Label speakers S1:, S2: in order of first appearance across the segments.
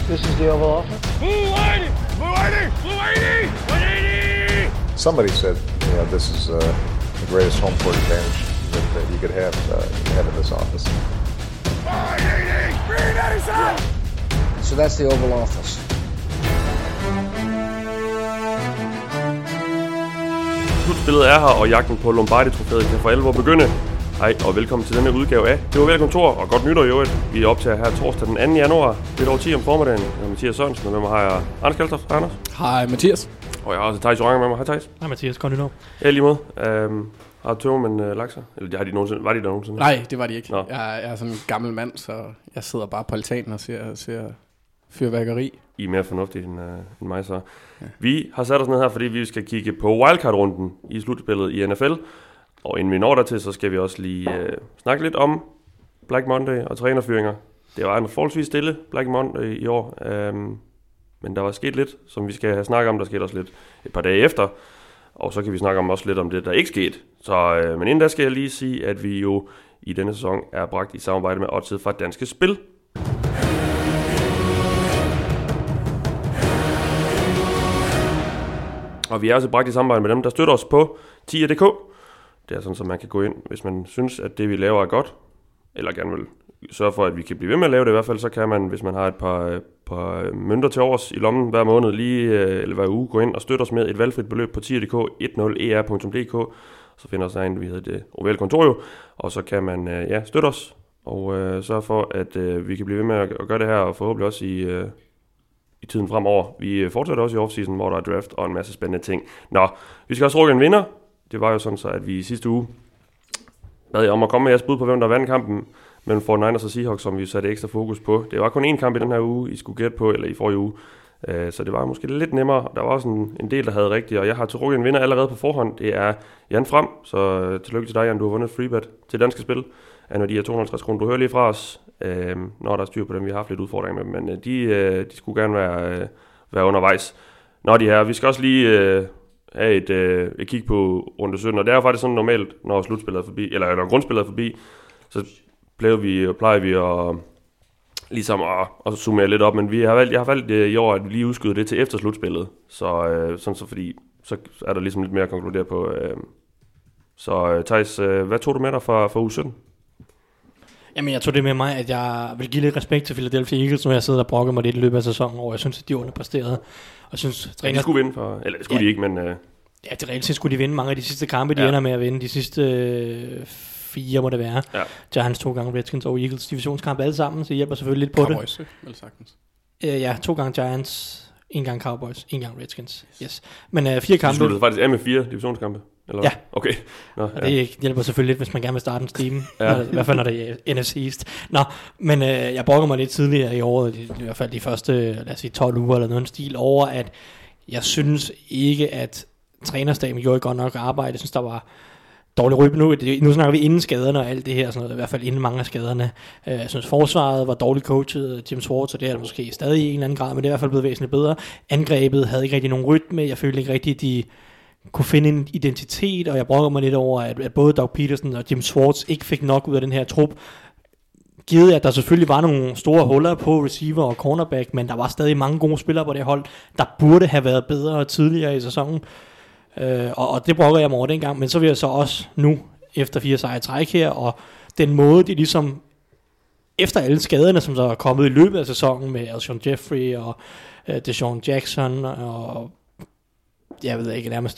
S1: This is the Oval Office.
S2: Blue 180!
S3: Somebody said, this is the greatest home court advantage that you could have in this office.
S1: 180! So that's the Oval Office.
S4: Slutspillet er her, og jagten på Lombardi-trofæet kan for alvor begynde. Hej og velkommen til denne udgave af Det var vel kontor, og godt nytår i øvrigt. Vi er optager her torsdag den 2. januar, lidt over 10 om formiddagen. Jeg er Mathias Sørensen, og med mig har jeg Anders Kaltoft. Hej Anders.
S5: Hej Mathias.
S4: Og jeg har også Thijs Joranger med mig. Hej Thijs.
S5: Hej Mathias, godt nytår.
S4: Ja, lige måde. Har tømmermænd lagt sig? Eller har de nogensinde? Var de der nogensinde?
S5: Nej, det var de ikke.
S4: Nå.
S5: Jeg er sådan en gammel mand, så jeg sidder bare på altanen og ser fyrværkeri.
S4: I er mere fornuftige end mig så. Ja. Vi har sat os ned her, fordi vi skal kigge på wildcard-runden i slutspillet i NFL. Og inden vi når dertil, så skal vi også lige snakke lidt om Black Monday og trænerfyringer. Det var en forholdsvis stille Black Monday i år, men der var sket lidt, som vi skal have snakket om. Der skete også lidt et par dage efter, og så kan vi snakke om også lidt om det, der ikke skete. Så, men inden da skal jeg lige sige, at vi jo i denne sæson er bragt i samarbejde med Odset fra Danske Spil. Og vi er også bragt i samarbejde med dem, der støtter os på tier.dk. Det er sådan, så man kan gå ind, hvis man synes, at det vi laver er godt, eller gerne vil sørge for, at vi kan blive ved med at lave det i hvert fald, så kan man, hvis man har et par mønter til overs i lommen hver måned, eller hver uge, gå ind og støtte os med et valgfrit beløb på tier.dk, 10er.dk. Så finder os derinde, vi hedder det Oval Kontor, og så kan man støtte os, og sørge for, at vi kan blive ved med at gøre det her, og forhåbentlig også i tiden fremover. Vi fortsætter også i offseason, hvor der er draft og en masse spændende ting. Nå, vi skal også rukke en vinder. Det var jo sådan så, at vi i sidste uge bad jer om at komme med jeres bud på, hvem der vandt kampen mellem 49ers og Seahawks, som vi satte ekstra fokus på. Det var kun én kamp i den her uge, I skulle gætte på, eller i forrige uge. Så det var måske lidt nemmere. Der var også en del, der havde rigtigt, og jeg har trukket en vinder allerede på forhånd. Det er Jan Frem, så tillykke til dig, Jan. Du har vundet freebet til Danske Spil. Af de her 250 kroner, du hører lige fra os, når der er styr på dem. Vi har haft lidt udfordringer med dem, men de skulle gerne være undervejs. Når de her, vi skal også lige have et kig på runde 17, og det er jo faktisk sådan normalt, når slutspillet er forbi, eller når grundspillet er forbi, så plejer vi at ligesom at summere lidt op, men jeg har valgt i år, at vi lige udskyder det til efter slutspillet, så fordi så er der ligesom lidt mere at konkludere på. Så Thijs, hvad tog du med dig fra uge 17?
S5: Jamen jeg tog det med mig, at jeg vil give lidt respekt til Philadelphia Eagles, når jeg sidder og brokker mig lidt i løbet af sæsonen, og jeg synes, at de er underpræsteret. Og synes,
S4: de skulle vinde eller det skulle de ikke, men
S5: ja, det reelt set skulle de vinde mange af de sidste kampe, de ender med at vinde. De sidste 4 må det være. Ja. Giants 2 gange Redskins og Eagles divisionskamp alle sammen, så det hjælper selvfølgelig lidt på
S4: Cowboys,
S5: det.
S4: Vel sagtens.
S5: Ja, 2 gange Giants, 1 gang Cowboys, 1 gang Redskins. Yes. Men 4 kampe.
S4: Det sluttede faktisk af med 4 divisionskampe. Eller?
S5: Ja.
S4: Okay. Nå,
S5: ja. Det hjælper selvfølgelig lidt, hvis man gerne vil starte en steam. I hvert fald når det er NFC East. Nå, men jeg brokker mig lidt tidligere i året, i hvert fald de første, lad os sige 12 uger eller noget stil, over at jeg synes ikke, at trænerstaben gjorde godt nok arbejde. Jeg synes, der var dårlig ryg. Nu snakker vi inden skaderne og alt det her, sådan noget, i hvert fald inden mange af skaderne. Jeg synes, forsvaret var dårligt coachet, Jim Schwartz, og det er måske stadig i en eller anden grad, men det er i hvert fald blevet væsentligt bedre. Angrebet havde ikke rigtig nogen rytme. Jeg følte ikke rigtig, de kunne finde en identitet, og jeg brokker mig lidt over, at både Doug Peterson og Jim Schwartz ikke fik nok ud af den her trup. Givet at der selvfølgelig var nogle store huller på receiver og cornerback, men der var stadig mange gode spillere på det hold, der burde have været bedre tidligere i sæsonen. Og det brokker jeg mig over dengang, men så vil jeg så også nu, efter 4 sejre træk her, og den måde, de ligesom, efter alle skaderne, som så er kommet i løbet af sæsonen, med Alshon Jeffrey og Deshaun Jackson, og jeg ved ikke, nærmest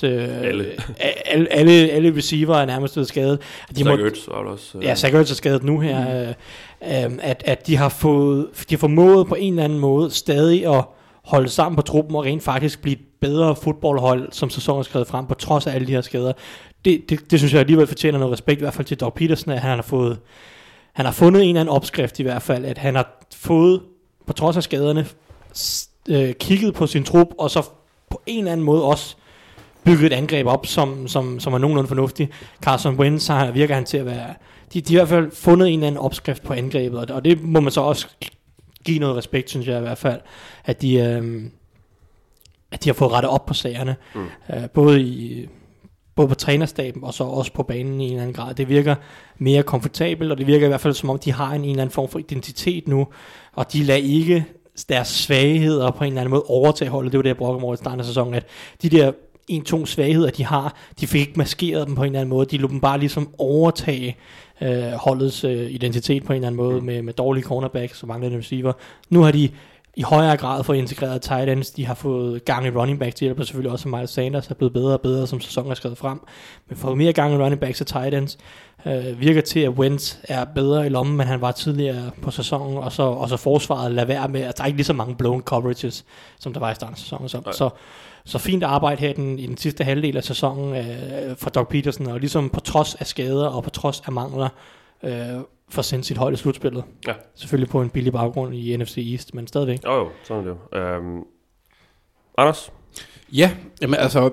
S5: alle receiver er nærmest blevet skadet.
S4: Zach Ertz var også.
S5: Ja, Zach Ertz er skadet nu her. At de har formået på en eller anden måde stadig at holde sammen på truppen og rent faktisk blive et bedre fodboldhold, som sæsonen er skrevet frem, på trods af alle de her skader. Det synes jeg alligevel fortjener noget respekt, i hvert fald til Doug Peterson, at han har fundet en eller anden opskrift i hvert fald, at han har fået, på trods af skaderne, kigget på sin trup, og så på en eller anden måde også bygget et angreb op, som er nogenlunde fornuftigt. Carson Wentz virker han til at være. De har i hvert fald fundet en eller anden opskrift på angrebet, og det må man så også give noget respekt, synes jeg i hvert fald, at de har fået rettet op på sagerne, både på trænerstaben og så også på banen i en eller anden grad. Det virker mere komfortabelt, og det virker i hvert fald som om, de har en eller anden form for identitet nu, og de lader ikke deres svagheder på en eller anden måde overtage holdet. Det var det, jeg brugte over i starten af sæsonen, at de der 1-2 svagheder, de har, de fik ikke maskeret dem på en eller anden måde. De lod dem bare ligesom overtage holdets identitet på en eller anden måde med dårlige cornerbacks og manglende receiver. Nu har de i højere grad fået integreret tight ends. De har fået gang i running backs. Det hjælper selvfølgelig også, at Miles Sanders er blevet bedre og bedre, som sæsonen er skrevet frem. Men fået mere gang i running backs og tight ends. Virker til, at Wentz er bedre i lommen, men han var tidligere på sæsonen. Og så forsvaret lader være med, at der er ikke lige så mange blown coverages, som der var i starten af sæsonen. Så fint arbejde her i den sidste halvdel af sæsonen fra Doug Peterson. Og ligesom på trods af skader og på trods af mangler, for at sende sit hold i slutspillet. Ja. Selvfølgelig på en billig baggrund i NFC East, men stadigvæk.
S4: Jo, sådan er det jo. Anders?
S2: Ja, jamen altså,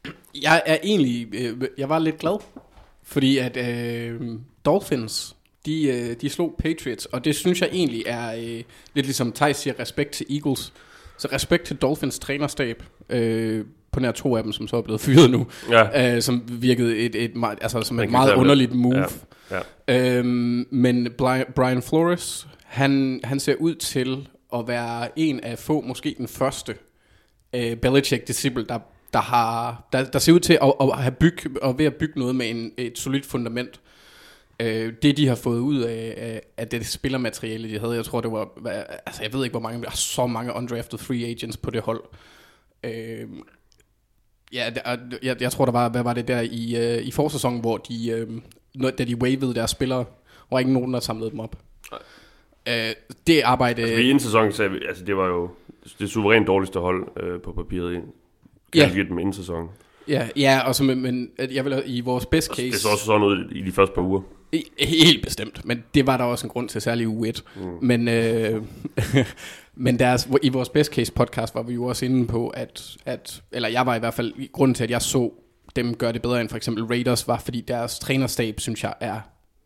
S2: jeg var lidt glad, fordi at Dolphins, de slog Patriots, og det synes jeg egentlig er lidt ligesom Thijs siger, respekt til Eagles. Så respekt til Dolphins trænerstab, på nær 2 af dem, som så er blevet fyret nu, som virkede et meget underligt move. Ja. Ja. Men Brian Flores, han ser ud til at være en af få, måske den første Belichick-disciple, der ser ud til at ved at bygge noget med et solidt fundament. Det de har fået ud af det spillermateriale de havde, jeg tror det var, altså jeg ved ikke hvor mange, der er så mange undrafted free agents på det hold. Jeg tror der var, hvad var det der i forsæsonen, hvor da de waivede deres spillere, var ikke nogen der samlede dem op. Det arbejde.
S4: Altså, i en sæson sagde vi, altså det var jo det suverænt dårligste hold på papiret. Kan give dem inden sæsonen.
S2: Ja, og så men jeg vil i vores best case.
S4: Det så også sådan noget i de første par uger.
S2: Helt bestemt, men det var der også en grund til, særligt uge 1. Men i vores best case podcast var vi jo også inde på eller jeg var i hvert fald grunden til at jeg så dem gøre det bedre end for eksempel Raiders, var fordi deres trænerstab synes jeg er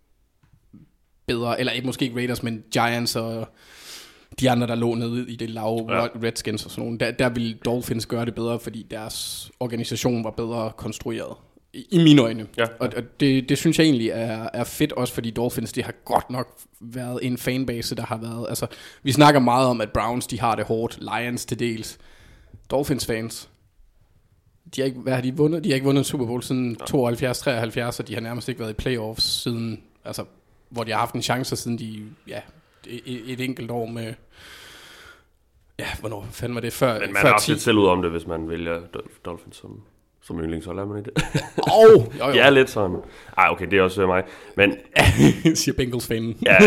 S2: bedre, eller måske ikke Raiders, men Giants og de andre, der lå nede i det lave Redskins og sådan nogle, der ville Dolphins gøre det bedre, fordi deres organisation var bedre konstrueret. I mine øjne. Ja. Og det synes jeg egentlig er fedt, også fordi Dolphins, de har godt nok været en fanbase, der har været, altså, vi snakker meget om, at Browns, de har det hårdt, Lions til dels. Dolphins fans, hvad har de vundet? De har ikke vundet Super Bowl siden 72-73, og de har nærmest ikke været i playoffs siden, altså, hvor de har haft en chance siden et enkelt år med, hvornår fanden var det før?
S4: Men man har haft lidt selv ud om det, hvis man vælger Dolphins som yndlingshold, er man ikke det?
S2: Jo.
S4: Ja, lidt sådan. Okay, det er også mig. Men
S2: siger Bengals-fanen.
S4: Ja.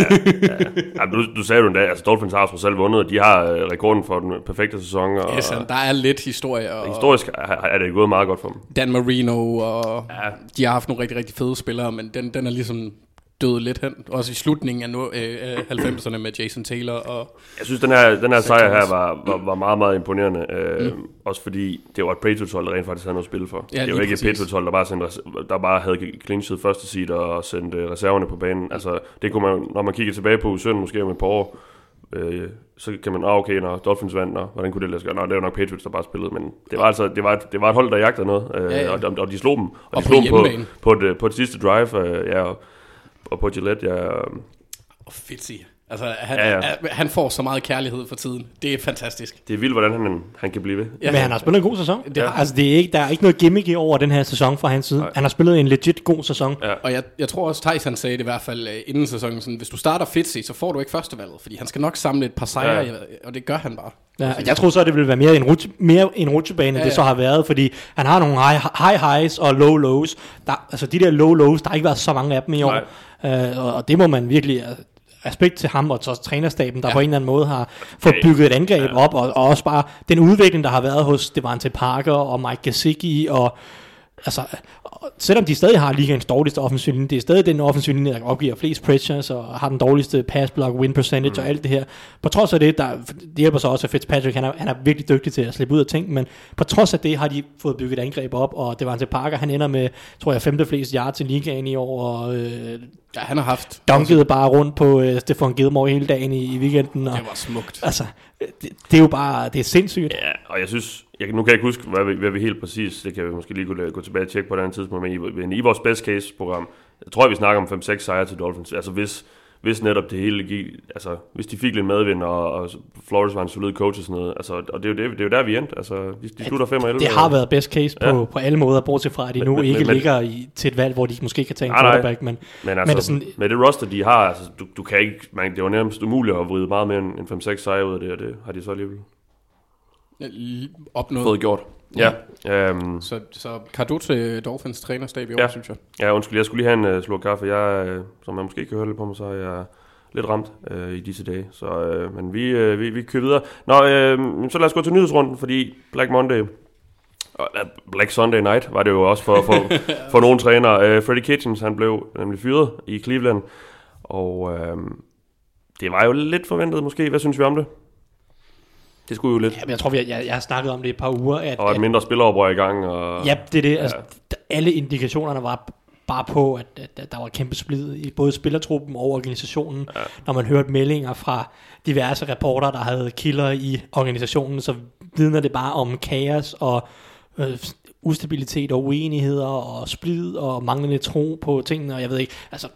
S4: Du sagde jo endda, altså Dolphins har selv vundet, og de har rekorden for den perfekte sæson. Og
S2: der er lidt historie. Og
S4: historisk er det gået meget godt for dem. Dan
S2: Marino, og de har haft nogle rigtig, rigtig fede spillere, men den er ligesom døde lidt hen. Også i slutningen af 90'erne med Jason Taylor. Og
S4: jeg synes, den her sejr her var meget, meget imponerende. Også fordi det var et Patriots-hold, der rent faktisk havde noget at spille for. Ja, det var ikke et Patriots-hold, der bare havde clinchet første seed og sendte reserverne på banen. Altså, det kunne man, når man kigger tilbage på U17, måske om et par år, så kan man, når Dolphins vandt, hvordan kunne det lade sig gøre? Det var nok Patriots, der bare spillede, men det var altså, det var et hold, der jagtede noget, og de slog dem. Og de slog dem på et sidste drive, og på Gillette,
S2: Og Fitzy. Altså, han får så meget kærlighed for tiden. Det er fantastisk.
S4: Det er vildt, hvordan han kan blive ved.
S5: Ja. Men han har spillet en god sæson. Altså, der er ikke noget gimmick over den her sæson fra hans side. Nej. Han har spillet en legit god sæson.
S2: Ja. Og jeg tror også, Tyson sagde det i hvert fald inden sæsonen. Sådan, hvis du starter Fitzy, så får du ikke førstevalget. Fordi han skal nok samle et par sejre, og det gør han bare.
S5: Ja, jeg tror så, det vil være mere en rutsjebane, end det så har været. Fordi han har nogle high highs og low lows. Altså, de der low lows, der har ikke været så mange af dem i år. Og det må man virkelig respekt til ham og så trænerstaben, der på en eller anden måde har fået bygget et angreb op, og også bare den udvikling, der har været hos Devante Parker og Mike Gesicki, og altså, selvom de stadig har ligaens dårligste offensiv linje, det er stadig den offensiv linje, der opgiver flest pressures, og har den dårligste pass block, win percentage og alt det her. På trods af det, det hjælper så også, at Fitzpatrick, han er virkelig dygtig til at slippe ud af ting, men på trods af det har de fået bygget et angreb op, og Devante Parker, han ender med, tror jeg, 5. flest yards i ligaen i år, og
S2: han har haft
S5: dunkede bare rundt på Stephon Gilmore hele dagen i weekenden. Og, det
S2: var smukt.
S5: Altså, det er jo bare, det er sindssygt.
S4: Ja, og jeg synes, nu kan jeg ikke huske, hvad vi helt præcis, det kan vi måske lige gå tilbage og tjekke på et andet tidspunkt, men i vores best case program, jeg tror, vi snakker om 5-6 sejre til Dolphins. Altså hvis netop det hele gik, altså hvis de fik lidt medvind, og Flores var en solid coach og sådan noget, altså, og det er jo der vi endte, altså de slutter 5-11.
S5: Det har været best case på alle måder, bortset fra at de nu ikke ligger til et valg, hvor de måske kan tage en quarterback, men altså,
S4: sådan, med det roster de har, altså du kan ikke, det var nærmest umuligt at vride meget mere end 5-6 sejre ud af det, og det har de så alligevel
S2: opnået.
S4: Fået gjort. Ja.
S2: Så kado til Dolphins trænerstab i år, synes jeg.
S4: Ja, undskyld, jeg skulle lige have en slurk kaffe. Jeg, som man måske kan høre lidt på mig, så er jeg lidt ramt i disse dage. Så, men vi kører videre. Så lad os gå til nyhedsrunden, fordi Black Sunday Night var det jo også for nogle trænere. Freddie Kitchens, han blev nemlig fyret i Cleveland, og det var jo lidt forventet måske. Hvad synes vi om det? Det skulle jo lidt.
S5: Ja, jeg tror, jeg har snakket om det et par uger.
S4: Og et mindre spilleroprør i gang. Og,
S5: ja, det er det. Altså, alle indikationerne var bare på, at der var kæmpe splid i både spillertruppen og organisationen. Ja. Når man hørte meldinger fra diverse reporter, der havde kilder i organisationen, så vidner det bare om kaos og ustabilitet og uenigheder og splid og manglende tro på tingene. Og jeg ved ikke, altså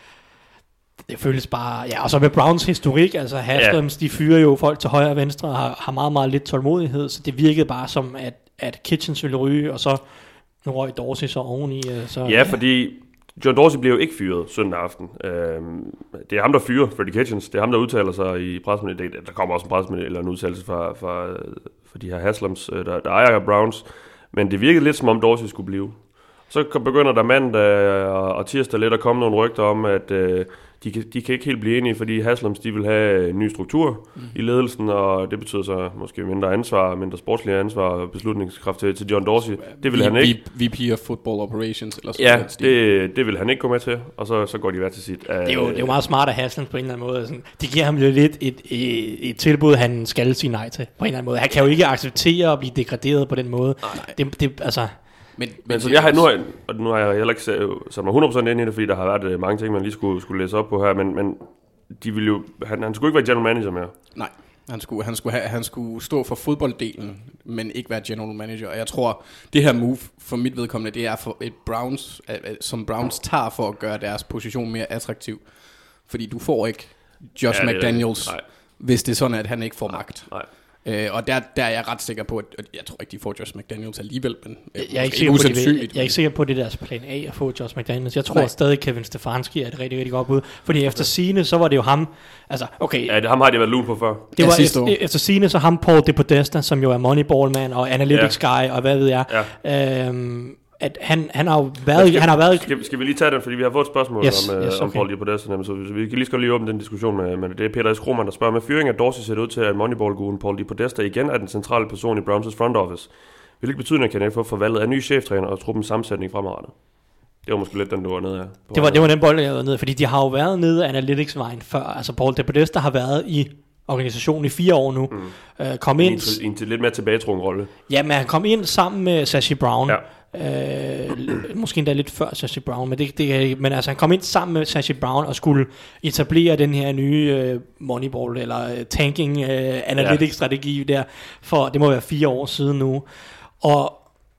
S5: det føles bare, ja, og så med Browns historik, altså Haslams, de fyrer jo folk til højre og venstre og har meget, meget lidt tålmodighed, så det virkede bare som, at Kitchens ville ryge, og så nu røg Dorsey så oveni.
S4: Fordi John Dorsey blev jo ikke fyret søndag aften. Det er ham, der fyrer Freddie Kitchens, det er ham, der udtaler sig i pressemeddelelsen. Der kommer også en pressemeddelelse eller en udtalelse fra de her Haslams, der ejer Browns, men det virkede lidt som om Dorsey skulle blive. Så begynder der mandag og tirsdag lidt at komme nogle rygter om, at de kan ikke helt blive enige, fordi Haslams, de vil have en ny struktur i ledelsen, og det betyder så måske mindre ansvar, mindre sportslige ansvar og beslutningskraft til John Dorsey. Det vil han ikke.
S2: VP of Football Operations eller
S4: sådan. Ja, det vil han ikke gå med til, og så går de hver til sit.
S5: Det er jo meget smart af Haslams på en eller anden måde. Sådan, de giver ham jo lidt et tilbud, han skal sige nej til på en eller anden måde. Han kan jo ikke acceptere at blive degraderet på den måde. Det altså.
S4: Men så nu har jeg heller ikke sat mig 100% ind i det, fordi der har været mange ting, man lige skulle læse op på her, men de ville jo, han skulle ikke være general manager mere.
S2: Nej, han skulle stå for fodbolddelen, men ikke være general manager. Og jeg tror, det her move for mit vedkommende, det er for et Browns, som Browns tager for at gøre deres position mere attraktiv. Fordi du får ikke Josh McDaniels, hvis det er sådan, at han ikke får magt. Nej. Og der er jeg ret sikker på, at jeg tror ikke, de får Josh McDaniels alligevel, men
S5: jeg er ikke sikker på, det deres plan A at få Josh McDaniels. Jeg tror stadig, Kevin Stefanski er et rigtig, rigtig godt bud. Fordi efter sigende, så var det jo ham. Altså, okay.
S4: Ja, ham har de været lun på før.
S5: Det var efter sigende, så ham Paul DePodesta, som jo er Moneyball-man og Analytics Guy, og hvad ved jeg. Ja. At han har jo været...
S4: Skal vi lige tage den, fordi vi har fået et spørgsmål om Paul DePodesta, så vi kan lige skal lige åbne den diskussion med det er Peter S. Krohmann, der spørger, med fyring af Dorsey ser det ud til, at Moneyball-guden Paul DePodesta igen er den centrale person i Browns' front office. Hvilke betydning kan det få for valget af ny cheftræner og truppens sammensætning fremadrettet? Det var måske lidt den, du var nede af.
S5: Det var den bold, jeg var nede af, fordi de har jo været nede af Analytics-vejen før. Altså Paul DePodesta har været i organisationen i 4 år nu. Kom ind
S4: i en lidt mere tilbagetrukken rolle.
S5: Ja, men han kom ind sammen med Sashi Brown. Ja. Måske endda lidt før Sashi Brown, men altså han kom ind sammen med Sashi Brown og skulle etablere den her nye Moneyball eller tanking analytics strategi der, for det må være 4 år siden nu. Og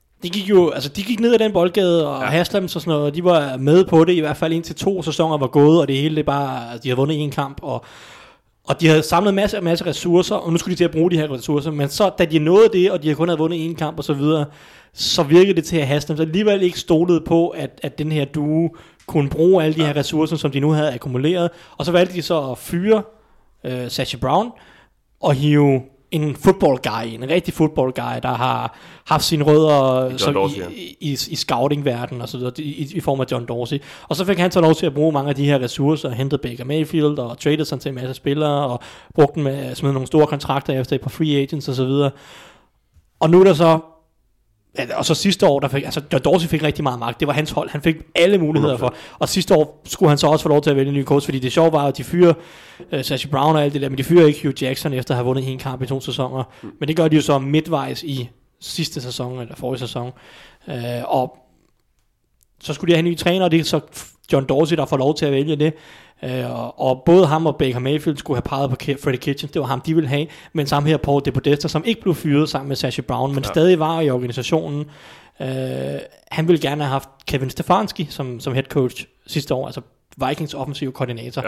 S5: de gik ned ad den boldgade, og Haslams og sådan noget, de var med på det, i hvert fald indtil 2 sæsoner var gået, og det hele det bare, de havde vundet en kamp, og de havde samlet masse ressourcer, og nu skulle de til at bruge de her ressourcer, men så da de nåede det, og de havde kun vundet en kamp og så videre, så virkede det til at Haslams alligevel ikke stolede på, at den her duo kunne bruge alle de her ressourcer, som de nu havde akkumuleret, og så valgte de så at fyre Sashi Brown og hive en football guy, en rigtig football guy, der har haft sine rødder i scouting-verdenen og så videre, i form af John Dorsey. Og så fik han så lov til at bruge mange af de her ressourcer, og hentede Baker Mayfield og traded sådan til en masse spillere, og brugte dem med at smide nogle store kontrakter efter et par free agents og så videre. Og nu er der så, og så sidste år, John Dorsey fik rigtig meget magt. Det var hans hold. Han fik alle muligheder for. Og sidste år skulle han så også få lov til at vælge en ny coach, fordi det sjove var, at de fyrer Sashi Brown og alt det der, men de fyrer ikke Hugh Jackson efter at have vundet en kamp i 2 sæsoner. Men det gør de jo så midtvejs i sidste sæson, eller forrige sæson. Og så skulle de have en ny træner, og det er så John Dorsey, der får lov til at vælge det. Og både ham og Baker Mayfield skulle have peget på Freddie Kitchens. Det var ham, de ville have. Men sammen her Paul DePodesta, som ikke blev fyret sammen med Sashi Brown, men stadig var i organisationen. Han ville gerne have haft Kevin Stefanski som head coach sidste år. Altså Vikings offensive koordinator.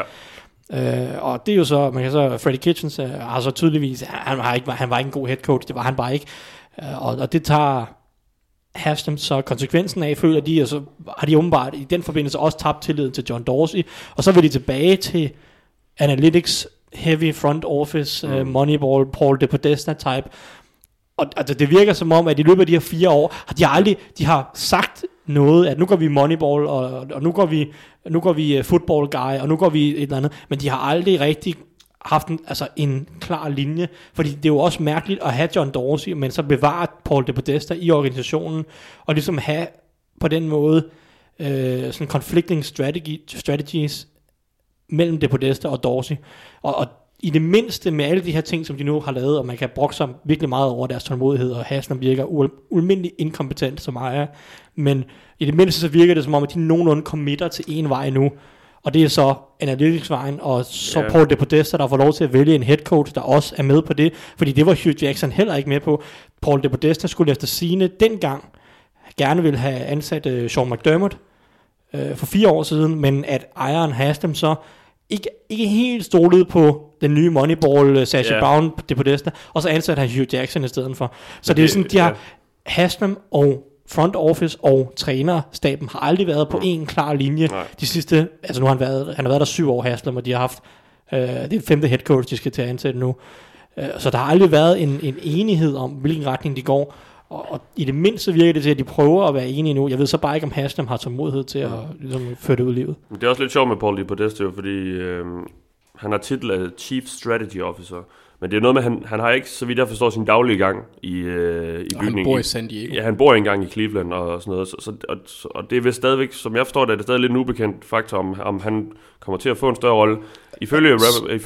S5: Og det er jo så, man kan så, Freddie Kitchens har så tydeligvis, han var ikke en god head coach, det var han bare ikke. Og det tager Haslam så konsekvensen af, føler de, og så har de åbenbart i den forbindelse også tabt tilliden til John Dorsey, og så vil de tilbage til analytics, heavy front office, Moneyball, Paul DePodesta type. Og altså, det virker som om, at i løbet af de her 4 år, de har sagt noget, at nu går vi Moneyball, og nu går vi football guy, og nu går vi et eller andet, men de har aldrig rigtig haft en klar linje, fordi det er jo også mærkeligt at have John Dorsey, men så bevare Paul DePodesta i organisationen, og ligesom have på den måde sådan conflicting strategies mellem DePodesta og Dorsey, og i det mindste med alle de her ting, som de nu har lavet, og man kan brokke sig virkelig meget over deres tålmodighed, og Haslam virker ualmindeligt inkompetent som ejer, men i det mindste så virker det som om, at de nogenlunde committer til en vej nu, og det er så analytics-vejen, og så Paul DePodesta, der får lov til at vælge en head coach, der også er med på det, fordi det var Hugh Jackson heller ikke med på. Paul DePodesta skulle efter sigende dengang gerne ville have ansat Sean McDermott for 4 år siden, men at ejeren Haslam så ikke helt stolede på den nye Moneyball, Sacha Brown, DePodesta, og så ansatte han Hugh Jackson i stedet for. Så det er sådan, de har Haslam og front office og trænerstaben har aldrig været på en klar linje. De sidste, altså nu har han har været der 7 år, Haslam, og de har haft det er 5. head coach, de skal til at ansætte nu. Så der har aldrig været en enighed om, hvilken retning de går. Og i det mindste virker det til, at de prøver at være enige nu. Jeg ved så bare ikke, om Haslam har tålmodighed til at ligesom, føre det ud i livet. Det
S4: er også lidt sjovt med Paul DePodesta, fordi han har titel af Chief Strategy Officer. Men det er noget med, han har ikke, så vidt jeg forstår, sin daglige gang i bygningen.
S2: Han bor i San Diego.
S4: Ja, han bor engang i Cleveland og sådan noget. Og det er vist stadigvæk, som jeg forstår det, er det stadig lidt en ubekendt faktor, om han kommer til at få en større rolle. Ifølge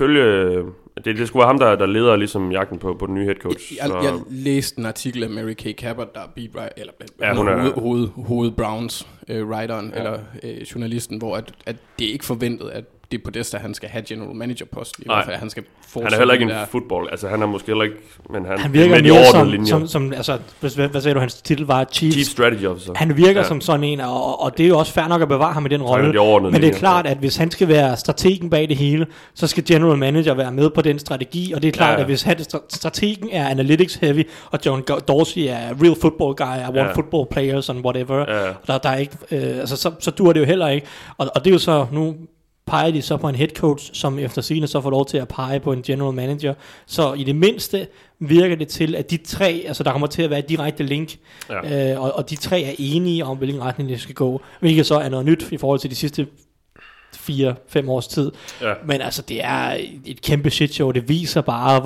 S4: det skulle være ham, der leder ligesom jagten på den nye head coach.
S2: Jeg læste en artikel af Mary Kay Cabot, der er beat writer, eller hoved Browns writeren, eller journalisten, hvor at det er ikke forventet, at det er Podesta, han skal have general manager posten. I hvert fald, han skal
S4: han er heller ikke en football. Altså, han er måske heller ikke, men han
S5: virker mere som altså, hvad sagde du, hans titel var?
S4: Chief Strategy Officer.
S5: Han virker som sådan en, og det er jo også fair nok at bevare ham i den rolle. Men det er klart, at hvis han skal være strategen bag det hele, så skal general manager være med på den strategi, og det er klart, at hvis strategen er analytics heavy, og John Dorsey er real football guy, one football players and whatever, der er ikke, så dur det jo heller ikke. Og det er jo så nu peger de så på en head coach, som efter sigende så får lov til at pege på en general manager. Så i det mindste virker det til, at de 3, altså der kommer til at være et direkte link, og de 3 er enige om, hvilken retning det skal gå, hvilket så er noget nyt i forhold til de sidste 4-5 års tid. Ja. Men altså, det er et kæmpe shitshow. Det viser bare,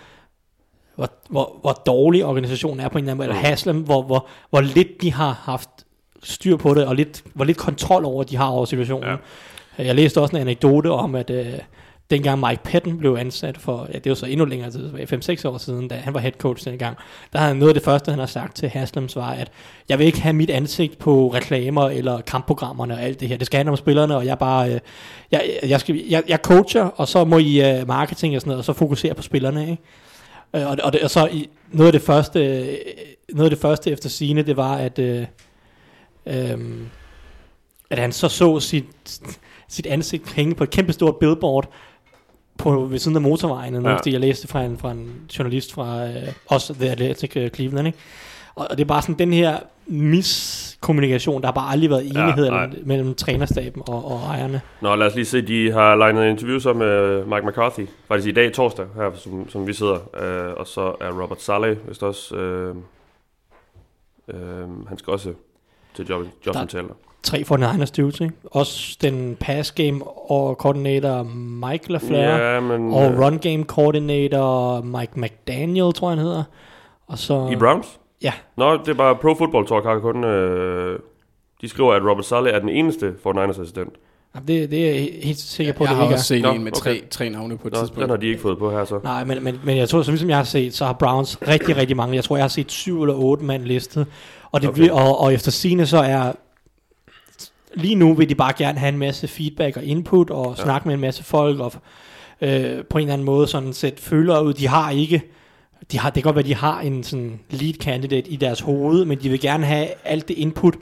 S5: hvor dårlig organisationen er på en eller anden måde, eller Haslam, hvor lidt de har haft styr på det, og hvor lidt kontrol over de har over situationen. Ja. Jeg læste også en anekdote om, at dengang Mike Patton blev ansat for, det var så endnu længere tid, 5-6 år siden, da han var head coach dengang, der havde noget af det første, han har sagt til Haslams var, at jeg vil ikke have mit ansigt på reklamer eller kampprogrammerne og alt det her. Det skal handle om spillerne, og jeg bare, jeg coacher, og så må I marketing og sådan noget, og så fokusere på spillerne, ikke? Og så noget af det første efter sigende, det var, at han så sit ansigt hænge på et kæmpestort billboard ved siden af motorvejen, det jeg læste fra en journalist fra også The Athletic Cleveland, ikke? Og det er bare sådan den her miskommunikation, der har bare aldrig været enighed mellem trænerstaben og ejerne.
S4: Nå, lad os lige se, de har legnet en interview så med Mike McCarthy, faktisk i dag torsdag, her som vi sidder, og så er Robert Saleh, vist også, han skal også til Jonathan Taylor.
S5: 3 for den Niners dudes, ikke? Også den pass game og coordinator Mike LaFleur, og run game coordinator Mike McDaniel, tror jeg han hedder. Og så
S4: i Browns?
S5: Ja.
S4: Nå, det er bare Pro Football Talk har kun de skriver, at Robert Saleh er den eneste for Niners assistent.
S5: Det er jeg helt sikker på,
S2: jeg
S5: det
S2: ikke
S5: har
S2: også set en med 3 navne på et tidspunkt.
S4: Den har de ikke fået på her så.
S5: Nej, men jeg tror, som jeg har set, så har Browns rigtig mange. Jeg tror, jeg har set 7 eller 8 mand listet. Og, og efter sigende så er lige nu vil de bare gerne have en masse feedback og input og snakke med en masse folk og på en eller anden måde sådan sætte følere ud. Det kan godt være, de har en sådan lead candidate i deres hoved, men de vil gerne have alt det input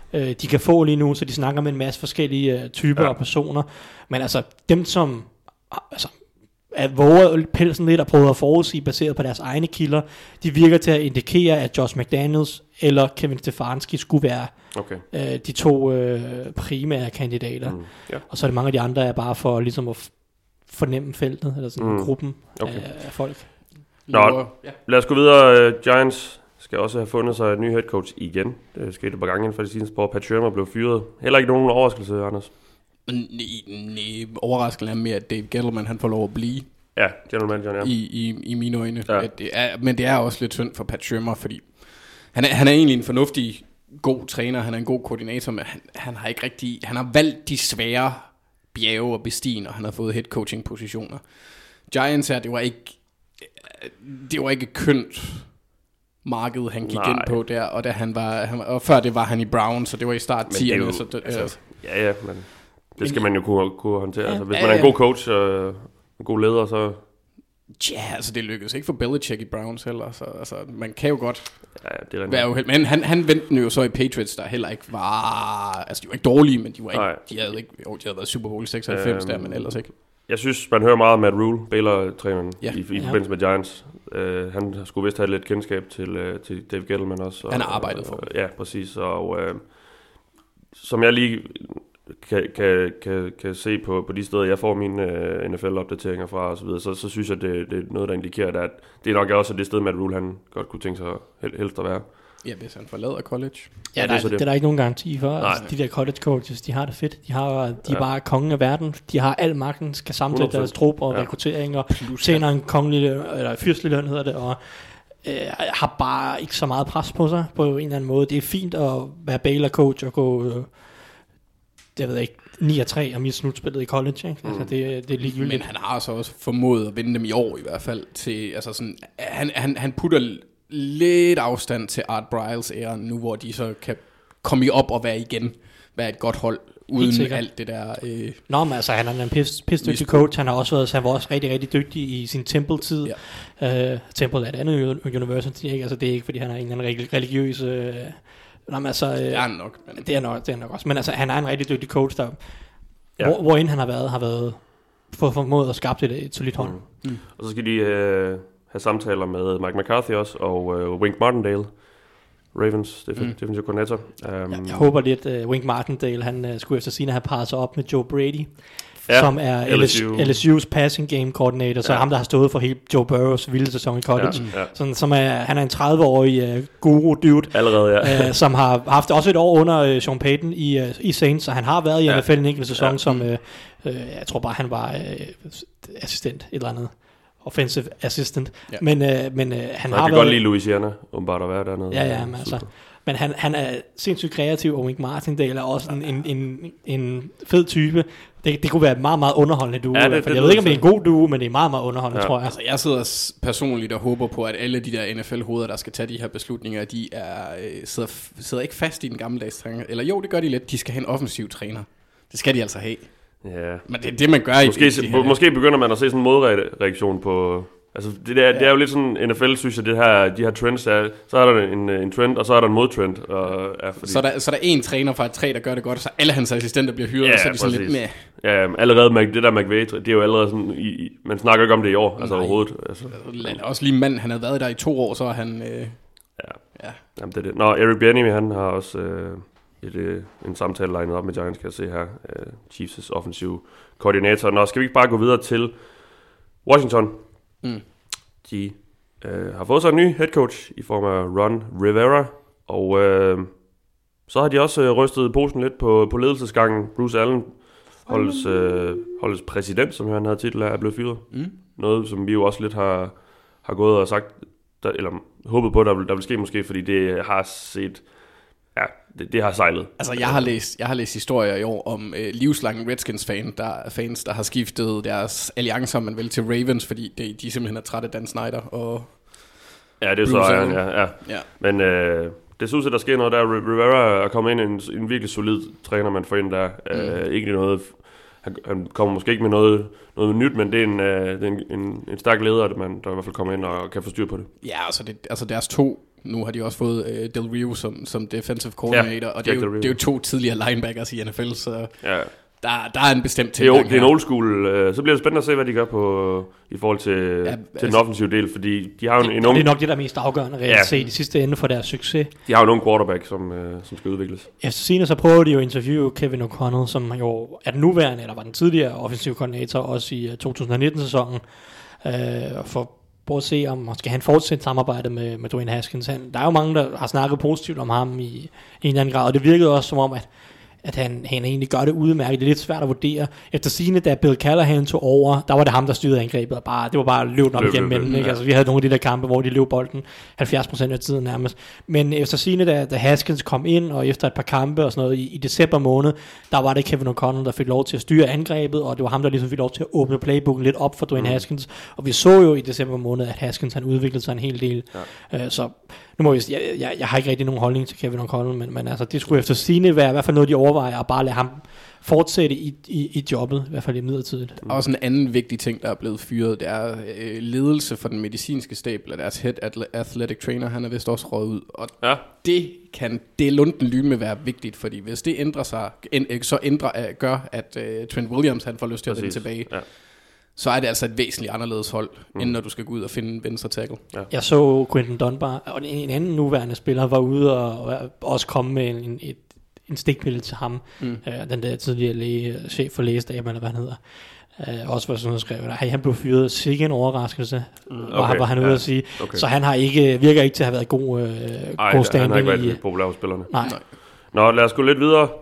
S5: de kan få lige nu, så de snakker med en masse forskellige typer af personer. Men altså, dem som at våger pelsen lidt og prøver at forudsige, baseret på deres egne kilder, de virker til at indikere, at Josh McDaniels eller Kevin Stefanski skulle være de to primære kandidater. Og så er det mange af de andre, er bare for ligesom at fornemme feltet, eller sådan gruppen af folk.
S4: Nå, lad os gå videre. Giants skal også have fundet sig et ny head coach igen. Det skete et par gange inden for de seneste år. Pat Shurmur blev fyret. Heller ikke nogen overraskelse, Anders.
S2: Nej, overraskende er mere, at Dave Gettleman, han får lov at blive.
S4: Ja, general manager, ja.
S2: I mine øjne. Ja. Men det er også lidt synd for Pat Shurmur, fordi han er egentlig en fornuftig, god træner. Han er en god koordinator, men han har ikke rigtig... Han har valgt de svære bjerge og bestige, og han har fået head coaching positioner. Giants her, det var ikke et kønt marked, han gik ind på der, og da og før det var han i Browns, så det var i start 10'erne.
S4: Ja, men det skal man jo kunne håndtere. Altså, hvis man er en god coach og en god leder, så...
S2: Ja, altså det lykkedes ikke for Belichick i Browns heller, så altså, man kan jo godt
S4: være
S2: uheldig. Men han vendte den jo så i Patriots, der heller ikke var... Altså de var ikke dårlige, men de havde været Super Bowl 96 der, men ellers ikke.
S4: Jeg synes, man hører meget om Matt Rule, Baylor-træneren, i forbindelse med Giants. Han skulle vist have lidt kendskab til Dave Gettleman også.
S2: Han har arbejdet for.
S4: Ja, præcis. Og som jeg lige kan se på de steder, jeg får mine NFL-opdateringer fra og så videre, så synes jeg, det er noget, der indikerer, at det nok også det sted, Matt Rule, han godt kunne tænke sig helst at være.
S2: Ja, hvis han forlader college.
S5: Ja, det er der ikke nogen garanti for. Altså, de der college coaches, de har det fedt. De er bare kongen af verden. De har al magten, skal samtale deres trup og rekruttering, og tjener en kongelig, eller fyrstelig løn hedder det, og har bare ikke så meget pres på sig på en eller anden måde. Det er fint at være Baylor coach og gå, jeg ved ikke, 9-3 og miste slutspillet i college, ikke? Altså, det er ligegyldigt.
S2: Men han har så også formået at vinde dem i år i hvert fald til, altså sådan, han putter lidt afstand til Art Briles æren nu, hvor de så kan komme op og være et godt hold uden alt det der.
S5: Nå, men altså han er en pissdygtig coach. Han var også rigtig, rigtig dygtig i sin Temple-tid. Ja. Temple er et andet university, ikke? Altså det er ikke fordi han er en eller anden religiøs. Nå, men altså, det er han nok. Men... Det er nok også. Men altså han er en rigtig dygtig coach der. Hvorend han har været formået at skabe et solidt hold.
S4: Og så skal de have samtaler med Mike McCarthy også, og Wink Martindale, Ravens defensive coordinator.
S5: Jeg håber lidt, Wink Martindale, han skulle efter sine have parret sig op med Joe Brady, som er LSU's passing game coordinator, så ham, der har stået for hele Joe Burrows vilde sæson i college. Sådan, han er en 30-årig guru dude, allerede, som har haft også et år under Sean Payton i Saints, så han har været i NFL en enkelt sæson, som jeg tror bare, han var assistent et eller andet. Offensive assistant. Ja. Men han har
S4: kan godt lide Louisiana, bare at være dernede.
S5: Ja, men altså. Men han er sindssygt kreativ, og Wink Martindale er også en fed type. Det kunne være et meget, meget underholdende duo. Ja, jeg ved ikke, om det er en god duo, men det er meget, meget underholdende, tror jeg. Altså,
S2: jeg sidder personligt og håber på, at alle de der NFL-hoveder, der skal tage de her beslutninger, de sidder ikke fast i den gammeldags træner. Eller jo, det gør de lidt. De skal have en offensiv træner. Det skal de altså have.
S4: Ja.
S2: Men det er det, man gør
S4: måske begynder man at se sådan en modreaktion på... Altså, det er jo lidt sådan, NFL synes jeg, de her trends, så er der en trend, og så er der en modtrend. Og, fordi...
S2: så der er en træner fra et træ, der gør det godt, og så alle hans assistenter bliver hyret, og så er de sådan lidt med.
S4: Ja, allerede det der McVay, det er jo allerede sådan, man snakker ikke om det i år, altså overhovedet. Altså.
S2: Også lige mand, han havde været der i 2 år, så er han...
S4: Jamen, det. Nå, Eric Bieniemy, han har også... en samtale legnet op med Giants, kan jeg se her. Chiefs' offensive koordinator. Nå, skal vi ikke bare gå videre til Washington? De har fået sig en ny head coach i form af Ron Rivera, og så har de også rystet posen lidt på ledelsesgangen. Bruce Allen, holdets præsident, som han havde titel af, er blevet fyret. Noget, som vi jo også lidt har gået og sagt, eller håbet på, der vil ske måske, fordi det har set... Ja, det har sejlet.
S2: Altså, jeg har læst historier i år om livslange Redskins-fans, der har skiftet deres alliancer, man vel, til Ravens, fordi de simpelthen er trætte af Dan Snyder. Og
S4: ja, det er så ja. Men det synes jeg, der sker noget der. Rivera er kommet ind en virkelig solid træner, man får ind der. Ikke noget... Han kommer måske ikke med noget nyt, men det er en stærk leder, der i hvert fald kommer ind og kan få styr på det.
S2: Ja, altså deres 2 nu har de også fået Del Rio som defensive coordinator, og det er jo 2 tidligere linebackers i NFL, så der er en bestemt ting.
S4: Det er en old school. Så bliver det spændende at se, hvad de gør i forhold til den offensive del, fordi de har jo en ung...
S5: Det er nok det, der er mest afgørende reelt set i sidste ende for deres succes.
S4: De har jo en ung quarterback, som skal udvikles.
S5: Efter sigende så prøver de jo at interviewe Kevin O'Connell, som jo er den nuværende, eller var den tidligere offensive koordinator, også i 2019-sæsonen, for prøve at se, om skal han fortsætte samarbejdet med Dwayne Haskins. Der er jo mange, der har snakket positivt om ham i en eller anden grad, og det virkede også som om, at han egentlig gør det udmærket. Det er lidt svært at vurdere. Efter sigende, da Bill Callahan tog over, der var det ham, der styrede angrebet, og det var bare løb op igennem mændene. Ja. Altså, vi havde nogle af de der kampe, hvor de løb bolden 70% af tiden nærmest. Men efter sigende, da Haskins kom ind, og efter et par kampe og sådan noget i december måned, der var det Kevin O'Connell, der fik lov til at styre angrebet, og det var ham, der ligesom fik lov til at åbne playbooken lidt op for Dwayne Haskins. Og vi så jo i december måned, at Haskins han udviklede sig en hel del. Ja. Så nu må jeg har ikke rigtig nogen holdning til Kevin O'Connell, men altså, det skulle efter sigende være i hvert fald noget, de overvejer, at bare lade ham fortsætte i jobbet, i hvert fald i midlertidigt.
S2: Også en anden vigtig ting, der er blevet fyret, det er ledelse for den medicinske stab, eller deres head athletic trainer, han er vist også røget ud. Og det er lunden lyne med være vigtigt, fordi hvis det ændrer sig, gør, at Trent Williams han får lyst til at vende tilbage, så er det altså et væsentligt anderledes hold, end når du skal gå ud og finde en venstre tackle. Ja.
S5: Jeg så Quentin Dunbar, og en anden nuværende spiller var ude og også komme med en stikpille til ham. Den der tidligere chef for lægestaben, eller hvad han hedder. Også var sådan noget skrevet, han blev fyret, sikke en overraskelse, var han ude at sige. Okay. Så han virker ikke til at have været god standing.
S4: Han har ikke været populær hos spillerne. Nej. Nå, lad os gå lidt videre.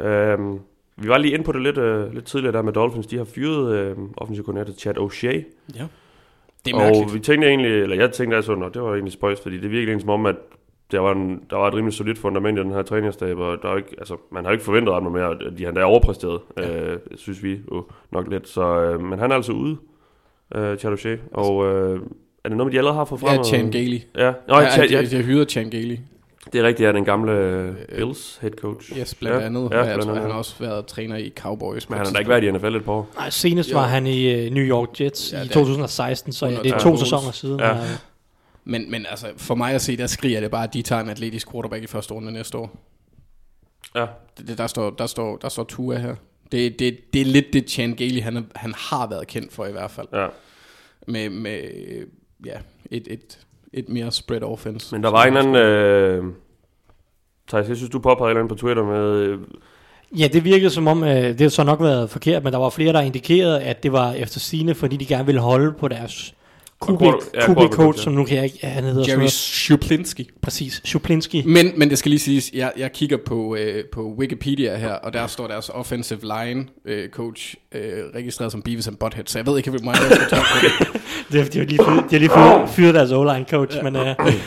S4: Vi var lige inde på det lidt tidligere der med Dolphins. De har fyret offensiv koordinator Chad O'Shea. Ja.
S2: Det er mærkeligt.
S4: Og vi tænkte egentlig, eller jeg tænkte altså, det var egentlig spøjst, fordi det virkede som om, at der var et rimelig solidt fundament i den her træningsstab, og der er ikke, altså, man har ikke forventet ret mere, at de han der overpræsteret, synes vi jo nok lidt. Så, men han er altså ude, Chad O'Shea, og er det noget, de allerede har fået frem?
S2: Ja, Chan Gailey.
S4: Ja,
S2: jeg hyrede Chan Gailey.
S4: Det er rigtigt, den gamle Bills head coach.
S2: Yes, blandt andet. Ja, jeg tror, han har også været træner i Cowboys.
S4: Men han har da ikke været i NFL et par år.
S5: Nej, senest var han i New York Jets i 2016, så det er 2 sæsoner siden. Ja.
S2: Men altså, for mig at se, der skriger det bare, at de tager en atletisk quarterback i første runde næste år. Ja. Der står Tua her. Det er lidt det Chan Gailey, han har været kendt for i hvert fald. Ja. Med et mere spread offense.
S4: Men der var en anden... Thijs, jeg synes, du påpegede et eller andet på Twitter med...
S5: Ja, det virkede som om, det har så nok været forkert, men der var flere, der indikerede, at det var efter sigende, fordi de gerne ville holde på deres QB-coach, som nu kan jeg ikke... Han hedder
S2: Jerry Shuplinski.
S5: Præcis, Shuplinski.
S2: Men det skal lige siges, jeg kigger på Wikipedia her, og der står deres offensive line coach registreret som Beavis and Butthead, så jeg ved ikke, hvor meget jeg skal tage på det.
S5: De har lige fyret deres O-line coach, men...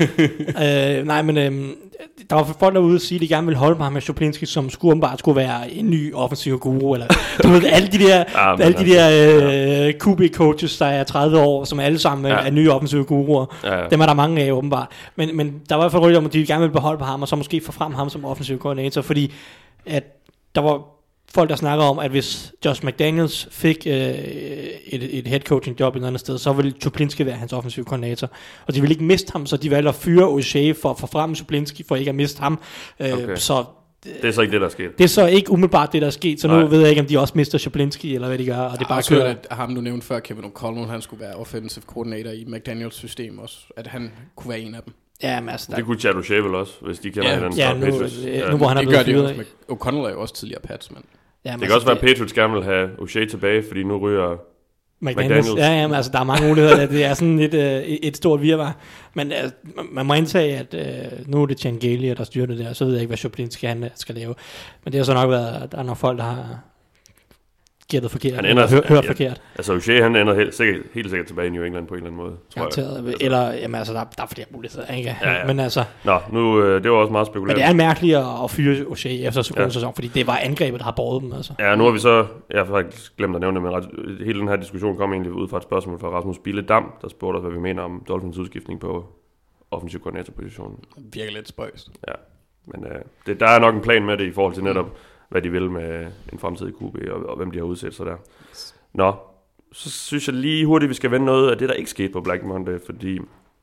S5: nej, men... der var folk derude at sige, at de gerne ville holde på ham med Shuplinski, som skulle være en ny offensiv guru, eller du ved, alle de der QB-coaches, der er 30 år, som alle sammen er nye offensive guruer. Dem er der mange af, åbenbart. Men der var i hvert fald rygter om, at de gerne ville beholde på ham, og så måske få frem ham som offensiv koordinator, fordi at der var folk, der snakker om, at hvis Josh McDaniels fik et head coaching job et andet sted, så ville Shuplinski være hans offensiv koordinator. Og de ville ikke miste ham, så de valgte at fyre O'Shea for at få frem Shuplinski, for ikke at miste ham. Så
S4: det er så ikke det, der er sket.
S5: Det er så ikke umiddelbart det, der er sket, så nu ved jeg ikke, om de også mister Shuplinski, eller hvad de gør. Og det bare
S2: kører. At ham, du nævnte før, Kevin O'Connell, han skulle være offensive coordinator i McDaniels system også, at han kunne være en af dem.
S5: Ja, men altså,
S4: det kunne Chad O'Shea vel også, hvis de kender hinanden.
S5: Ja, nu hvor han er blevet fyret.
S2: O'Connell er jo også tidligere Pats, men...
S4: Ja, det kan også være, at Patriots gerne vil have O'Shea tilbage, fordi nu ryger McDaniels.
S5: Ja, men altså, der er mange muligheder. Det er sådan et stort virvar. Men man må indtage, at nu er det Chan Gailey, der styrer det der, så ved jeg ikke, hvad Shuplinski han skal lave. Men det har så nok været, at der er nogle folk, der har gættet forkert, hørt forkert.
S4: Altså O'Shea, han ender helt sikkert tilbage i New England på en eller anden måde,
S5: tror jeg. Eller, jamen altså, der er flere muligheder, ikke?
S4: Ja.
S5: Men altså...
S4: Nå, nu, det var også meget spekuleret.
S5: Men det er mærkeligt at fyre O'Shea efter så god sæson, fordi det var angrebet, der har båret dem, altså.
S4: Ja, nu har vi så... Jeg har faktisk glemt at nævne det, men hele den her diskussion kom egentlig ud fra et spørgsmål fra Rasmus Bille Dam, der spurgte os, hvad vi mener om Dolphins udskiftning på offensiv koordinatorpositionen.
S2: Virker lidt spøjst.
S4: Ja, men der er nok en plan med det i forhold til netop hvad de vil med en fremtidig QB, og hvem de har udsat sig der. Nå, så synes jeg lige hurtigt, vi skal vende noget af det, der ikke skete på Black Monday, fordi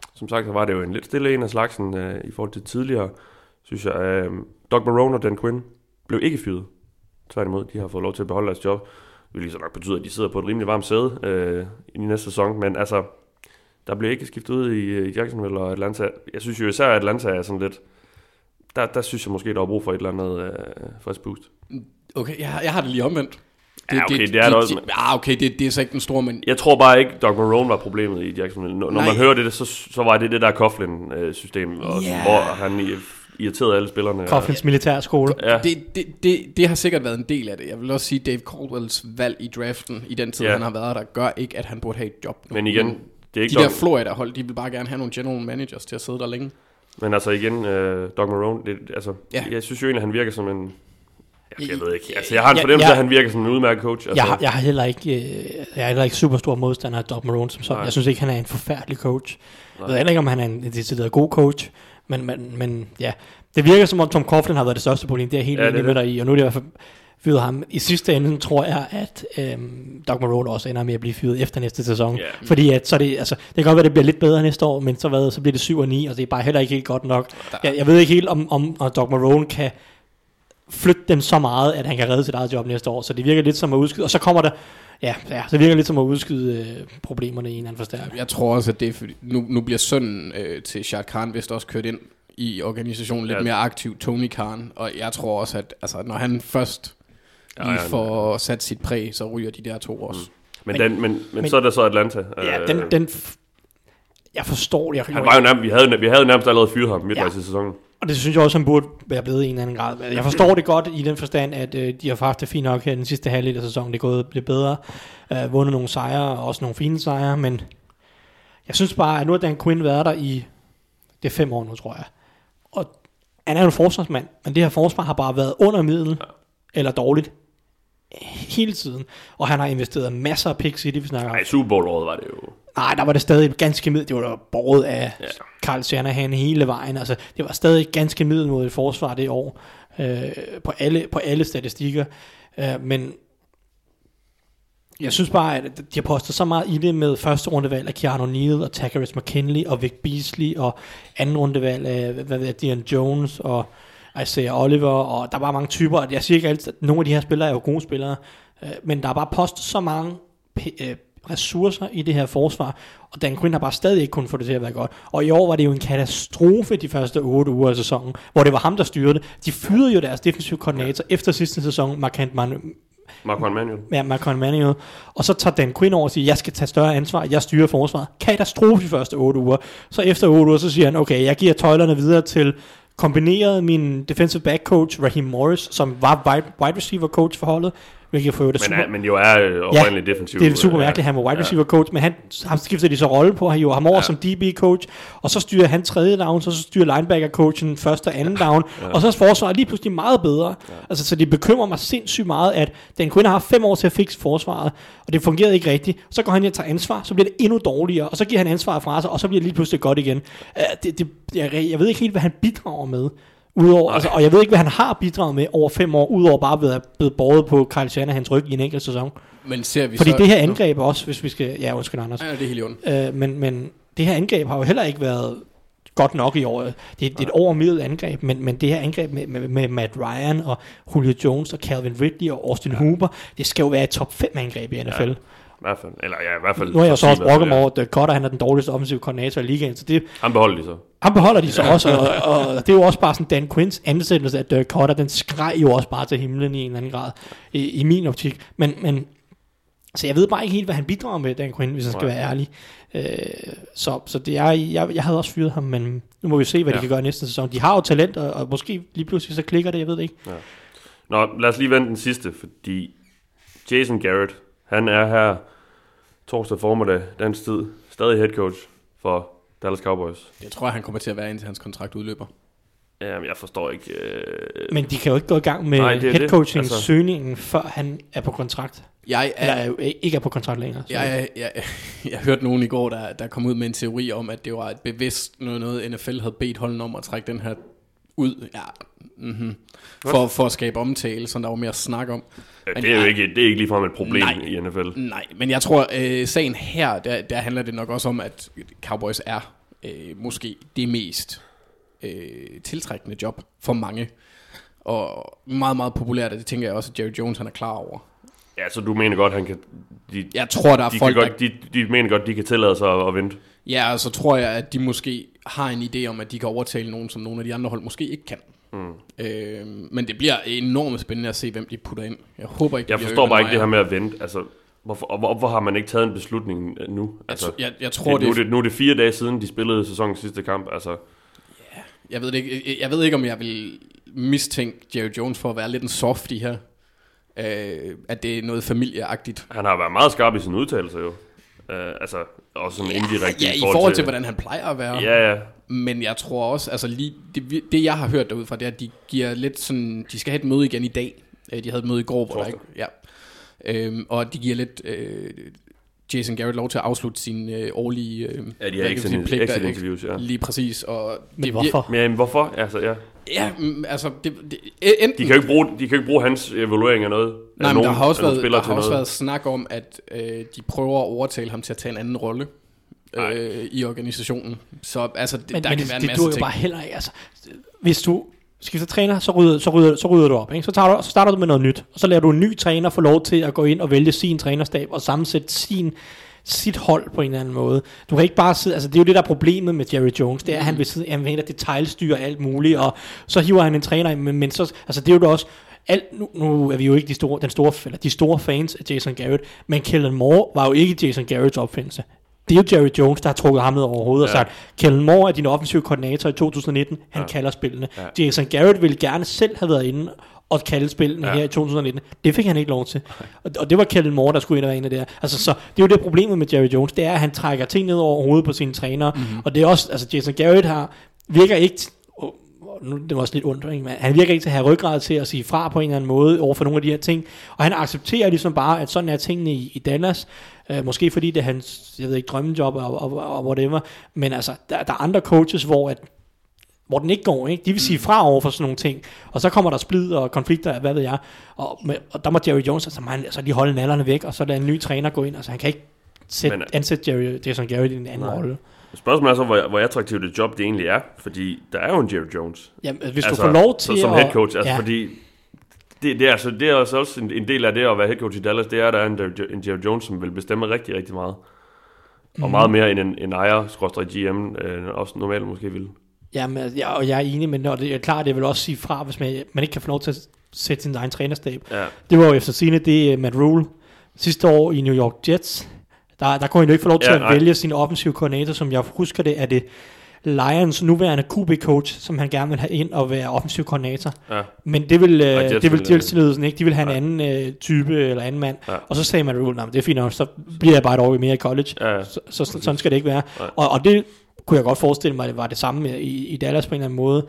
S4: som sagt, så var det jo en lidt stille en af slagsen i forhold til tidligere, synes jeg. Doug Marrone og Dan Quinn blev ikke fyret. Tværtimod, de har fået lov til at beholde deres job. Det vil så nok betyde, at de sidder på et rimelig varmt sæde i næste sæson. Men altså, der blev ikke skiftet ud i Jacksonville og Atlanta. Jeg synes jo især, at Atlanta er sådan lidt... Der synes jeg måske, der var brug for et eller andet frisk boost.
S2: Okay, jeg har det lige omvendt. Det er så ikke den store, men...
S4: Jeg tror bare ikke, Doug Marrone var problemet i Jacksonville. Når man hører det, så var det der Coughlin-system, hvor han irriterede alle spillerne.
S5: Coughlins militærskole.
S2: Ja. Det har sikkert været en del af det. Jeg vil også sige, Dave Caldwells valg i draften, i den tid, han har været der, gør ikke, at han burde have et job nu.
S4: Men igen, det er ikke...
S2: De der Florida-hold, de vil bare gerne have nogle general managers til at sidde der længe.
S4: Men altså igen, Doug Marrone, jeg synes jo egentlig, at han virker som en... Jeg ved ikke. Altså, jeg har en fornemmelse af, at han virker som en udmærket coach. Altså. Jeg er
S5: heller ikke super stor modstander af Doug Marrone som sådan. Jeg synes ikke, han er en forfærdelig coach. Jeg ved heller ikke, om han er en decideret god coach. Men ja, det virker som om Tom Coughlin har været det største problem. Det er helt enig med dig i. Og nu er det i hvert fald fyret ham. I sidste ende tror jeg, at Doug Marrone også ender med at blive fyret efter næste sæson. Yeah. Fordi at, så det, altså, det kan godt være, at det bliver lidt bedre næste år, men så bliver det 7 og 9, og det er bare heller ikke helt godt nok. Jeg ved ikke helt, om Doug Marrone kan flytte dem så meget, at han kan redde sit eget job næste år. Så det virker lidt som at udskyde. Og så kommer der... så virker lidt som at udskyde problemerne i en anden forstærkning.
S2: Jeg tror også, at det er fordi, nu bliver sønnen til Shad Khan vist også kørt ind i organisationen lidt mere aktiv, Tony Khan. Og jeg tror også, at altså, når han først lige får sat sit præg, så ryger de der 2 også.
S4: Men så er der så Atlanta.
S5: Jeg forstår det.
S4: Han var jo nærmest, vi havde nærmest allerede fyret ham midtvejs i sæsonen.
S5: Og det synes jeg også, han burde være blevet i en anden grad. Jeg forstår det godt i den forstand, at de har haft det fint nok her den sidste halvdel af sæsonen. Det er gået lidt bedre. Vundet nogle sejre, og også nogle fine sejre. Men jeg synes bare, at nu har Dan Quinn været der i 5 år nu, tror jeg. Og han er jo en forsvarsmand, men det her forsvar har bare været under middel eller dårligt hele tiden. Og han har investeret masser af picks i det, vi snakker om.
S4: Nej, Super Bowl-året var det jo...
S5: Nej, der var det stadig ganske middel. Det var der båret af Kyle Shanahan hele vejen. Altså, det var stadig ganske middel mod et forsvar det år. På alle statistikker. Men jeg synes bare, at de har postet så meget i det med første rundevalg af Keanu Neal og Takaris McKinley og Vic Beasley og anden rundevalg af Dion Jones og Isaiah Oliver, og der var mange typer. Jeg siger ikke altid, at nogle af de her spillere er jo gode spillere, men der er bare postet så mange ressourcer i det her forsvar, og Dan Quinn har bare stadig ikke kunnet få det til at være godt. Og i år var det jo en katastrofe de første 8 uger af sæsonen, hvor det var ham, der styrede det. De fyrede jo deres defensive koordinator efter sidste sæson, Marcon Manuel. Og så tager Dan Quinn over og siger, jeg skal tage større ansvar, jeg styrer forsvaret. Katastrofe de første 8 uger. Så efter 8 uger, så siger han, okay, jeg giver tøjlerne videre til kombineret min defensive back coach, Raheem Morris, som var wide receiver coach for holdet, hvilket får jo det
S4: men jo er oprindeligt defensiv.
S5: Det er super mærkeligt, han var wide receiver coach, men han skifter de så rolle på, han jo ham over som DB coach, og så styrer han 3. down, så styrer linebacker coachen 1. og 2. down, og så er forsvaret lige pludselig meget bedre. Altså, så det bekymrer mig sindssygt meget, at Dan Quinn har haft 5 år til at fikse forsvaret, og det fungerede ikke rigtigt. Så går han ind og tager ansvar, så bliver det endnu dårligere, og så giver han ansvaret fra sig, og så bliver det lige pludselig godt igen. Jeg ved ikke helt, hvad han bidrager med. Udover, altså, og jeg ved ikke, hvad han har bidraget med over 5 år, udover bare at være blevet båret på Kyle Shanahans ryg i en enkelt sæson.
S2: Men ser vi
S5: fordi
S2: så...
S5: det her angreb også, hvis vi skal... Ja, undskyld Anders.
S2: Ja, det er helt ondt.
S5: Men det her angreb har jo heller ikke været godt nok i år. Det er et overmiddel angreb, men det her angreb med Matt Ryan og Julio Jones og Calvin Ridley og Austin Hooper, det skal jo være et top 5 angreb i NFL.
S4: I hvert fald.
S5: Nu har jeg så også brokket mig over, at Cotter, han er den dårligste offensive koordinator i ligaen. Så det,
S4: han
S5: beholder de så også, og det er jo også bare sådan Dan Quinns ansættelse, at Cotter, den skreg jo også bare til himlen i en anden grad, i min optik. Men så jeg ved bare ikke helt, hvad han bidrager med, Dan Quinn, hvis jeg skal være ærlig. Så det er, jeg havde også fyret ham, men nu må vi se, hvad de kan gøre næste sæson. De har jo talent, og måske lige pludselig så klikker det, jeg ved det ikke. Ja.
S4: Nå, lad os lige vente den sidste, fordi Jason Garrett, han er her torsdag formiddag, dansk tid, stadig head coach for Dallas Cowboys.
S2: Jeg tror, han kommer til at være, indtil hans kontrakt udløber.
S4: Jamen, jeg forstår ikke...
S5: Men de kan jo ikke gå i gang med headcoaching-søgningen, før han er på kontrakt. Ikke er på kontrakt længere.
S2: Jeg hørte nogen i går, der kom ud med en teori om, at det var et bevidst noget NFL havde bedt holden om at trække den her ud. For at skabe omtale, så der var mere at snakke om.
S4: Men det er jo ikke ligefrem et problem i NFL.
S2: Nej, men jeg tror, sagen her, der handler det nok også om, at Cowboys er måske det mest tiltrækkende job for mange. Og meget, meget populært, og det tænker jeg også, at Jerry Jones han er klar over.
S4: Ja, så du mener godt, han kan...
S2: Jeg tror, der er folk,
S4: de mener godt, de kan tillade sig at vente.
S2: Ja, og så tror jeg, at de måske har en idé om, at de kan overtale nogen, som nogle af de andre hold måske ikke kan. Men det bliver enormt spændende at se, hvem de putter ind. Jeg håber ikke...
S4: Jeg forstår bare ikke det her med at vente. Altså, hvorfor har man ikke taget en beslutning nu? Altså,
S2: jeg tror,
S4: nu er det 4 dage siden, de spillede sæsonens sidste kamp. Altså.
S2: Ja, jeg ved ikke, om jeg vil mistænke Jerry Jones for at være lidt en softy her. At det er noget familieagtigt.
S4: Han har været meget skarp i sin udtalelse jo. Altså også sådan indirekte.
S2: Ja, i forhold til hvordan han plejer at være.
S4: Ja.
S2: Men jeg tror også, altså lige det jeg har hørt derudfra, det er, at de giver lidt sådan, de skal have et møde igen i dag. De havde et møde i går, hvor der ikke, og de giver lidt Jason Garrett lov til at afslutte sine årlige
S4: de har exit interviews, ja.
S2: Lige præcis. Og
S5: men hvorfor?
S4: Men hvorfor? Altså, ja.
S2: Ja, altså
S4: de kan jo ikke bruge hans evaluering af noget.
S2: Nej, men der har også været snak om, at de prøver at overtale ham til at tage en anden rolle i organisationen. Så altså, der kan være en masse ting.
S5: Det jo bare heller ikke. Altså, hvis du skifter træner, så rydder du op. Ikke? Så starter du med noget nyt, og så lader du en ny træner få lov til at gå ind og vælge sin trænerstab og sammensætte sit hold på en eller anden måde. Du kan ikke bare sidde, altså det er jo det der er problemet med Jerry Jones, det er at han vil sidde, han vil detailstyre alt muligt, og så hiver han en træner, men så, altså det er jo da også nu er vi jo ikke de store fans af Jason Garrett, men Kellen Moore var jo ikke Jason Garretts opfindelse. Det er jo Jerry Jones, der har trukket ham ned over hovedet og sagt, Kellen Moore er din offensive koordinator i 2019, han kalder spillene. Ja. Jason Garrett ville gerne selv have været inde og kalde spillene her i 2019. Det fik han ikke lov til. Og det var Kellen Moore, der skulle ind og være en af det her. Altså, så det er jo det problemet med Jerry Jones, det er, at han trækker ting ned over hovedet på sine trænere. Og det er også, altså Jason Garrett virker ikke... Nu, det var også lidt ondt, ikke? Men han virker ikke til at have ryggrad til at sige fra på en eller anden måde over for nogle af de her ting, og han accepterer ligesom bare, at sådan er tingene i Dallas, måske fordi det er hans, jeg ved ikke, drømmejob og whatever, men altså, der er andre coaches, hvor den ikke går, ikke? De vil sige fra over for sådan nogle ting, og så kommer der splid og konflikter, hvad ved jeg, og der må Jerry Jones altså lige holde nallerne væk, og så lade en ny træner gå ind, altså han kan ikke ansætte Jason Garrett i en anden rolle.
S4: Spørgsmålet er så, hvor attraktivt et job det egentlig er, fordi der er jo en Jerry Jones.
S5: Jamen, hvis du får lov til
S4: som head coach, altså fordi det er også en del af det at være head coach i Dallas, det er, at der er en Jerry Jones, som vil bestemme rigtig, rigtig meget. Og meget mere end en ejer-GM også normalt måske vil.
S5: Jamen, og jeg er enig, men det er klart, det vil også sige fra, hvis man ikke kan få lov til at sætte sin egen trænerstab. Ja. Det var jo efter sigende det Matt Rule sidste år i New York Jets. Der kunne han jo ikke få lov til at vælge sin offensive koordinator, som jeg husker det, er det Lions nuværende QB-coach, som han gerne vil have ind og være offensiv koordinator. Ja. Men det vil Jets-ledelsen ikke. De vil have en anden type eller anden mand. Ja. Og så sagde man, det er fint nok, så bliver jeg bare et år mere i college. Ja. Så sådan skal det ikke være. Ja. Og det kunne jeg godt forestille mig, at det var det samme i Dallas på en eller anden måde.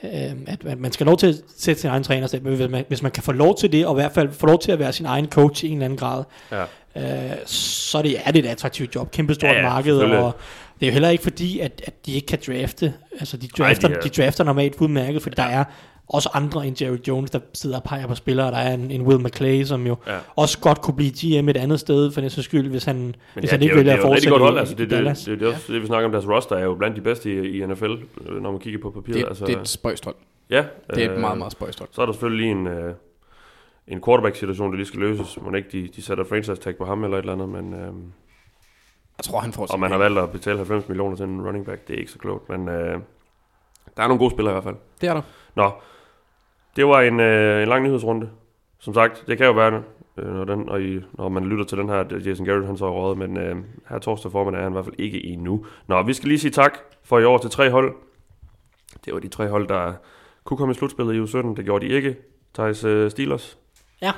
S5: At man skal lov til at sætte sin egen trænerstab, hvis man kan få lov til det, og i hvert fald få lov til at være sin egen coach i en eller anden grad. Ja. Så er det et attraktivt job, kæmpestort marked, og det er jo heller ikke fordi, at de ikke kan drafte. Altså de drafter normalt udmærket, fordi der er også andre end Jerry Jones, der sidder og peger på spillere. Der er en Will McClay, som jo også godt kunne blive GM et andet sted, for den sags skyld, hvis han ikke vælger at fortsætte i
S4: altså, det er også det, vi snakker om. Deres roster er jo blandt de bedste i NFL, når man kigger på papiret.
S2: Det er et spøjst hold.
S4: Ja.
S2: Det er et meget, meget spøjst hold.
S4: Så er der selvfølgelig lige en quarterback-situation, der lige skal løses. Må ikke de sætter franchise tag på ham eller et eller andet, men...
S2: jeg tror, han får...
S4: Og man har valgt at betale 90 millioner til en running back. Det er ikke så klogt, men der er nogle gode spillere i hvert fald.
S2: Det er der.
S4: Nå, det var en lang nyhedsrunde. Som sagt, det kan jo være, når man lytter til den her, Jason Garrett, han så er rådet, men her torsdag formand er han i hvert fald ikke endnu. Nå, vi skal lige sige tak for i år til 3 hold. Det var de 3 hold, der kunne komme i slutspillet i U17. Det gjorde de ikke. Thijs Steelers.
S5: Ja.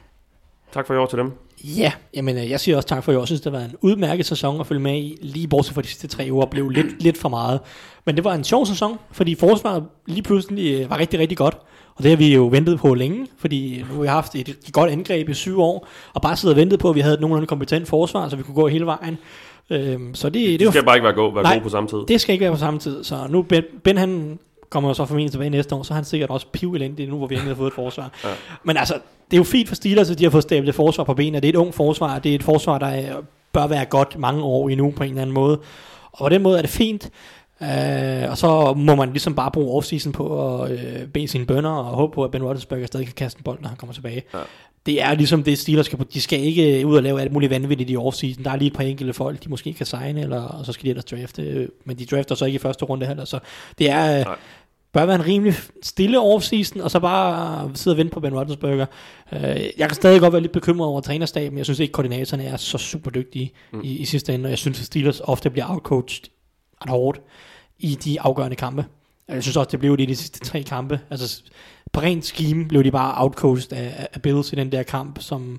S4: Tak for i år til dem.
S5: Ja, jamen jeg siger også tak for i år. Jeg synes, det var en udmærket sæson at følge med i. Lige bortset fra de sidste 3 uger blev lidt for meget. Men det var en sjov sæson, fordi forsvaret lige pludselig var rigtig, rigtig godt. Og det har vi jo ventet på længe, fordi nu har vi haft et godt angreb i 7 år, og bare siddet og ventet på, at vi havde et nogenlunde kompetent forsvar, så vi kunne gå hele vejen. Så det skal
S4: bare ikke være god på samme tid.
S5: Det skal ikke være på samme tid. Så nu Ben han kommer jo så formentlig tilbage næste år, så har han sikkert også pivelendigt nu, hvor vi har fået et forsvar. Ja. Men altså, det er jo fint for Steelers, at de har fået stablet forsvar på benene. Det er et ung forsvar, det er et forsvar, der bør være godt mange år endnu på en eller anden måde. Og på den måde er det fint. Og så må man ligesom bare bruge offseason på at bede sine bønner og håbe på, at Ben Roethlisberger stadig kan kaste en bold, når han kommer tilbage. Ja. Det er ligesom det, Steelers skal på. De skal ikke ud og lave alt muligt vanvittigt i offseason. Der er lige et par enkelte folk, de måske kan signe, og så skal de ellers drafte. Men de drafter så ikke i første runde heller. Så det er... bør være en rimelig stille offseason, og så bare sidde og vente på Ben Roethlisberger. Jeg kan stadig godt være lidt bekymret over trænerstaben. Jeg synes ikke, koordinatorerne er så super dygtige i sidste ende, og jeg synes, at Steelers ofte bliver outcoached ret hårdt i de afgørende kampe. Jeg synes også, det blev det i de sidste 3 kampe. Altså, på rent scheme blev de bare outcoached af Bills i den der kamp, som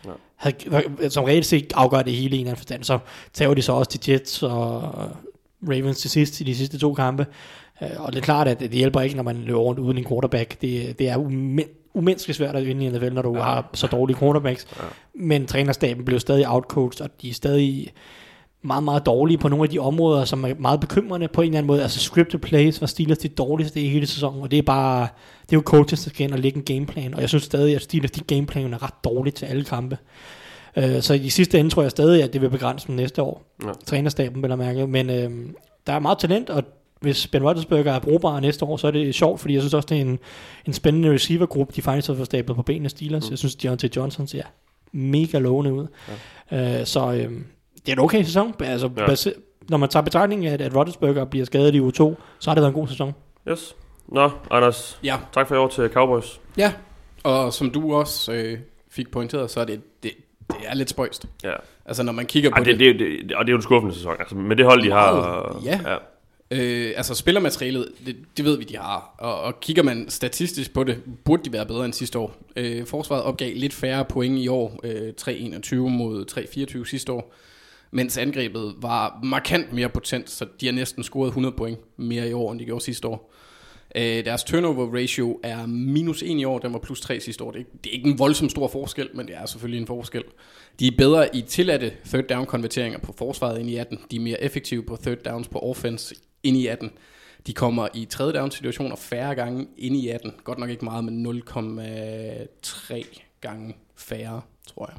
S5: reelt set afgør det hele i en eller anden forstand. Så tager de så også til Jets og Ravens til sidst i de sidste 2 kampe. Og det er klart, at det hjælper ikke, når man løber rundt uden en quarterback. Det er umenneskeligt svært at vinde i NFL, når du har så dårlige quarterbacks. Ja. Men trænerstaben blev stadig outcoached, og de er stadig meget, meget dårlige på nogle af de områder, som er meget bekymrende på en eller anden måde. Altså scripted plays var Steelers det dårligste i hele sæsonen, og det er jo coaches, der skal ind og lægge en gameplan. Og jeg synes stadig, at Steelers de gameplaner er ret dårlige til alle kampe. Så i sidste ende tror jeg stadig, at det vil begrænse dem næste år. Ja. Trænerstaben vil jeg mærke. Men der er meget talent, og hvis Ben Roethlisberger er brugbar næste år, så er det sjovt, fordi jeg synes også, det er en spændende receivergruppe, de faktisk har fået stablet på benene Steelers. Jeg synes, Deontay Johnson ser mega lovende ud. Ja. Det er en okay sæson. Altså, når man tager betragtning af, at Roethlisberger bliver skadet i uge 2, så har det været en god sæson.
S4: Yes. Nå, Anders. Ja. Tak for i år til Cowboys.
S2: Ja, og som du også fik pointeret, så er det er lidt spøjst. Ja. Altså, når man kigger på
S4: det... Og det er jo en skuffende sæson. Altså, med det hold, de har...
S2: Ja. Altså spillermaterialet, det ved vi, de har. Og kigger man statistisk på det, burde de være bedre end sidste år. Forsvaret opgav lidt færre point i år. 3-21 mod 3-24 sidste år. Mens angrebet var markant mere potent, så de har næsten scoret 100 point mere i år, end de gjorde sidste år. Deres turnover ratio er -1 i år, den var +3 sidste år. Det er ikke en voldsom stor forskel, men det er selvfølgelig en forskel. De er bedre i tilladte third down konverteringer på forsvaret end i 18. De er mere effektive på third downs på offense end i 18. De kommer i tredje down situationer færre gange end i 18. Godt nok ikke meget, men 0,3 gange færre, tror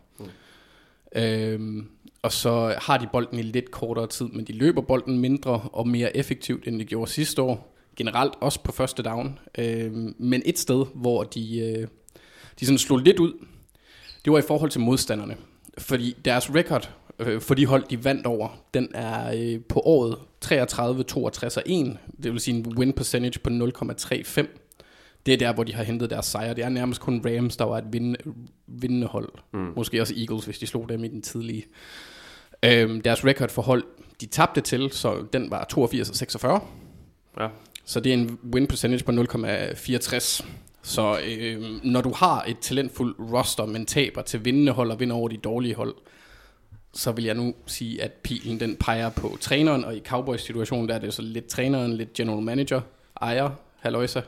S2: jeg. Og så har de bolden i lidt kortere tid, men de løber bolden mindre og mere effektivt, end de gjorde sidste år. Generelt også på første down. Men et sted, hvor de sådan slog lidt ud, det var i forhold til modstanderne. Fordi deres record for de hold, de vandt over, den er på året 33, 62 og 1. Det vil sige en win percentage på 0,35. Det er der, hvor de har hentet deres sejre. Det er nærmest kun Rams, der var et vindende hold. Måske også Eagles, hvis de slog dem i den tidlige. Deres record for hold, de tabte til, så den var 82 og 46. Ja. Så det er en win percentage på 0,64. Så når du har et talentfuldt roster, men taber til vindende hold og vinder over de dårlige hold, så vil jeg nu sige, at pilen den peger på træneren, og i Cowboys situation, der er det så lidt træneren, lidt general manager, ejer, halløjsa.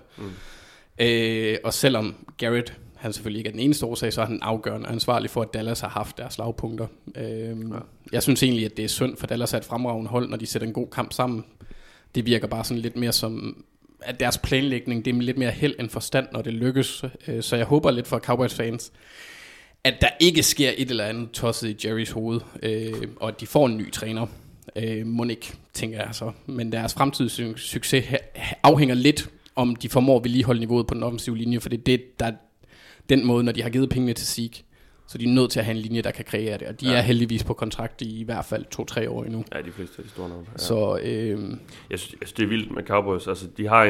S2: Og selvom Garrett, han selvfølgelig ikke er den eneste årsag, så er han afgørende ansvarlig for, at Dallas har haft deres slagpunkter. Jeg synes egentlig, at det er synd, for Dallas er et fremragende hold, når de sætter en god kamp sammen. Det virker bare sådan lidt mere som, at deres planlægning, det er lidt mere held end forstand, når det lykkes. Så jeg håber lidt for Cowboys fans, at der ikke sker et eller andet tosset i Jerrys hoved, og at de får en ny træner. Må ikke, tænker jeg så. Men deres fremtidige succes afhænger lidt, om de formår at vedligeholde niveauet på den offensive linje, for det er det, der er den måde, når de har givet pengene til Zeke. Så de er nødt til at have en linje, der kan kreere det. Og de er heldigvis på kontrakt i hvert fald 2-3 år endnu.
S4: Ja, de fleste af de store navne. Ja.
S2: Så,
S4: jeg synes, det er vildt med Cowboys. Altså, de har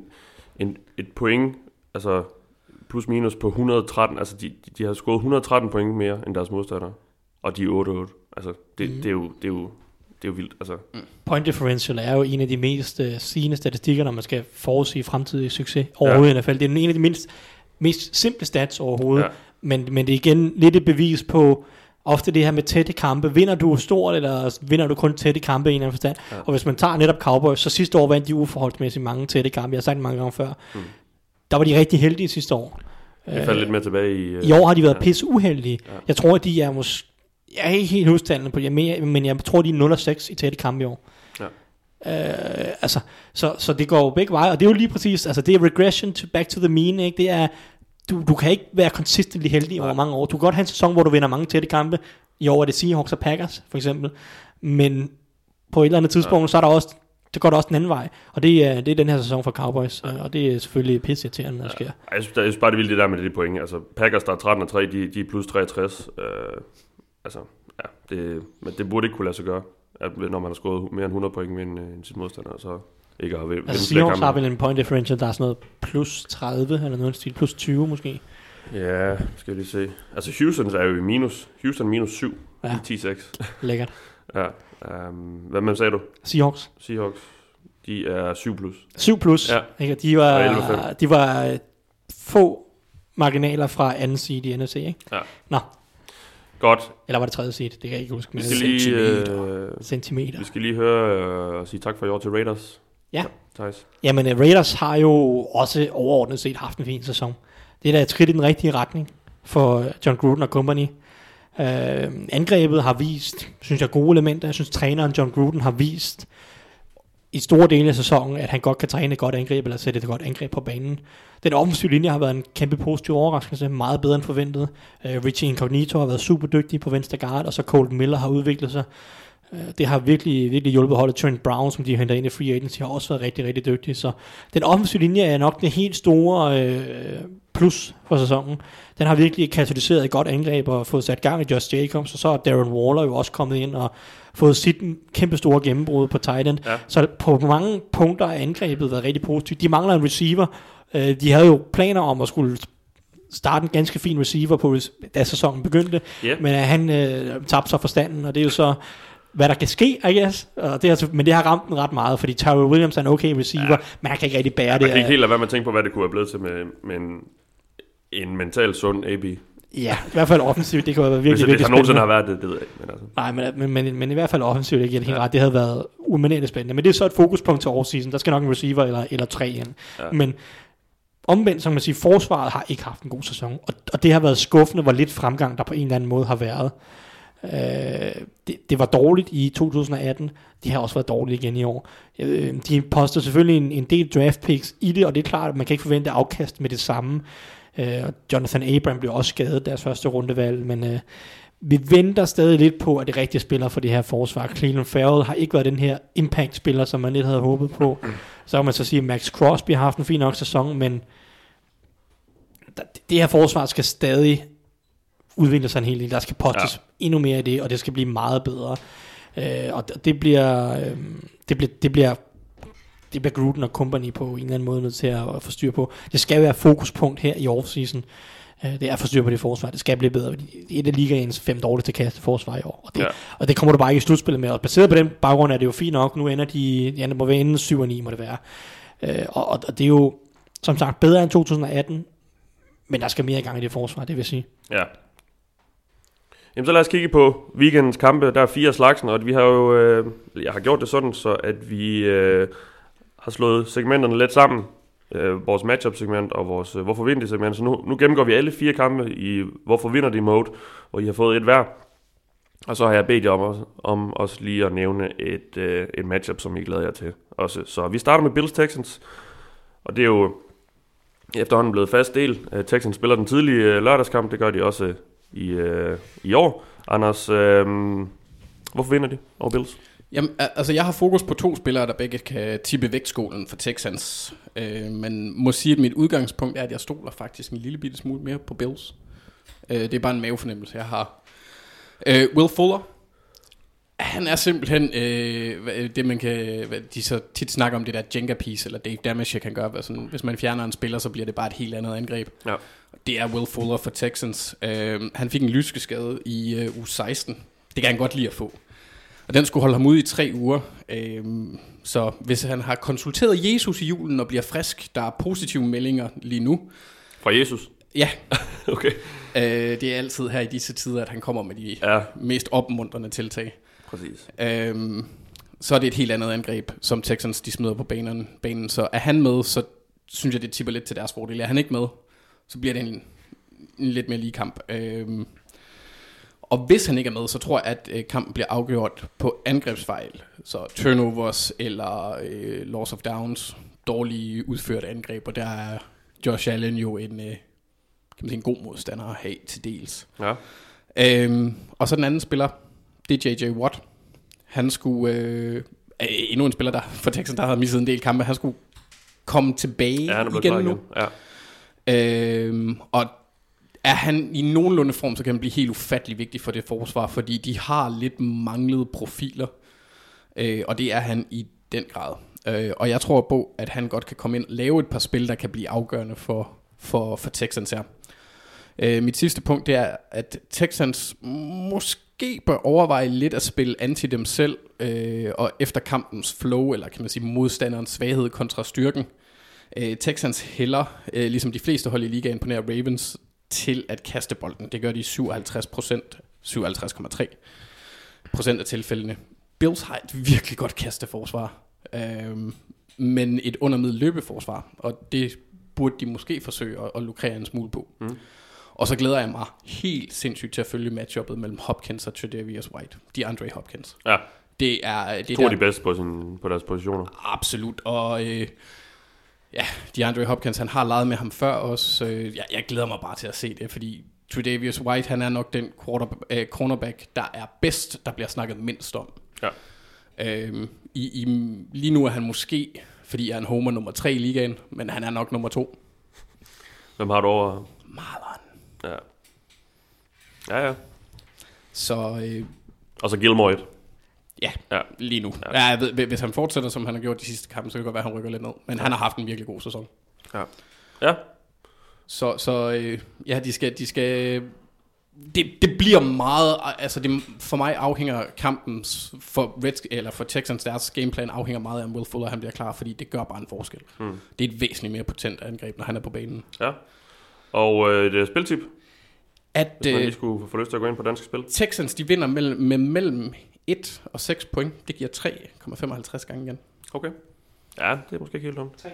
S4: et point, altså plus minus på 113. Altså, de har scoret 113 point mere end deres modstandere. Og de er 8-8. Altså, det er jo vildt. Altså.
S5: Point differential er jo en af de mest sigende statistikker, når man skal forudsige fremtidig succes overhovedet i NFL. Det er en af de mest simple stats overhovedet. Ja. Men det er igen lidt et bevis på ofte det her med tætte kampe. Vinder du stort, eller vinder du kun tætte kampe i en eller anden forstand? Ja. Og hvis man tager netop Cowboys, så sidste år vandt de uforholdsmæssigt mange tætte kampe. Jeg har sagt det mange gange før. Der var de rigtig heldige sidste år.
S4: De faldt lidt mere tilbage
S5: i år har de været pisse uheldige. Ja. Jeg tror, at de er måske... Jeg er ikke helt hustallene på det, men jeg tror, de er 0-6 i tætte kampe i år. Ja. Så det går jo begge veje, og det er jo lige præcis, altså det er regression back to the mean, ikke? Det er... Du kan ikke være consistently heldig over mange år. Du kan godt have en sæson, hvor du vinder mange tætte kampe. I år er det Seahawks og Packers, for eksempel. Men på et eller andet tidspunkt, så er der også det går også den anden vej. Og det er den her sæson for Cowboys, og det er selvfølgelig pisseirriterende, når det sker.
S4: Jeg synes bare, det er vildt det der med det point. Altså, Packers, der er 13-3, de er plus 63. Men det burde ikke kunne lade sig gøre, at når man har scoret mere end 100 point med end sit modstander, så ikke har vundet.
S5: Altså Seahawks har vel en point differential, der er sådan noget plus 30, eller noget stil, plus 20 måske. Ja,
S4: skal vi lige se. Altså Houston er jo i minus. Houston minus 7 i 10-6.
S5: Lækkert.
S4: Ja. Hvad sagde du?
S5: Seahawks.
S4: De er 7 plus.
S5: 7 plus. Ja. Ikke? De var få marginaler fra anden seed i NFC, ikke?
S4: Ja.
S5: Nå.
S4: Godt.
S5: Eller var det tredje seed? Det kan jeg ikke huske.
S4: Vi skal lige Vi skal lige høre og sige tak for i år til Raiders.
S5: Ja.
S4: Thijs.
S5: Jamen Raiders har jo også overordnet set haft en fin sæson. Det er da et skridt i den rigtige retning for John Gruden og company. Angrebet har vist, synes jeg, gode elementer. Jeg synes, træneren John Gruden har vist i store dele af sæsonen, at han godt kan træne et godt angreb, eller sætte et godt angreb på banen. Den offensive linje har været en kæmpe positiv overraskelse, meget bedre end forventet. Richie Incognito har været super dygtig på venstre guard, og så Colton Miller har udviklet sig. Det har virkelig, virkelig hjulpet holdet. Trent Brown, som de henter ind i free agency, har også været rigtig, rigtig dygtig. Så den offensive linje er nok den helt store plus for sæsonen. Den har virkelig katalyseret et godt angreb og fået sat gang i Josh Jacobs, og så er Darren Waller jo også kommet ind og fået sit kæmpe store gennembrud på tight end. Ja. Så på mange punkter er angrebet været rigtig positivt. De mangler en receiver. De havde jo planer om at skulle starte en ganske fin receiver på, da sæsonen begyndte, men han tabte sig forstanden, og det er jo så hvad der kan ske, I guess. Og det men det har ramt den ret meget, fordi Tyrell Williams er en okay receiver, men han kan ikke rigtig bære det.
S4: Man kan ikke helt lade være med at tænke på, hvad det kunne have blevet til med en mentalt sund AB.
S5: Ja, i hvert fald offensivt, det kunne have været virkelig, virkelig
S4: spændende. Hvis det nogensinde har været det ved jeg ikke.
S5: Men, altså. Men i hvert fald offensivt, det giver det helt ret. Det havde været umanerligt spændende. Men det er så et fokuspunkt til offseason. Der skal nok en receiver eller 3 ind. Ja. Men omvendt, som man siger, forsvaret har ikke haft en god sæson. Og det har været skuffende, hvor lidt fremgang der på en eller anden måde har været. Det var dårligt i 2018. Det har også været dårligt igen i år. De postede selvfølgelig en del draft picks i det, og det er klart, at man kan ikke forvente afkast med det samme. Jonathan Abram blev også skadet deres første rundevalg, men vi venter stadig lidt på, at det rigtige spiller for det her forsvar. Cleveland Farrell har ikke været den her impact-spiller, som man lidt havde håbet på. Så kan man så sige, at Max Crosby har haft en fin nok sæson, men det her forsvar skal stadig udvikle sig en hel del. Der skal postes endnu mere i det, og det skal blive meget bedre. Og det bliver Gruden og company på en eller anden måde nødt til at få styr på. Det skal være fokuspunkt her i offseason. Det er at få styr på det forsvar. Det skal blive bedre. Det er et af ligaens 5 dårligste kasteforsvar i år. Og det kommer du bare ikke i slutspillet med. Og baseret på den baggrund er det jo fint nok. Nu ender de må være inden 7-9, må det være. Og det er jo som sagt bedre end 2018. Men der skal mere i gang i det forsvar, det vil sige.
S4: Ja. Jamen så lad os kigge på weekendens kampe. Der er 4 slagsen, og vi har jo jeg har gjort det sådan, så at vi har slået segmenterne lidt sammen. Vores matchup-segment og vores hvorfor vinder de segment. Så nu gennemgår vi alle 4 kampe i hvorfor vinder de mode, hvor I har fået et hver. Og så har jeg bedt jer om også lige at nævne et matchup, som I glæder jer til også. Så vi starter med Bills Texans, og det er jo efterhånden blevet fast del. Texans spiller den tidlige lørdagskamp, det gør de også i år. Anders, hvorfor vinder de over Bills?
S2: Jamen, altså jeg har fokus på 2 spillere, der begge kan tippe vægtskålen for Texans. Men må sige, at mit udgangspunkt er, at jeg stoler faktisk en lille bitte smule mere på Bills. Det er bare en mavefornemmelse, jeg har. Will Fuller, han er simpelthen det man kan, de så tit snakker om det der Jenga piece, eller Dave Damashek kan gøre, sådan, hvis man fjerner en spiller, så bliver det bare et helt andet angreb. Ja. Det er Will Fuller for Texans. Han fik en lyskeskade i uge 16. Det kan han godt lide at få. Og den skulle holde ham ude i 3 uger. Så hvis han har konsulteret Jesus i julen og bliver frisk, der er positive meldinger lige nu.
S4: Fra Jesus?
S2: Ja.
S4: Okay.
S2: Det er altid her i disse tider, at han kommer med de mest opmuntrende tiltag.
S4: Præcis.
S2: Så er det et helt andet angreb, som Texans de smider på banen. Så er han med, så synes jeg, det tipper lidt til deres fordel. Er han ikke med, så bliver det en lidt mere lige kamp. Og hvis han ikke er med, så tror jeg, at kampen bliver afgjort på angrebsfejl. Så turnovers eller loss of downs, dårlige udførte angreb. Og der er Josh Allen jo en god modstander at have til dels. Ja. Og så den anden spiller, det er J.J. Watt. Han skulle endnu en spiller, der for Texans, der har misset en del kampe. Han skulle komme tilbage igen nu. Ja. Og er han i nogenlunde form, så kan han blive helt ufattelig vigtig for det forsvar, fordi de har lidt manglet profiler, og det er han i den grad. Og jeg tror på, at han godt kan komme ind og lave et par spil, der kan blive afgørende for Texans her. Mit sidste punkt, det er, at Texans måske bør overveje lidt at spille anti dem selv, og efter kampens flow, eller kan man sige modstanderens svaghed kontra styrken. Texans hælder, ligesom de fleste hold i ligaen, imponerer Ravens til at kaste bolden. Det gør de 57,3% af tilfældene. Bills har et virkelig godt kasteforsvar, men et undermiddel løbeforsvar, og det burde de måske forsøge at lukrere en smule på. Og så glæder jeg mig helt sindssygt til at følge matchuppet mellem Hopkins og Tre'Davious White. DeAndre Hopkins.
S4: Ja.
S2: Det er
S4: de bedste på deres positioner.
S2: Absolut. Og DeAndre Hopkins, han har leget med ham før også. Jeg glæder mig bare til at se det, fordi Tre'Davious White, han er nok den cornerback, der er bedst, der bliver snakket mindst om. Ja. Lige nu er han måske, fordi jeg er en homer nummer 3 i ligaen, men han er nok nummer 2.
S4: Hvem har du over?
S2: Marlon.
S4: Ja.
S2: Så,
S4: og så Gilmore 1.
S2: Ja, lige nu. Ja. Jeg ved, hvis han fortsætter, som han har gjort de sidste kampe, så kan det godt være, at han rykker lidt ned. Men han har haft en virkelig god sæson.
S4: Ja.
S2: Så de skal... Det bliver meget... Altså, det, for mig afhænger kampen for Texans, deres gameplan afhænger meget af, om Will Fuller han bliver klar, fordi det gør bare en forskel. Det er et væsentligt mere potent angreb, når han er på banen. Ja. Og
S4: det er spiltip, hvis man lige skulle få lyst til at gå ind på danske spil.
S2: Texans, de vinder mellem 1 og 6 point. Det giver 3,55 gange igen.
S4: Okay. Ja, det er måske ikke helt dumt.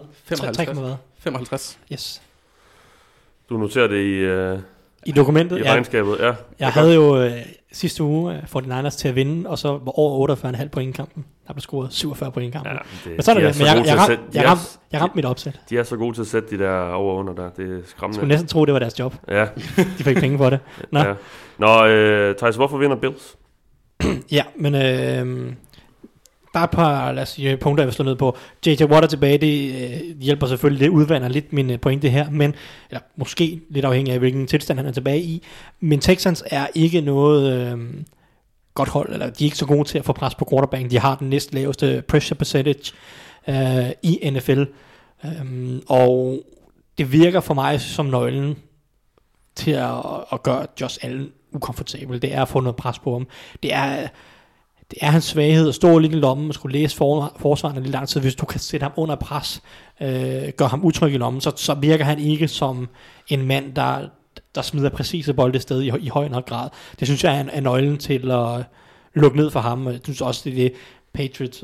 S2: 55.
S5: Yes.
S4: Du noterer det
S5: i dokumentet.
S4: I regnskabet, ja.
S5: Jeg havde jo sidste uge 49ers til at vinde, og så var over 48,5 point i kampen. Der blev scoret 47 point i kampen. Ja, men sådan er det. Men jeg ramte mit opsæt.
S4: De er så gode til at sætte de der over under der. Det er skræmmende. Jeg skulle
S5: næsten tro, det var deres job.
S4: Ja.
S5: De fik penge for det.
S4: Thijs, hvorfor vinder Bills?
S5: Ja, men der er et par punkter, jeg vil slå ned på. J.J. Watt er tilbage, det hjælper selvfølgelig, det udvander lidt min pointe her, men eller, måske lidt afhængig af, hvilken tilstand han er tilbage i. Men Texans er ikke noget godt hold, eller de er ikke så gode til at få pres på quarterbacken. De har den næst laveste pressure percentage i NFL, og det virker for mig som nøglen til at gøre Josh Allen ukomfortabel. Det er at få noget pres på ham. Det er hans svaghed at stå lidt i lommen og skulle læse forsvarende lidt lang tid. Hvis du kan sætte ham under pres, gør ham utryg i lommen, så virker han ikke som en mand, der smider præcise bolde sted i høj nok grad. Det synes jeg er nøglen til at lukke ned for ham. Jeg synes også, det er det Patriots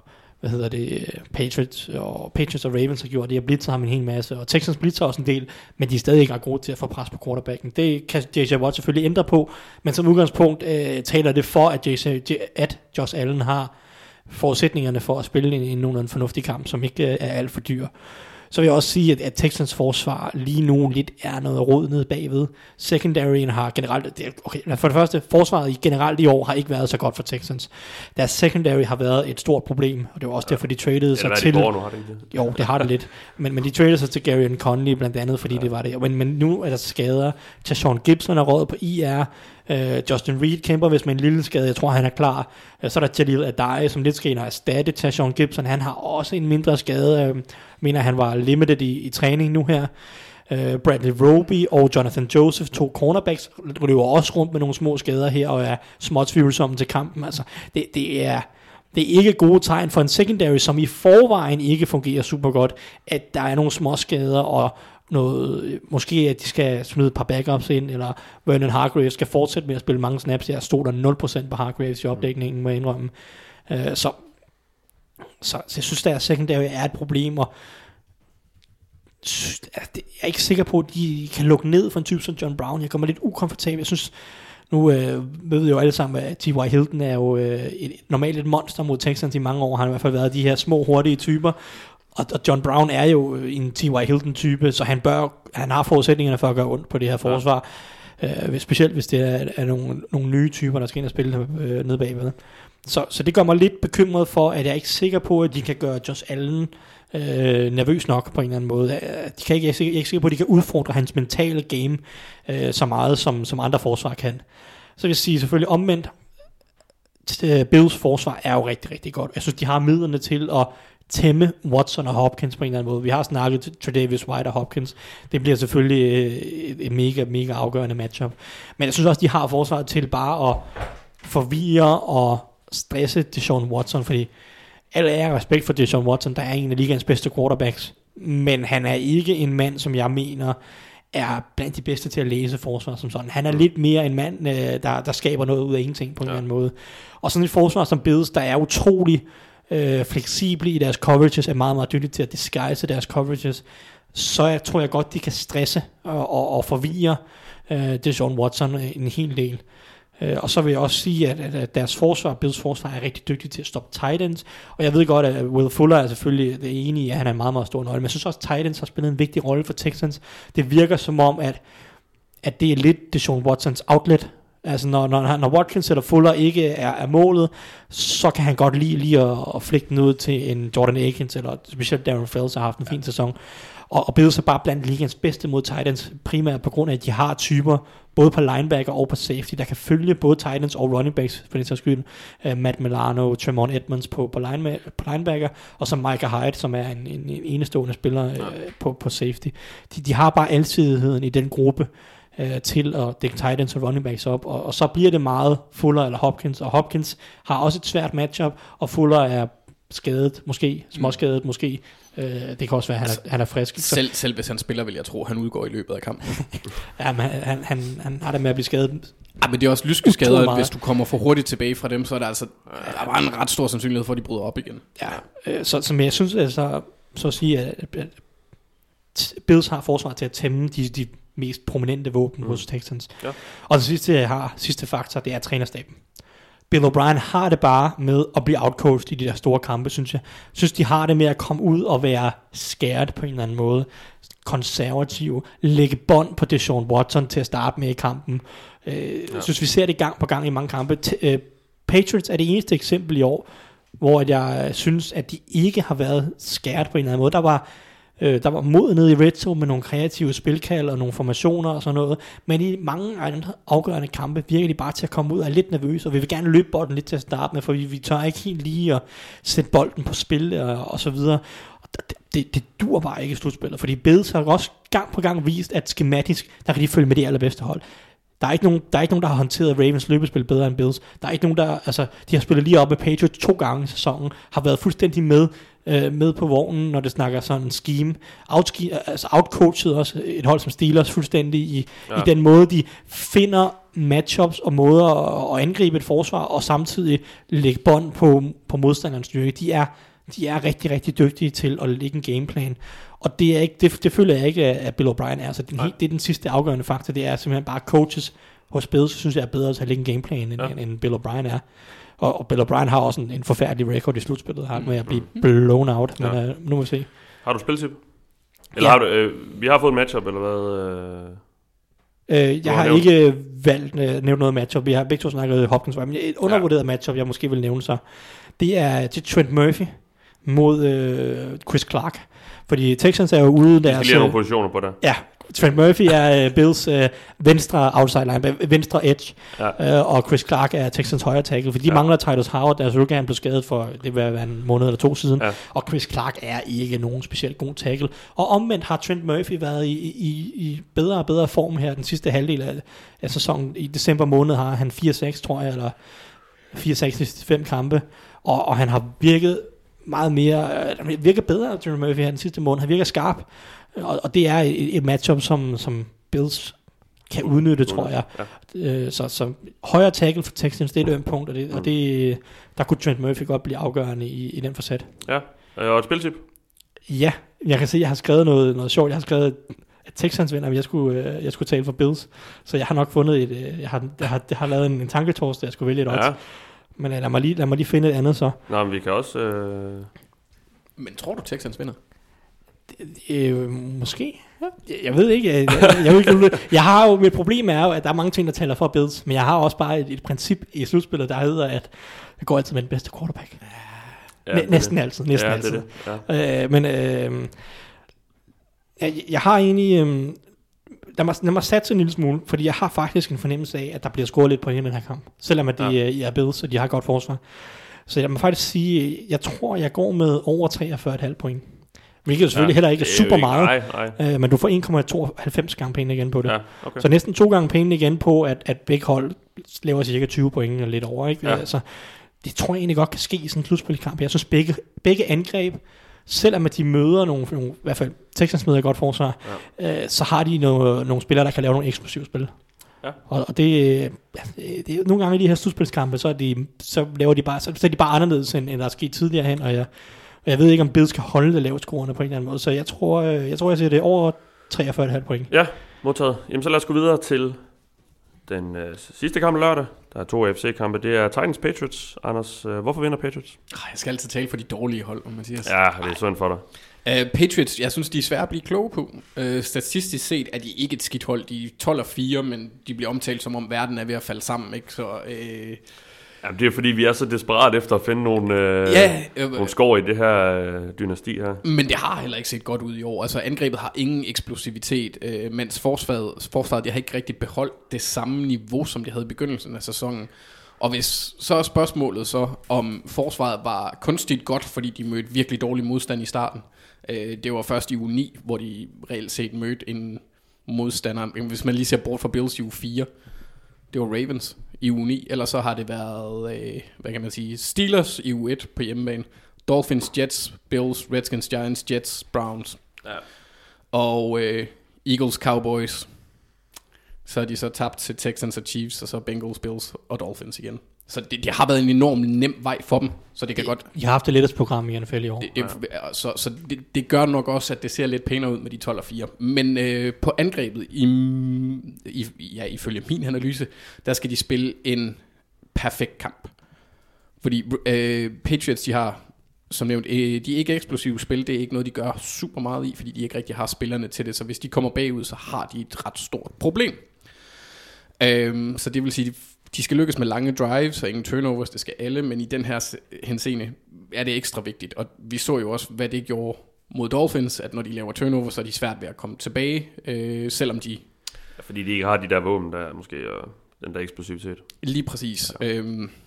S5: og Ravens har gjort. De har blitzet ham en hel masse, og Texans blitzer også en del, men de er stadig ikke gode til at få pres på quarterbacken. Det kan J.J. Watt selvfølgelig ændre på, men som udgangspunkt taler det for, at Josh Allen har forudsætningerne for at spille en nogenlunde fornuftig kamp, som ikke er alt for dyr. Så vil jeg også sige, at Texans forsvar lige nu lidt er noget rod nede bagved. Secondaryen har generelt... for det første, forsvaret generelt i år har ikke været så godt for Texans. Deres secondary har været et stort problem, og det var også derfor, de tradede sig til... Jo, det har det lidt. Men de tradede sig til Gareon Conley blandt andet, fordi det var det. Men nu er der skader. Tashawn Gibson er røget på IR. Justin Reed kæmper hvis med en lille skade. Jeg tror, han er klar. Så er der Jalil Adai, som lidt skal ind og erstatte Tashawn Gibson. Han har også en mindre skade. Mener, han var limited i træning nu her. Bradley Roby og Jonathan Joseph, 2 cornerbacks, løber også rundt med nogle små skader her, og er småt tvivlsomme til kampen. Altså, det er ikke gode tegn for en secondary, som i forvejen ikke fungerer super godt, at der er nogle små skader, og noget, måske at de skal smide et par backups ind, eller Vernon Hargreaves skal fortsætte med at spille mange snaps. Jeg stod der 0% på Hargreaves i opdækningen, må jeg indrømme. Så jeg synes, at secondary er et problem, og jeg er ikke sikker på, at de kan lukke ned for en type som John Brown. Jeg kommer lidt ukomfortabel. Jeg synes, nu ved vi jo alle sammen, at T.Y. Hilton er jo normalt et monster mod Texans i mange år. Han har i hvert fald været de her små, hurtige typer. Og John Brown er jo en T.Y. Hilton-type, så han har forudsætningerne for at gøre ondt på det her forsvar. Specielt hvis det er nogle nye typer, der skal ind og spille nede bagved. Så det gør mig lidt bekymret for, at jeg er ikke sikker på, at de kan gøre Josh Allen nervøs nok på en eller anden måde. Jeg er ikke sikker på, at de kan udfordre hans mentale game så meget, som andre forsvar kan. Så vil jeg sige selvfølgelig omvendt, Bills forsvar er jo rigtig, rigtig godt. Jeg synes, de har midlerne til at tæmme Watson og Hopkins på en eller anden måde. Vi har snakket Tre'Davious White og Hopkins. Det bliver selvfølgelig et mega, mega afgørende matchup. Men jeg synes også, de har forsvaret til bare at forvirre og stresse Deshaun Watson, fordi alle er respekt for Deshaun Watson, der er en af ligaens bedste quarterbacks, men han er ikke en mand, som jeg mener er blandt de bedste til at læse forsvar som sådan. Han er lidt mere en mand, der skaber noget ud af ingenting på en eller anden måde. Og sådan et forsvar som Bills, der er utrolig fleksible i deres coverages, er meget, meget dygtige til at disguise deres coverages, så tror jeg godt, de kan stresse og forvirre Deshaun Watson en hel del. Og så vil jeg også sige, at deres forsvar, Bills forsvar, er rigtig dygtig til at stoppe tight ends. Og jeg ved godt, at Will Fuller er selvfølgelig enig i, at han er en meget, meget stor nøgle. Men jeg synes også, at tight ends har spillet en vigtig rolle for Texans. Det virker som om, at det er lidt Deshaun Watsons outlet. Altså når Watkins eller Fuller ikke er målet, så kan han godt lige at flække den ud til en Jordan Akins, eller specielt Darren Fells har haft en fin sæson. Og Bills er bare blandt ligens bedste mod tight ends, primært på grund af, at de har typer, både på linebacker og på safety, der kan følge både tight ends og running backs, for den sags skyld. Matt Milano, Tremont Edmonds på linebacker, og så Micah Hyde, som er en enestående spiller på safety. De har bare alsidigheden i den gruppe til at dække tight ends og running backs op, og så bliver det meget Fuller eller Hopkins, og Hopkins har også et svært matchup, og Fuller er skadet, måske, småskadet, måske. Det kan også være, at han er frisk.
S2: Selv hvis han spiller, vil jeg tro, han udgår i løbet af kampen.
S5: Ja, men han har det med at blive skadet.
S2: Ja, men det er også lyske skader, hvis du kommer for hurtigt tilbage fra dem, så er der altså der var en ret stor sandsynlighed for, at de bryder op igen.
S5: Ja, så jeg synes altså, så at sige, at Bills har forsvar til at tæmme de mest prominente våben hos Texans. Ja. Og det sidste faktor, det er trænerstaben. Bill O'Brien har det bare med at blive outcoached i de der store kampe, synes jeg. Jeg synes, de har det med at komme ud og være scared på en eller anden måde. Konservative. Lægge bånd på Deshaun Watson til at starte med i kampen. Jeg synes, vi ser det gang på gang i mange kampe. Patriots er det eneste eksempel i år, hvor jeg synes, at de ikke har været scared på en eller anden måde. Der var mod nede i red zone med nogle kreative spilkald og nogle formationer og sådan noget, men i mange andre afgørende kampe virker de bare til at komme ud og er lidt nervøse, og vi vil gerne løbe bolden lidt til at starte med, for vi tør ikke helt lige at sætte bolden på spil og så videre. Det dur bare ikke i slutspillet, fordi Bills har også gang på gang vist, at skematisk, der kan de følge med det allerbedste hold. Der er ikke nogen, der har håndteret Ravens løbespil bedre end Bills. Der er ikke nogen, de har spillet lige op med Patriots 2 gange i sæsonen, har været fuldstændig med på vognen, når det snakker sådan en scheme. Outcoachet også et hold som Steelers fuldstændig i den måde, de finder matchups og måder at angribe et forsvar, og samtidig lægge bånd på modstanderens styrke. De er rigtig, rigtig dygtige til at lægge en gameplan. Og det føler jeg ikke, at Bill O'Brien er. Så det er den sidste afgørende faktor. Det er simpelthen bare coaches hos Bills, synes jeg er bedre til at lægge en gameplan, end Bill O'Brien er. Og Bill O'Brien har også en forfærdelig record i slutspillet, med at blive blown out. Men nu må vi se.
S4: Har du spiltip? Eller har du, vi har fået en matchup, eller hvad?
S5: Jeg har ikke nævnt noget matchup. Vi har begge to snakket Hopkins. Men et undervurderet matchup, jeg måske vil nævne så, det er til Trent Murphy mod Chris Clark. Fordi Texans er jo ude deres...
S4: Vi skal lige have nogle positioner på det.
S5: Ja, Trent Murphy er Bills venstre outside line, venstre edge, og Chris Clark er Texans højre tackle, fordi de mangler Titus Howard, deres rookie blev skadet for, det vil være en måned eller 2 siden, og Chris Clark er ikke nogen specielt god tackle. Og omvendt har Trent Murphy været i bedre og bedre form her den sidste halvdel af sæsonen. I december måned har han 4-6, tror jeg, eller 4-6-5 kampe, og han har virket meget mere, han virker bedre, Trent Murphy her den sidste måned, han virker skarp, og det er et matchup, som Bills kan udnytte, tror jeg. Så højere tackle for Texans, det er et ømt punkt, og det, der kunne Trent Murphy godt blive afgørende i den forsat. Ja,
S4: og et spiltip?
S5: Ja, jeg kan se, jeg har skrevet noget sjovt. Jeg har skrevet, at Texans vinder, men jeg skulle tale for Bills, så jeg har nok fundet jeg har lavet en tanketors, der jeg skulle vælge et odds. Men lad mig lige finde et andet så.
S4: Nå, men vi kan også...
S2: Men tror du, Texans vinder?
S5: Måske. Jeg ved ikke. Jeg har jo, mit problem er jo, at der er mange ting, der taler for Bills, men jeg har også bare et princip i slutspillet, der hedder, at det går altid med den bedste quarterback. Næsten altid. Det. Ja. Men jeg har egentlig... Lad mig satse en lille smule, fordi jeg har faktisk en fornemmelse af, at der bliver scoret lidt på i den her kamp. Selvom at det er Bills, og de har godt forsvar. Så jeg må faktisk sige, jeg tror, jeg går med over 43,5 point. Hvilket selvfølgelig heller ikke er super meget. Nej. Men du får 1,92 gange penge igen på det. Ja, okay. Så næsten 2 gange penge igen på, at begge hold laver cirka 20 point eller lidt over. Ikke? Ja. Altså, det tror jeg egentlig godt kan ske i sådan en slutspilkamp. Jeg synes, begge angreb, selvom at de møder nogle i hvert fald Texans møder godt forsvar, så har de nogle spillere, der kan lave nogle eksplosive spil. Ja. Og det nogle gange i de her slutspilskampe, så er de bare anderledes, end der er sket tidligere hen, og jeg ved ikke, om Bills skal holde det lavt scorende på en eller anden måde, så jeg tror, jeg siger det over 43,5 point. Ja,
S4: modtaget. Jamen så lad os gå videre til den sidste kamp lørdag. Der er 2 AFC-kampe. Det er Titans-Patriots. Anders, hvorfor vinder Patriots?
S2: Jeg skal altid tale for de dårlige hold, om man siger.
S4: Ja, det er sådan for dig.
S2: Patriots, jeg synes, de er svære at blive kloge på. Statistisk set er de ikke et skidt hold. De er 12-4, men de bliver omtalt som om verden er ved at falde sammen, ikke? Så...
S4: Jamen, det er fordi, vi er så desperat efter at finde nogle skår i det her dynasti her.
S2: Men det har heller ikke set godt ud i år. Altså, angrebet har ingen eksplosivitet, mens forsvaret de har ikke rigtig beholdt det samme niveau, som de havde i begyndelsen af sæsonen. Og hvis så er spørgsmålet så, om forsvaret var kunstigt godt, fordi de mødte virkelig dårlig modstand i starten. Det var først i uge 9, hvor de reelt set mødte en modstander. Hvis man lige ser bort fra Bills i uge 4, det var Ravens i uge 9, eller så har det været, hvad kan man sige, Steelers i uge 1 på hjemmebane, Dolphins, Jets, Bills, Redskins, Giants, Jets, Browns, og Eagles, Cowboys. Så er de så tabt til Texans og Chiefs, og så Bengals, Bills og Dolphins igen. Så det har været en enorm nem vej for dem, så det kan godt...
S5: De har haft det letteste program i NFL i år.
S2: Så det gør nok også, at det ser lidt pænere ud med de 12-4. Men på angrebet, ifølge min analyse, der skal de spille en perfekt kamp. Fordi Patriots, de har, som nævnt, de er ikke eksplosive spil, det er ikke noget, de gør super meget i, fordi de ikke rigtig har spillerne til det. Så hvis de kommer bagud, så har de et ret stort problem. Så det vil sige, de skal lykkes med lange drives og ingen turnovers, det skal alle, men i den her henseende er det ekstra vigtigt. Og vi så jo også, hvad det gjorde mod Dolphins, at når de laver turnovers, så er de svært ved at komme tilbage, selvom de...
S4: Ja, fordi de ikke har de der våben, der måske den der eksplosivitet.
S2: Lige præcis. Ja.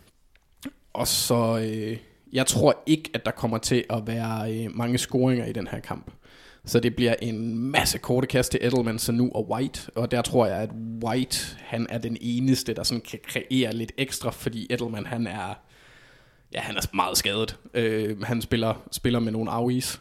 S2: Og så... jeg tror ikke, at der kommer til at være mange scoringer i den her kamp. Så det bliver en masse korte kast til Edelman, Sanu og White. Og der tror jeg, at White, han er den eneste, der sådan kan kreere lidt ekstra, fordi Edelman, han er meget skadet. Han spiller med nogle afis.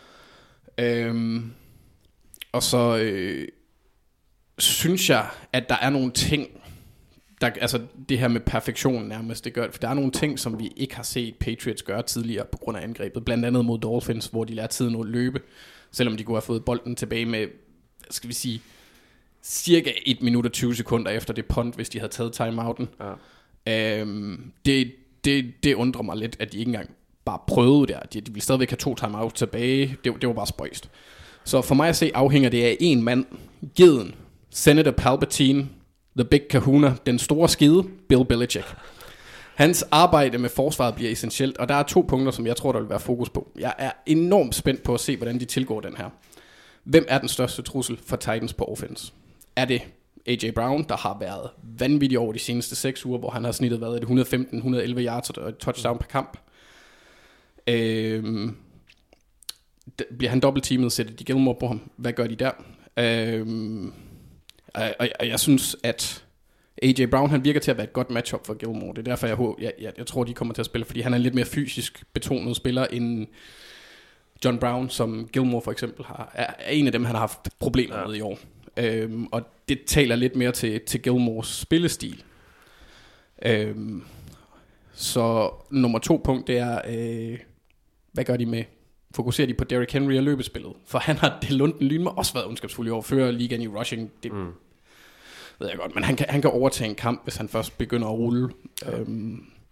S2: Og så synes jeg, at der er nogle ting, altså det her med perfektion nærmest, det gør, for der er nogle ting, som vi ikke har set Patriots gøre tidligere på grund af angrebet. Blandt andet mod Dolphins, hvor de lader tiden at løbe, selvom de kunne have fået bolden tilbage med, skal vi sige, cirka 1 minut og 20 sekunder efter det punt, hvis de havde taget timeouten. Ja. Det undrer mig lidt, at de ikke engang bare prøvede der. De ville stadigvæk have 2 timeouts tilbage. Det var bare spøjst. Så for mig at se, afhænger det af en mand, Geden, Senator Palpatine, The Big Kahuna, den store skide, Bill Belichick. Hans arbejde med forsvaret bliver essentielt, og der er 2 punkter, som jeg tror, der vil være fokus på. Jeg er enormt spændt på at se, hvordan de tilgår den her. Hvem er den største trussel for Titans på offense? Er det A.J. Brown, der har været vanvittig over de seneste 6 uger, hvor han har snittet været 115-111 yards og et touchdown per kamp? Bliver han dobbeltteamet, sætter de Gilmore på ham? Hvad gør de der? Og jeg synes, at A.J. Brown, han virker til at være et godt matchup for Gilmore. Det er derfor, jeg tror, de kommer til at spille, fordi han er en lidt mere fysisk betonet spiller end John Brown, som Gilmore for eksempel er en af dem, han har haft problemer med i år. Og det taler lidt mere til Gilmores spillestil. Så nummer 2 punkt, det er, hvad gør de med? Fokuserer de på Derrick Henry og løbespillet? For han har Lunden Lynme også været ondskabsfuld i år, fører ligaen i rushing. Det ved jeg godt, men han kan overtage en kamp, hvis han først begynder at rulle.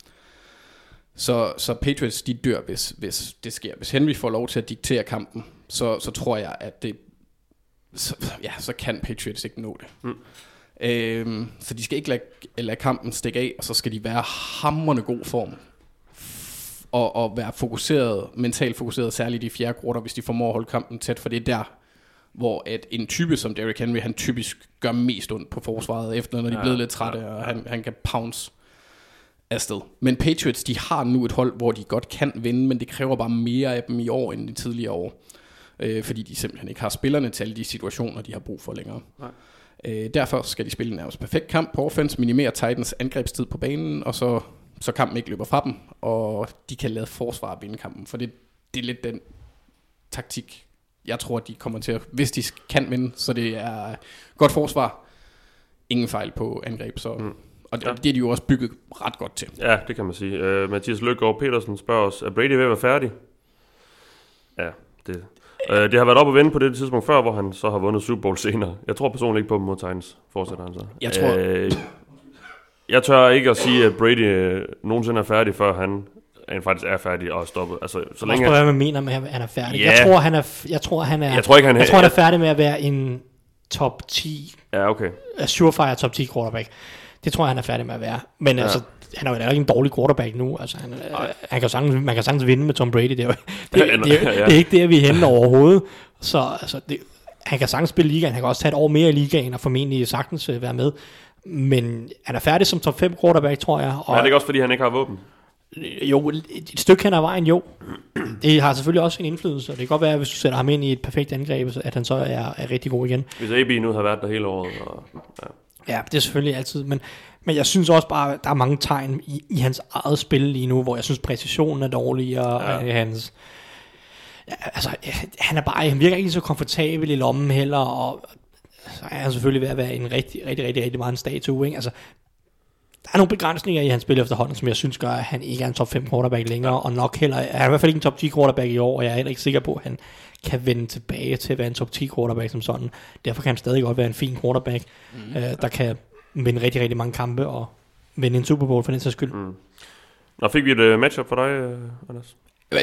S2: Så Patriots, de dør, hvis det sker. Hvis Henry får lov til at diktere kampen, så tror jeg, at så kan Patriots ikke nå det. Så de skal ikke lade kampen stikke af, og så skal de være hamrende god form. Og være fokuseret, mentalt fokuseret, særligt i fjerde quarter, hvis de formår at holde kampen tæt, for det er der, hvor at en type som Derrick Henry, han typisk gør mest ondt på forsvaret, efter når de er blevet lidt trætte, og han kan pounce afsted. Men Patriots, de har nu et hold, hvor de godt kan vinde, men det kræver bare mere af dem i år, end de tidligere år. Fordi de simpelthen ikke har spillerne til alle de situationer, de har brug for længere. Derfor skal de spille en nærmest perfekt kamp på offense, minimere Titans angrebstid på banen, og så kampen ikke løber fra dem, og de kan lade forsvar vinde kampen. For det er lidt den taktik, jeg tror, de kommer til at, hvis de kan vinde, så det er godt forsvar, ingen fejl på angreb, så... Og det er de jo også bygget ret godt til.
S4: Ja, det kan man sige. Mathias Løkgaard Petersen spørger os, er Brady ved at være færdig? Ja, det har været op at vende på det tidspunkt før, hvor han så har vundet Super Bowl senere. Jeg tror personligt ikke på dem mod Titans, fortsætter han så. Jeg tør ikke at sige, at Brady nogensinde er færdig, før han faktisk er færdig og stoppet. Altså, så længe
S5: hvad man mener med, at han er færdig.
S4: Yeah.
S5: Jeg tror, han er færdig med at være en top 10.
S4: Ja, okay.
S5: Surefire top 10 quarterback. Det tror jeg, han er færdig med at være. Men altså, han er jo ikke en dårlig quarterback nu. Altså, man kan sagtens vinde med Tom Brady. Det er ikke der, vi er henne overhovedet. Så altså, han kan sagtens spille ligaen. Han kan også tage et år mere i ligaen og formentlig sagtens være med. Men han er færdig som top 5 quarterback, tror jeg. Og,
S4: er det ikke også, fordi han ikke har våben?
S5: Jo, et stykke hen ad vejen, jo. Det har selvfølgelig også en indflydelse. Og det kan godt være, hvis du sætter ham ind i et perfekt angreb, at han så er rigtig god igen.
S4: Hvis AB nu har været der hele året.
S5: Ja, det er selvfølgelig altid, men jeg synes også bare, der er mange tegn i hans eget spil lige nu, hvor jeg synes præcisionen er dårlig, og hans... Ja, altså, han virker ikke så komfortabel i lommen heller, og så er han selvfølgelig ved at være en rigtig meget en statue, ikke? Altså, der er nogle begrænsninger i hans spil efterhånden, som jeg synes gør, at han ikke er en top 5 quarterback længere, og nok heller, er han i hvert fald ikke en top 10 quarterback i år, og jeg er heller ikke sikker på, at han kan vende tilbage til at være en top 10 quarterback som sådan. Derfor kan han stadig godt være en fin quarterback, der kan vinde rigtig mange kampe og vinde en Super Bowl for den sags skyld.
S4: Nå, fik vi et matchup for dig, Anders?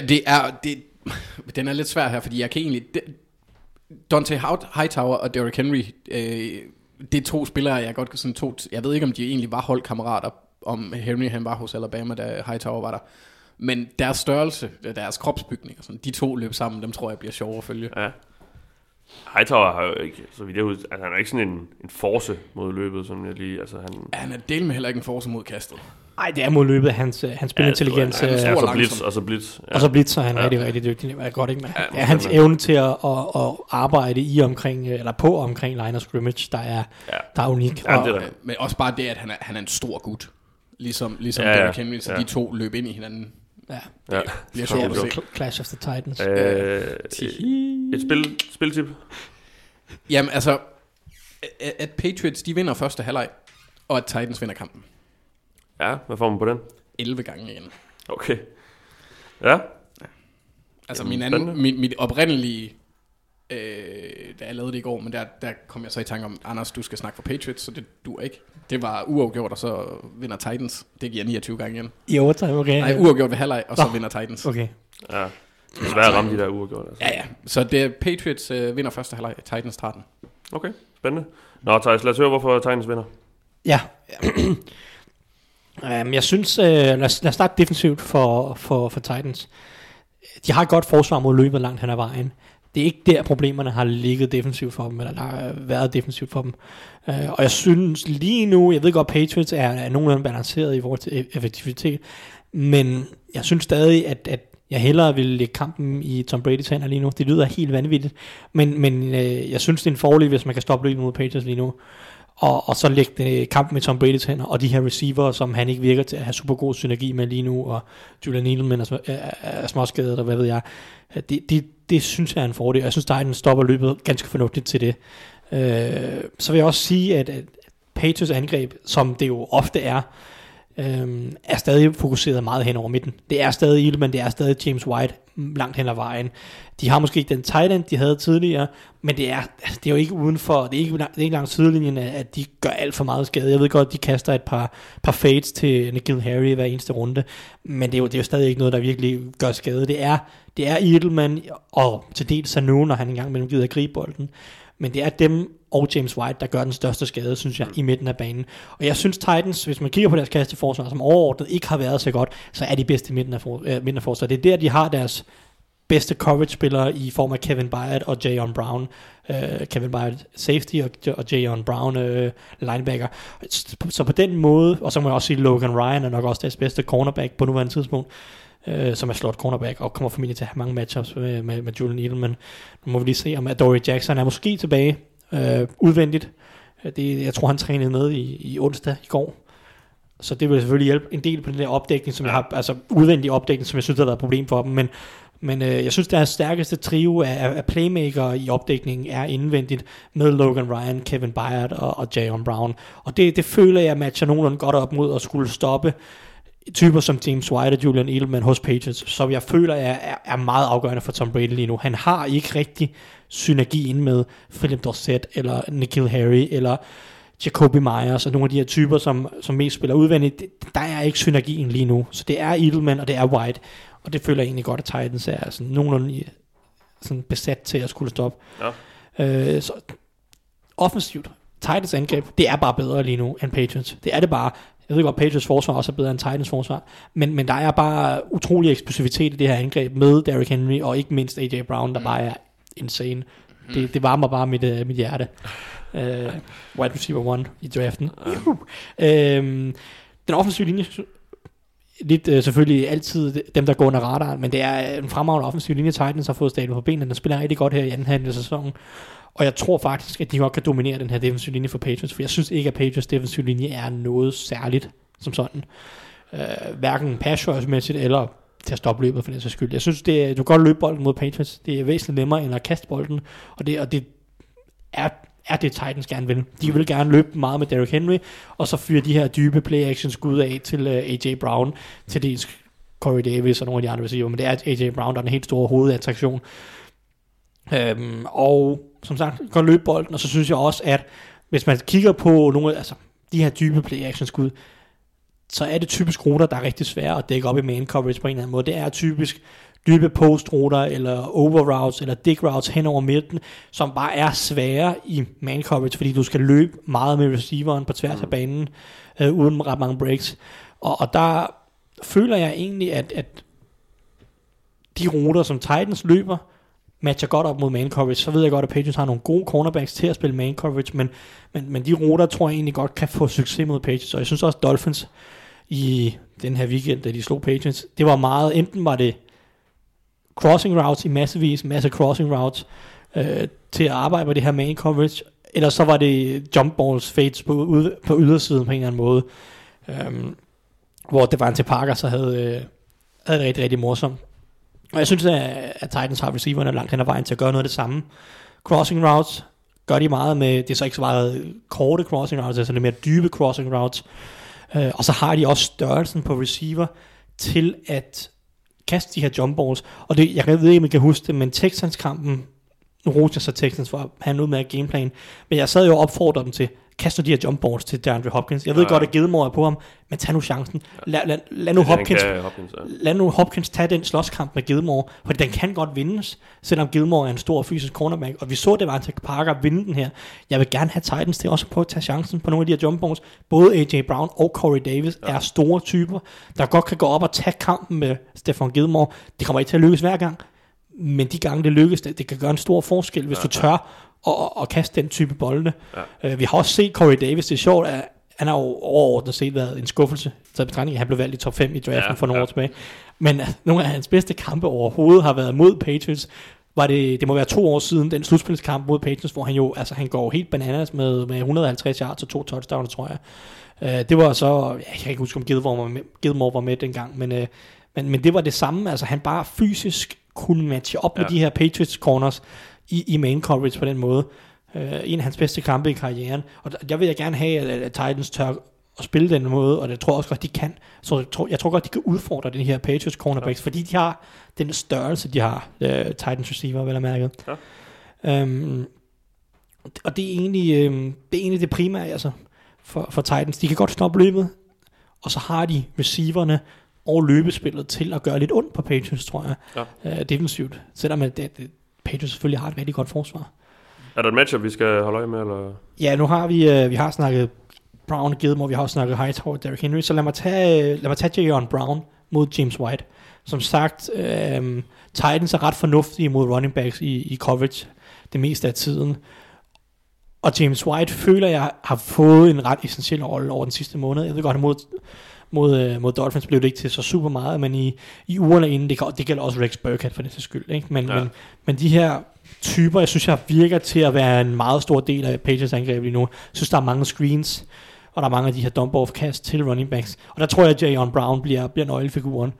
S2: Den er lidt svær her, fordi jeg kan egentlig... Dante Hightower og Derrick Henry, det er to spillere, jeg godt kan sådan jeg ved ikke, om de egentlig var holdkammerater, om Henry han var hos Alabama, da Hightower var der. Men deres størrelse, deres kropsbygning og sådan, de to løb sammen, dem tror jeg bliver sjovere at følge. Ja.
S4: Hightower har jo ikke, så vidt jeg husker, altså han er ikke sådan en force mod løbet, som jeg lige, altså
S2: han er del med heller ikke en force mod kastet.
S5: Nej, det er mod løbet, hans spilintelligens.
S4: Og så blitz.
S5: Ja. Og så blitz, så han er rigtig dygtig. Det er godt, ikke? Ja, hans evne til at arbejde i omkring, eller på omkring line of scrimmage, der er unik.
S2: Ja, men også bare det, at han er en stor gut. Ligesom Derrick Henry, så de to løb ind i hinanden.
S5: Ja.
S2: Det bliver sjovt at se.
S5: Clash of the Titans.
S4: Et spiltip?
S2: Jamen altså, at Patriots, de vinder første halvleg, og at Titans vinder kampen.
S4: Ja, hvad får man på den?
S2: 11 gange igen.
S4: Okay. Ja.
S2: Altså mit oprindelige, da jeg lavede det i går, men der kom jeg så i tanke om, Anders, du skal snakke for Patriots, så det duer ikke. Det var uafgjort, og så vinder Titans. Det giver 29 gange igen.
S5: I overtime, okay.
S2: Nej, uafgjort ved halvleg, og så vinder Titans.
S5: Okay.
S4: Ja. Det er svært at ramme de der uafgjort. Altså.
S2: Ja. Så det Patriots vinder første halvleg, Titans tager den.
S4: Okay, spændende. Nå, Thijs, lad os høre, hvorfor Titans vinder.
S5: Ja. Jeg synes, lad os starte defensivt for Titans. De har et godt forsvar mod løbet langt hen ad vejen. Det er ikke der problemerne har ligget defensivt for dem, eller der har været defensivt for dem. Og jeg synes lige nu, jeg ved godt, Patriots er nogenlunde balanceret i forhold til effektivitet, men jeg synes stadig, at jeg hellere vil lægge kampen i Tom Brady's hænder lige nu. Det lyder helt vanvittigt, men jeg synes, det er en fordel, hvis man kan stoppe løbet mod Patriots lige nu. Og så lægge kampen med Tom Brady's hænder, og de her receiver, som han ikke virker til at have super god synergi med lige nu, og Julian Edelman er småskadet, og hvad ved jeg. Det synes jeg er en fordel. Jeg synes, Titans stopper løbet ganske fornuftigt til det. Så vil jeg også sige, at Patriots angreb, som det jo ofte er stadig fokuseret meget hen over midten. Det er stadig Edelman, det er stadig James White langt hen ad vejen. De har måske ikke den tight end, de havde tidligere, men det er jo ikke udenfor, det er ikke langt sidelinjen, at de gør alt for meget skade. Jeg ved godt, de kaster et par fades til N'Keal Harry hver eneste runde, men det er jo stadig ikke noget, der virkelig gør skade. Det er Edelman og til dels Sanu, når han engang mellem gider at gribe bolden, men det er dem og James White, der gør den største skade, synes jeg, i midten af banen. Og jeg synes Titans, hvis man kigger på deres kasteforsvar, som overordnet ikke har været så godt, så er de bedste i midten af forsvaret. Det er der, de har deres bedste coverage-spillere i form af Kevin Byard og Jayon Brown. Kevin Byard safety og Jayon Brown linebacker. Så på den måde, og så må jeg også sige, Logan Ryan er nok også deres bedste cornerback på nuværende tidspunkt, som er slot cornerback, og kommer formentlig til at have mange matchups med Julian Edelman. Nu må vi lige se, om Adoree Jackson er måske tilbage udvendigt. Jeg tror, han trænede med i onsdag i går. Så det vil selvfølgelig hjælpe en del på den der opdækning, som jeg har, altså udvendig opdækning, som jeg synes, der har været et problem for dem. Men jeg synes, deres stærkeste trio af playmaker i opdækningen er indvendigt med Logan Ryan, Kevin Byard og Jayon Brown. Og det føler jeg matcher nogenlunde godt op mod at skulle stoppe typer som James White og Julian Edelman hos Patriots, som jeg føler er meget afgørende for Tom Brady lige nu. Han har ikke rigtig synergi ind med Philip Dorsett eller N'Keal Harry eller Jacoby Myers og nogle af de her typer, som mest spiller udvendigt. Der er ikke synergien lige nu. Så det er Edelman og det er White. Og det føler jeg egentlig godt, at Titans er sådan nogenlunde sådan besat til at skulle stoppe. Ja. Så offensivt, Titans angreb, det er bare bedre lige nu end Patriots. Det er det bare. Jeg ved godt, Patriots forsvar også er bedre end Titans forsvar, men der er bare utrolig eksplosivitet i det her angreb med Derrick Henry, og ikke mindst AJ Brown, der bare er insane. Det varmer bare mit hjerte. Wide receiver 1 i draften. Den offensive linje, lidt selvfølgelig altid dem, der går under radaren, men det er en fremragende offensiv linje. Titans har fået stablet på benene, den spiller rigtig godt her i anden halvdel af sæsonen. Og jeg tror faktisk, at de godt kan dominere den her defensive linje for Patriots, for jeg synes ikke, at Patriots defensive linje er noget særligt som sådan. Hverken pass rush-mæssigt eller til at stoppe løbet for den sags skyld. Jeg synes, du kan godt løbe bolden mod Patriots. Det er væsentligt nemmere end at kaste bolden, og det er det Titans gerne vil. De vil gerne løbe meget med Derrick Henry, og så fyre de her dybe play-action skud af til AJ Brown, til dels Corey Davis og nogle af de andre receiver, men det er AJ Brown, der er den helt store hovedattraktion. Og som sagt, godt løbe bolden, og så synes jeg også, at hvis man kigger på nogle, altså de her dybe play-action skud, så er det typisk ruter, der er rigtig svære at dække op i man coverage på en eller anden måde. Det er typisk dybe post-ruter, eller over routes, eller dig routes hen over midten, som bare er svære i man coverage, fordi du skal løbe meget med receiveren på tværs af banen, uden ret mange breaks. Og der føler jeg egentlig, at de ruter, som Titans løber, matcher godt op mod man coverage. Så ved jeg godt, at Patriots har nogle gode cornerbacks til at spille man coverage, men de ruter tror jeg egentlig godt kan få succes mod Patriots. Og jeg synes også, Dolphins i den her weekend, da de slog Patriots, det var meget, enten var det crossing routes i masse crossing routes til at arbejde på det her man coverage, eller så var det jump balls fades på ydersiden på en eller anden måde, hvor Devante Parker så havde det rigtig, rigtig morsomt. Og jeg synes, at Titans har receiverne langt hen ad vejen til at gøre noget af det samme. Crossing routes gør de meget med, det er så ikke så meget korte crossing routes, altså det mere dybe crossing routes. Og så har de også størrelsen på receiver til at kaste de her jump balls. Og det, jeg ved ikke, om I kan huske det, men Texans-kampen, nu roste jeg så Texans for at have noget med gameplan, men jeg sad jo og opfordrede dem til, kaste de her jump balls til DeAndre Hopkins. Jeg ved godt, at Gilmore er på ham, men tag nu chancen. Lad nu Hopkins tage den slåskamp med Gilmore, for den kan godt vindes, selvom Gilmore er en stor fysisk cornerback, og vi så det var til Parker vinde den her. Jeg vil gerne have Titans til også på at tage chancen på nogle af de her jump balls. Både AJ Brown og Corey Davis er store typer, der godt kan gå op og tage kampen med Stephon Gilmore. Det kommer ikke til at lykkes hver gang, men de gange det lykkes, det kan gøre en stor forskel, hvis du tør og kaste den type bolde. Vi har også set Corey Davis, det er sjovt, at han har jo overordnet set været en skuffelse, så betragtning, han blev valgt i top 5 i draften for nogle år tilbage. Men nogle af hans bedste kampe overhovedet har været mod Patriots. Det må være 2 år siden, den slutspilskamp mod Patriots, hvor han jo, altså han går helt bananas med 150 yards og 2 touchdowns, tror jeg. Det var så, jeg kan ikke huske, om Gilmore var med dengang, men det var det samme, altså han bare fysisk kunne matche op med de her Patriots corners i main coverage på den måde. En af hans bedste kampe i karrieren. Og jeg vil gerne have, at Titans tør at spille den måde, og det tror jeg også godt, de kan. Så jeg tror godt, de kan udfordre den her Patriots cornerbacks, fordi de har den størrelse, de har, Titans receiver, vel at mærke. Ja. Og det er egentlig det primære, altså, for Titans. De kan godt stoppe løbet, og så har de receiverne og løbespillet til at gøre lidt ondt på Patriots, tror jeg, defensivt. Selvom Patriots selvfølgelig har et rigtig godt forsvar.
S4: Er der et matchup, vi skal holde øje med? Eller? Ja,
S5: nu har vi har snakket Brown og Gilmore, vi har også snakket Hightower og Derrick Henry, så lad mig tage Jayon Brown mod James White. Som sagt, Titans er ret fornuftige mod running backs i coverage det meste af tiden. Og James White føler jeg har fået en ret essentiel rolle over den sidste måned. Jeg ved godt, mod Dolphins blev det ikke til så super meget, men i ugerne inden, det gælder også Rex Burkhead for den sags skyld. Ikke? Men de her typer, jeg synes, jeg virker til at være en meget stor del af Patriots angreb lige nu. Jeg synes, der er mange screens, og der er mange af de her dump-off kast til running backs. Og der tror jeg, at Jayon Brown bliver nøglefiguren.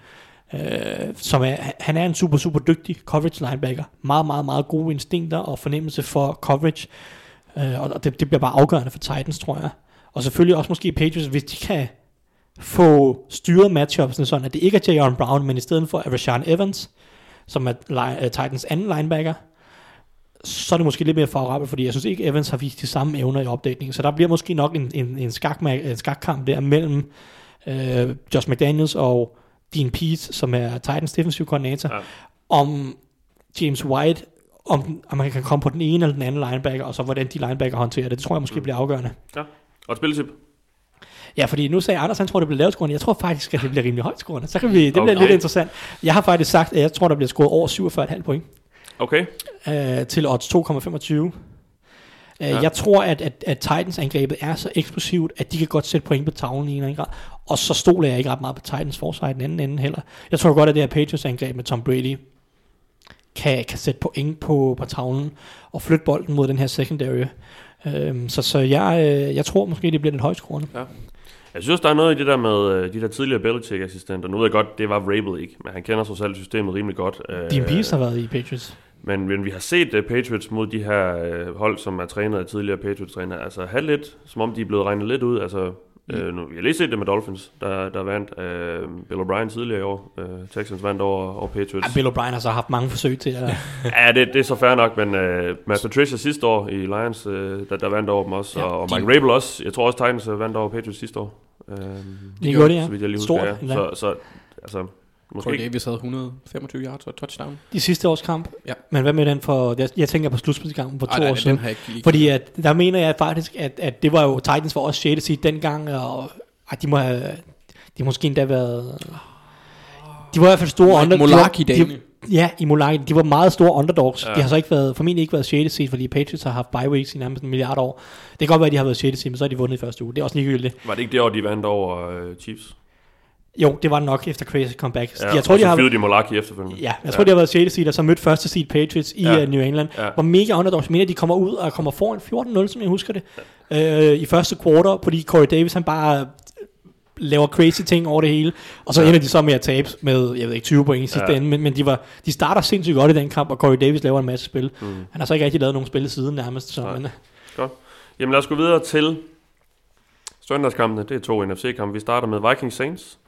S5: Han er en super, super dygtig coverage linebacker. Meget, meget, meget gode instinkter og fornemmelse for coverage. Og det bliver bare afgørende for Titans, tror jeg. Og selvfølgelig også måske Patriots, hvis de kan få styret matchupsene sådan, at det ikke er Jayon Brown, men i stedet for Rashaan Evans, som er Titans anden linebacker, så er det måske lidt mere favorabelt, fordi jeg synes ikke, Evans har vist de samme evner i opdækningen. Så der bliver måske nok en skakkamp der mellem Josh McDaniels og Dean Pease, som er Titans defensive koordinator, om James White, om man kan komme på den ene eller den anden linebacker, og så hvordan de linebacker håndterer det. Det tror jeg måske bliver afgørende.
S4: Ja, og et spilletip.
S5: Ja, fordi nu sagde Anders, han tror, det bliver lavt scorende. Jeg tror faktisk, at det bliver rimelig højt scorende. Så kan det bliver lidt interessant. Jeg har faktisk sagt, at jeg tror, der bliver scoret over 47,5 point.
S4: Okay.
S5: Til odds 2,25. Jeg tror, at Titans angrebet er så eksplosivt, at de kan godt sætte point på tavlen i en eller anden grad. Og så stoler jeg ikke ret meget på Titans forsvar i den anden ende heller. Jeg tror godt, at det her Patriots angreb med Tom Brady kan sætte point på tavlen og flytte bolden mod den her secondary. Så jeg tror måske, det bliver lidt højscorende. Ja.
S4: Jeg synes, der er noget i det der med de der tidligere Belichick-assistenter. Nu ved jeg godt, det var Vrabel ikke, men han kender så selv systemet rimelig godt.
S5: Dean Pease har været i Patriots.
S4: Men vi har set Patriots mod de her hold, som er trænet af tidligere Patriots-trænere, altså have lidt, som om de er blevet regnet lidt ud. Altså, nu, jeg har lige set det med Dolphins, der vandt Bill O'Brien tidligere i år. Texans vandt over Patriots.
S5: Ja, Bill O'Brien har så haft mange forsøg til det.
S4: Ja, det er så fair nok, men Matt Patricia sidste år i Lions, der vandt over dem også, og Mike Vrabel også. Jeg tror også Titans vandt over Patriots sidste år.
S5: Det gjorde det, ja.
S4: Så vidt jeg lige husker, ja. Så altså...
S2: Måske Davis havde 125 yards og touchdown.
S5: De sidste års kamp. Ja. Men hvad med den for... Jeg tænker på slutspilskampen for 2 år siden. Fordi der mener jeg faktisk, at det var jo... Titans var også 6. seed dengang, og de måske endda været... De var i hvert fald store
S2: underdogs.
S5: Ja, i Mulaki. De var meget store underdogs. Ja. De har så formentlig ikke været 6. seed, fordi Patriots har haft bye weeks i nærmest 1 milliard år. Det kan godt være, at de har været 6. seed, men så har de vundet i første uge. Det er også ligegyldigt.
S4: Var det ikke det år, de vandt over Chiefs?
S5: Jo, det var nok efter crazy comeback.
S4: Ja, jeg tror, og så fyrede de Mulaki efterfølgende.
S5: Ja, jeg tror, de har været 6. seed, og så mødt første seed Patriots i New England. Ja. Hvor mega underdogs. Men de kommer ud og kommer foran 14-0, som jeg husker det. Ja. I første quarter, fordi Corey Davis, han bare laver crazy ting over det hele. Og så ender de så med at tabe med, jeg ved ikke, 20 point i sidste ende. Men de starter sindssygt godt i den kamp, og Corey Davis laver en masse spil. Han har så ikke rigtig lavet nogen spil siden nærmest. Så, men,
S4: godt. Jamen lad os gå videre til søndagskampene. Det er 2 NFC-kampe. Vi starter med Vikings Saints.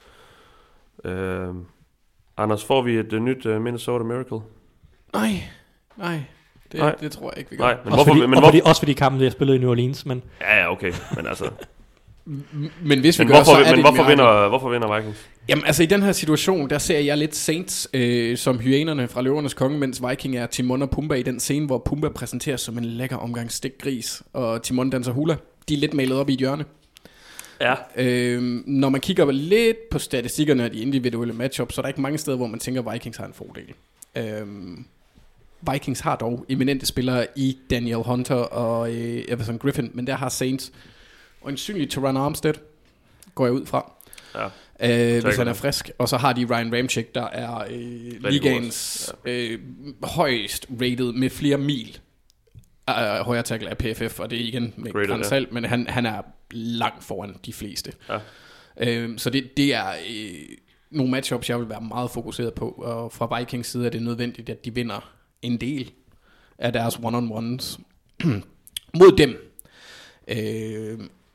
S4: Anders, får vi et nyt Minnesota Miracle?
S2: Nej. Det tror jeg ikke, vi gør. Nej,
S5: men også fordi kampen, jeg spillede i New Orleans. Men...
S4: Ja, okay. Men altså...
S2: Men hvis vi gør, så er det
S4: hvorfor vinder Vikings?
S2: Jamen altså i den her situation, der ser jeg lidt Saints som hyænerne fra løvernes konge, mens Viking er Timon og Pumba i den scene, hvor Pumba præsenteres som en lækker omgang stikgris, og Timon danser hula. De er lidt malet op i et hjørne.
S4: Ja.
S2: Når man kigger lidt på statistikkerne og de individuelle matchups, så er der ikke mange steder, hvor man tænker, at Vikings har en fordel. Vikings har dog eminente spillere i Daniel Hunter og Everson Griffin, men der har Saints øjensynligt Teron Armstead, går jeg ud fra. Ja. Hvis han er frisk. Og så har de Ryan Ramczyk, der er ligaens højst rated med flere mil højre tackle af PFF, og det er igen med Kransal, men han er langt foran de fleste. Ja. Så det er nogle matchups, jeg vil være meget fokuseret på, og fra Vikings side er det nødvendigt, at de vinder en del af deres one-on-ones mod dem.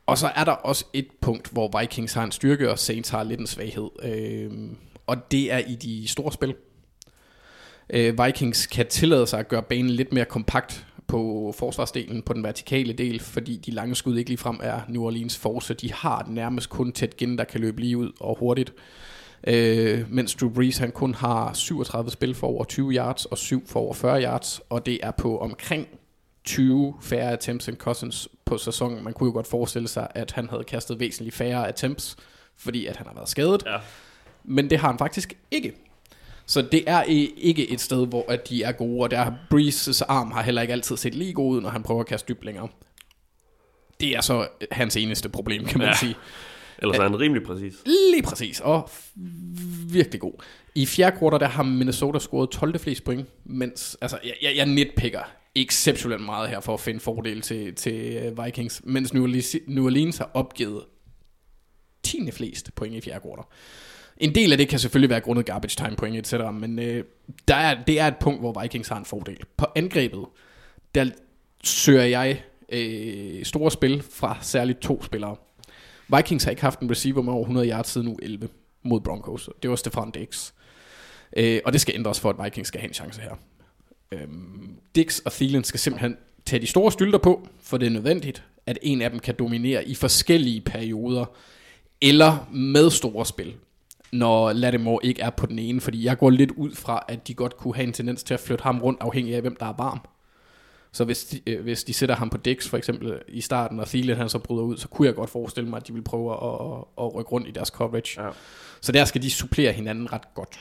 S2: Og så er der også et punkt, hvor Vikings har en styrke, og Saints har lidt en svaghed. Og det er i de store spil. Vikings kan tillade sig at gøre banen lidt mere kompakt på forsvarsdelen, på den vertikale del, fordi de lange skud ikke ligefrem er New Orleans force. De har nærmest kun Ted Ginn, der kan løbe lige ud og hurtigt. Mens Drew Brees han kun har 37 spil for over 20 yards og 7 for over 40 yards, og det er på omkring 20 færre attempts end Cousins på sæsonen. Man kunne jo godt forestille sig, at han havde kastet væsentligt færre attempts, fordi at han har været skadet. Ja. Men det har han faktisk ikke. Så det er ikke et sted, hvor at de er gode, og der Brees' arm har heller ikke altid set lige god ud, når han prøver at kaste dybt længere. Det er så hans eneste problem, kan man sige.
S4: Ellers er han rimelig præcis.
S2: Lige præcis, og virkelig god. I fjerde kvartal, der har Minnesota scoret 12. flest point, mens, altså, jeg nitpicker exceptionelt meget her for at finde fordel til Vikings, mens New Orleans har opgivet 10. flest point i fjerde kvartal. En del af det kan selvfølgelig være grundet garbage time point, etc., men det er et punkt, hvor Vikings har en fordel. På angrebet, der søger jeg store spil fra særligt 2 spillere. Vikings har ikke haft en receiver med over 100 yards siden uge 11 mod Broncos. Det var Stefan Diggs. Og det skal ændres for, at Vikings skal have en chance her. Diggs og Thielen skal simpelthen tage de store stylter på, for det er nødvendigt, at en af dem kan dominere i forskellige perioder, eller med store spil, når Lattimore ikke er på den ene. Fordi jeg går lidt ud fra, at de godt kunne have en tendens til at flytte ham rundt, afhængig af hvem der er varm. Så hvis de sætter ham på Diggs for eksempel i starten, og Thielen han så bryder ud, så kunne jeg godt forestille mig, at de vil prøve at rykke rundt i deres coverage. Ja. Så der skal de supplere hinanden ret godt.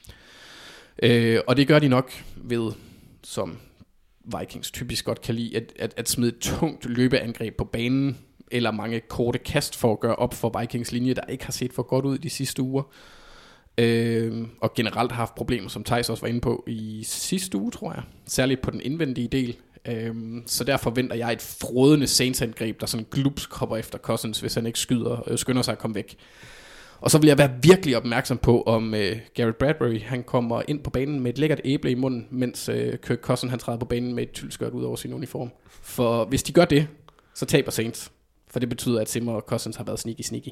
S2: Og det gør de nok ved, som Vikings typisk godt kan lide, at smide et tungt løbeangreb på banen, eller mange korte kast for at gøre op for Vikings linje, der ikke har set for godt ud de sidste uger. Og generelt har haft problemer, som Thijs også var inde på i sidste uge, tror jeg. Særligt på den indvendige del. Så der forventer jeg et frådende Saints-angreb, der sådan glupsk hopper efter Cousins, hvis han ikke skynder sig at komme væk. Og så vil jeg være virkelig opmærksom på, om Garrett Bradbury han kommer ind på banen med et lækkert æble i munden, mens Kirk Cousins han træder på banen med et tyldskørt ud over sin uniform. For hvis de gør det, så taber Saints. For det betyder, at Zimmer og Cousins har været sneaky.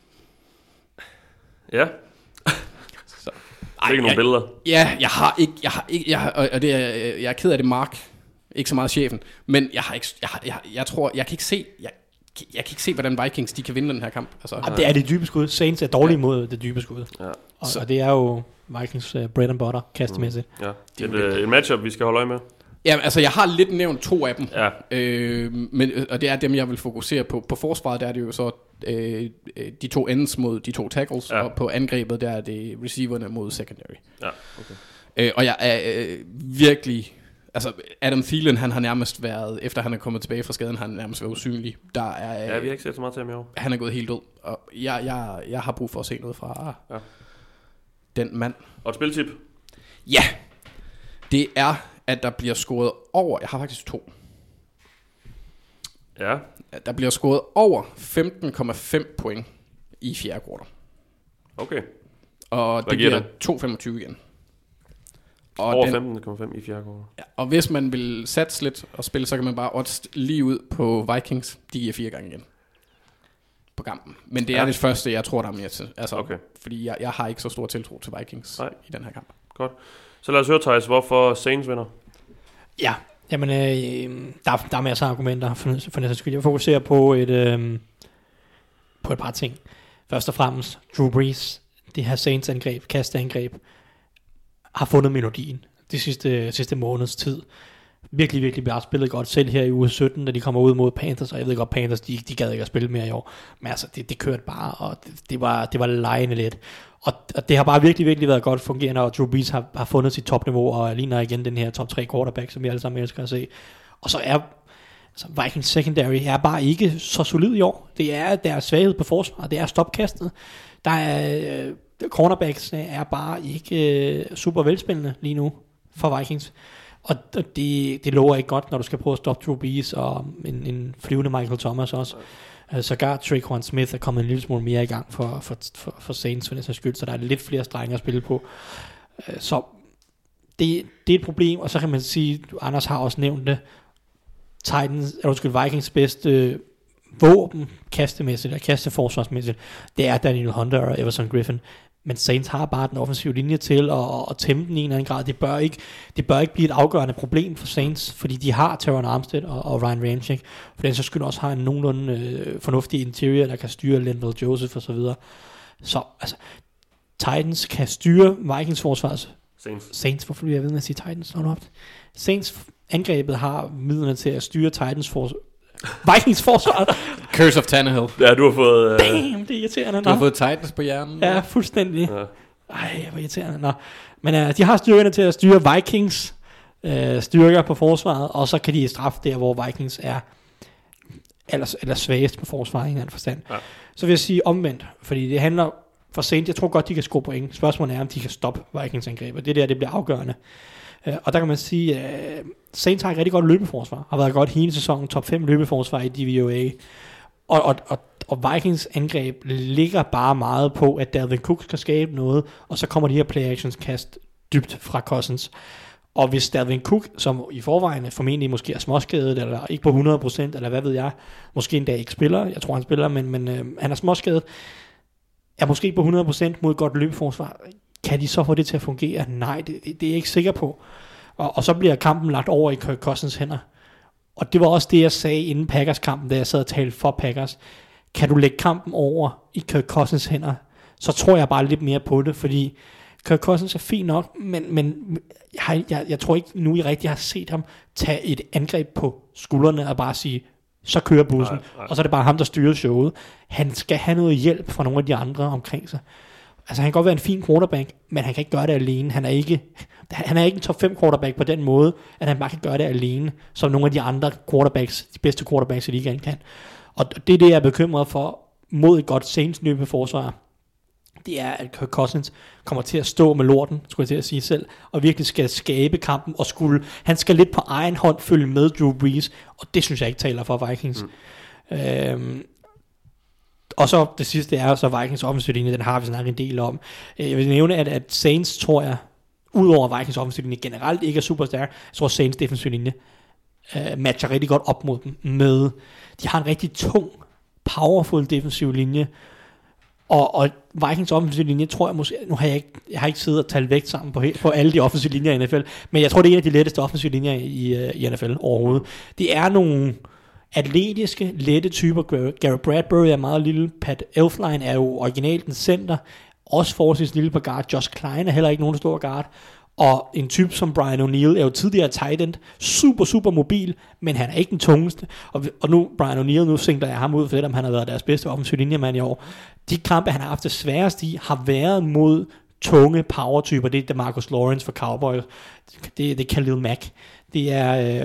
S4: Ja. Så. Ikke nogen billeder.
S2: Ja, jeg er ked af det, Mark. Ikke så meget chefen, men jeg tror, jeg kan ikke se, hvordan Vikings de kan vinde den her kamp. Altså,
S5: det er det dybe skud. Saints er dårlige mod det dybe skud. Ja. Og det er jo Vikings bread and butter kastemæssigt.
S4: Ja. Det er et matchup, vi skal holde øje med.
S2: Ja, altså jeg har lidt nævnt 2 af dem, og det er dem, jeg vil fokusere på. På forsvaret der er det jo så de 2 ends mod de 2 tackles, og på angrebet der er det receiverne mod secondary. Ja, okay. Og jeg er virkelig... Altså Adam Thielen, han har nærmest været, efter han er kommet tilbage fra skaden, han har nærmest været usynlig. Vi
S4: har ikke set så meget til ham i år.
S2: Han er gået helt død, og jeg har brug for at se noget fra den mand.
S4: Og et spiltip?
S2: Ja, det er, at der bliver scoret over, jeg har faktisk 2.
S4: Ja.
S2: Der bliver scoret over 15,5 point i fjerde kvartal.
S4: Okay.
S2: Og det bliver 2,25 igen. Og
S4: over 15,5 i fjerde kvartal.
S2: Ja, og hvis man vil satse lidt og spille, så kan man bare odds lige ud på Vikings. De giver 4 gange igen på kampen. Men det er det første, jeg tror, der er mere til. Altså, okay. Fordi jeg har ikke så stor tiltro til Vikings i den her kamp.
S4: Godt. Så lad os høre, Thijs, hvorfor Saints vinder.
S5: Ja, jamen, der er masser af argumenter for næste skyld. Jeg fokuserer på et par ting. Først og fremmest, Drew Brees, det her Saints-angreb, kasteangreb, har fundet melodien de sidste måneds tid. Virkelig, virkelig bare spillet godt selv her i uge 17, da de kommer ud mod Panthers, og jeg ved godt, Panthers, de gad ikke at spille mere i år. Men altså, det kørte bare, og det var lejende lidt. Og det har bare virkelig, virkelig været godt fungerende, og Drew Brees har fundet sit topniveau, og ligner igen den her top 3 quarterback, som vi alle sammen elsker at se. Og så er Vikings secondary er bare ikke så solid i år. Det er deres svaghed på forsvar, det er stopkastet. Der er... cornerbacks er bare ikke super velspillende lige nu for Vikings. Og det lover ikke godt, når du skal prøve at stoppe Drew Brees og en flyvende Michael Thomas også. Sågar Tre'Quan Smith er kommet en lille smule mere i gang for Saints for den sags skyld, så der er lidt flere strenge at spille på. Så det er et problem, og så kan man sige, Anders har også nævnt det, Vikings bedste våben, kastemæssigt og kasteforsvarsmæssigt, det er Daniel Hunter og Everson Griffin. Men Saints har bare den offensive linje til at tæmme den i en eller anden grad. Det bør ikke blive et afgørende problem for Saints, fordi de har Teron Armstead og Ryan Ramczyk. For den så skyld også har en nogenlunde fornuftig interior, der kan styre Linval Joseph og så videre. Så altså, Titans kan styre Vikings forsvars. Saints, hvorfor bliver jeg ved med at sige Titans? Saints angrebet har midlerne til at styre Titans Vikings forsvar.
S2: Curse of Tannehill.
S4: Ja, du har fået...
S5: Damn, det er irriterende.
S2: Du har fået Titans på hjernen.
S5: Ja, fuldstændig. Ja. Ej, hvor irriterende. Nå. Men de har styrkerne til at styre Vikings styrker på forsvaret, og så kan de straffe der, hvor Vikings er eller svagest på forsvaret i en anden forstand. Ja. Så vil jeg sige omvendt, fordi det handler for sent. Jeg tror godt, de kan score point. Spørgsmålet er, om de kan stoppe Vikings angreb, og det bliver afgørende. Og der kan man sige, at Saints har et rigtig godt løbeforsvar. Har været godt hele sæsonen, top 5 løbeforsvar i DVOA. Og Vikings angreb ligger bare meget på, at Dalvin Cook skal skabe noget, og så kommer de her play actions kast dybt fra Cousins. Og hvis Dalvin Cook, som i forvejen formentlig måske er småskadet, eller ikke på 100%, eller hvad ved jeg, måske endda ikke spiller, jeg tror han spiller, men han er småskadet, er måske ikke på 100% mod et godt løbeforsvar. Kan de så få det til at fungere? Nej, det er jeg ikke sikker på. Og så bliver kampen lagt over i Kirk Cousins hænder. Og det var også det, jeg sagde inden Packers-kampen, da jeg sad og talte for Packers. Kan du lægge kampen over i Kirk Cousins hænder, så tror jeg bare lidt mere på det, fordi Kirk Cousins er fint nok, men jeg tror ikke nu, jeg rigtig har set ham tage et angreb på skuldrene og bare sige, så kører bussen, nej. Og så er det bare ham, der styrer showet. Han skal have noget hjælp fra nogle af de andre omkring sig. Altså han kan godt være en fin quarterback, men han kan ikke gøre det alene. Han er ikke en top 5 quarterback på den måde, at han bare kan gøre det alene, som nogle af de andre quarterbacks, de bedste quarterbacks i ligaen kan. Og det er det, jeg er bekymret for mod et godt Saints løbeforsvar. Det er, at Kirk Cousins kommer til at stå med lorten, skulle jeg til at sige selv, og virkelig skal skabe kampen, og han skal lidt på egen hånd følge med Drew Brees, og det synes jeg ikke taler for Vikings. Og så det sidste er så Vikings offensive linje, den har vi snakket en del om. Jeg vil nævne, at Saints, tror jeg, udover Vikings offensive linje generelt ikke er super stærk, jeg tror Saints defensive linje matcher rigtig godt op mod dem med, de har en rigtig tung, powerful defensive linje, og Vikings offensive linje, tror jeg måske, nu har jeg har ikke siddet og talt vægt sammen på alle de offensive linjer i NFL, men jeg tror, det er en af de letteste offensive linjer i NFL overhovedet. Det er nogle atletiske, lette typer. Garrett Bradbury er meget lille, Pat Elflein er jo originalt en center, også forholdsvis lille på guard, Josh Klein er heller ikke nogen stor guard, og en type som Brian O'Neill er jo tidligere tight end, super mobil, men han er ikke den tungeste, og nu Brian O'Neill, nu singler jeg ham ud for det, om han har været deres bedste offensive linjemand i år. De kampe, han har haft det sværest i, har været mod tunge power-typer. Det er Marcus Lawrence for Cowboys, det er Khalil Mack, det er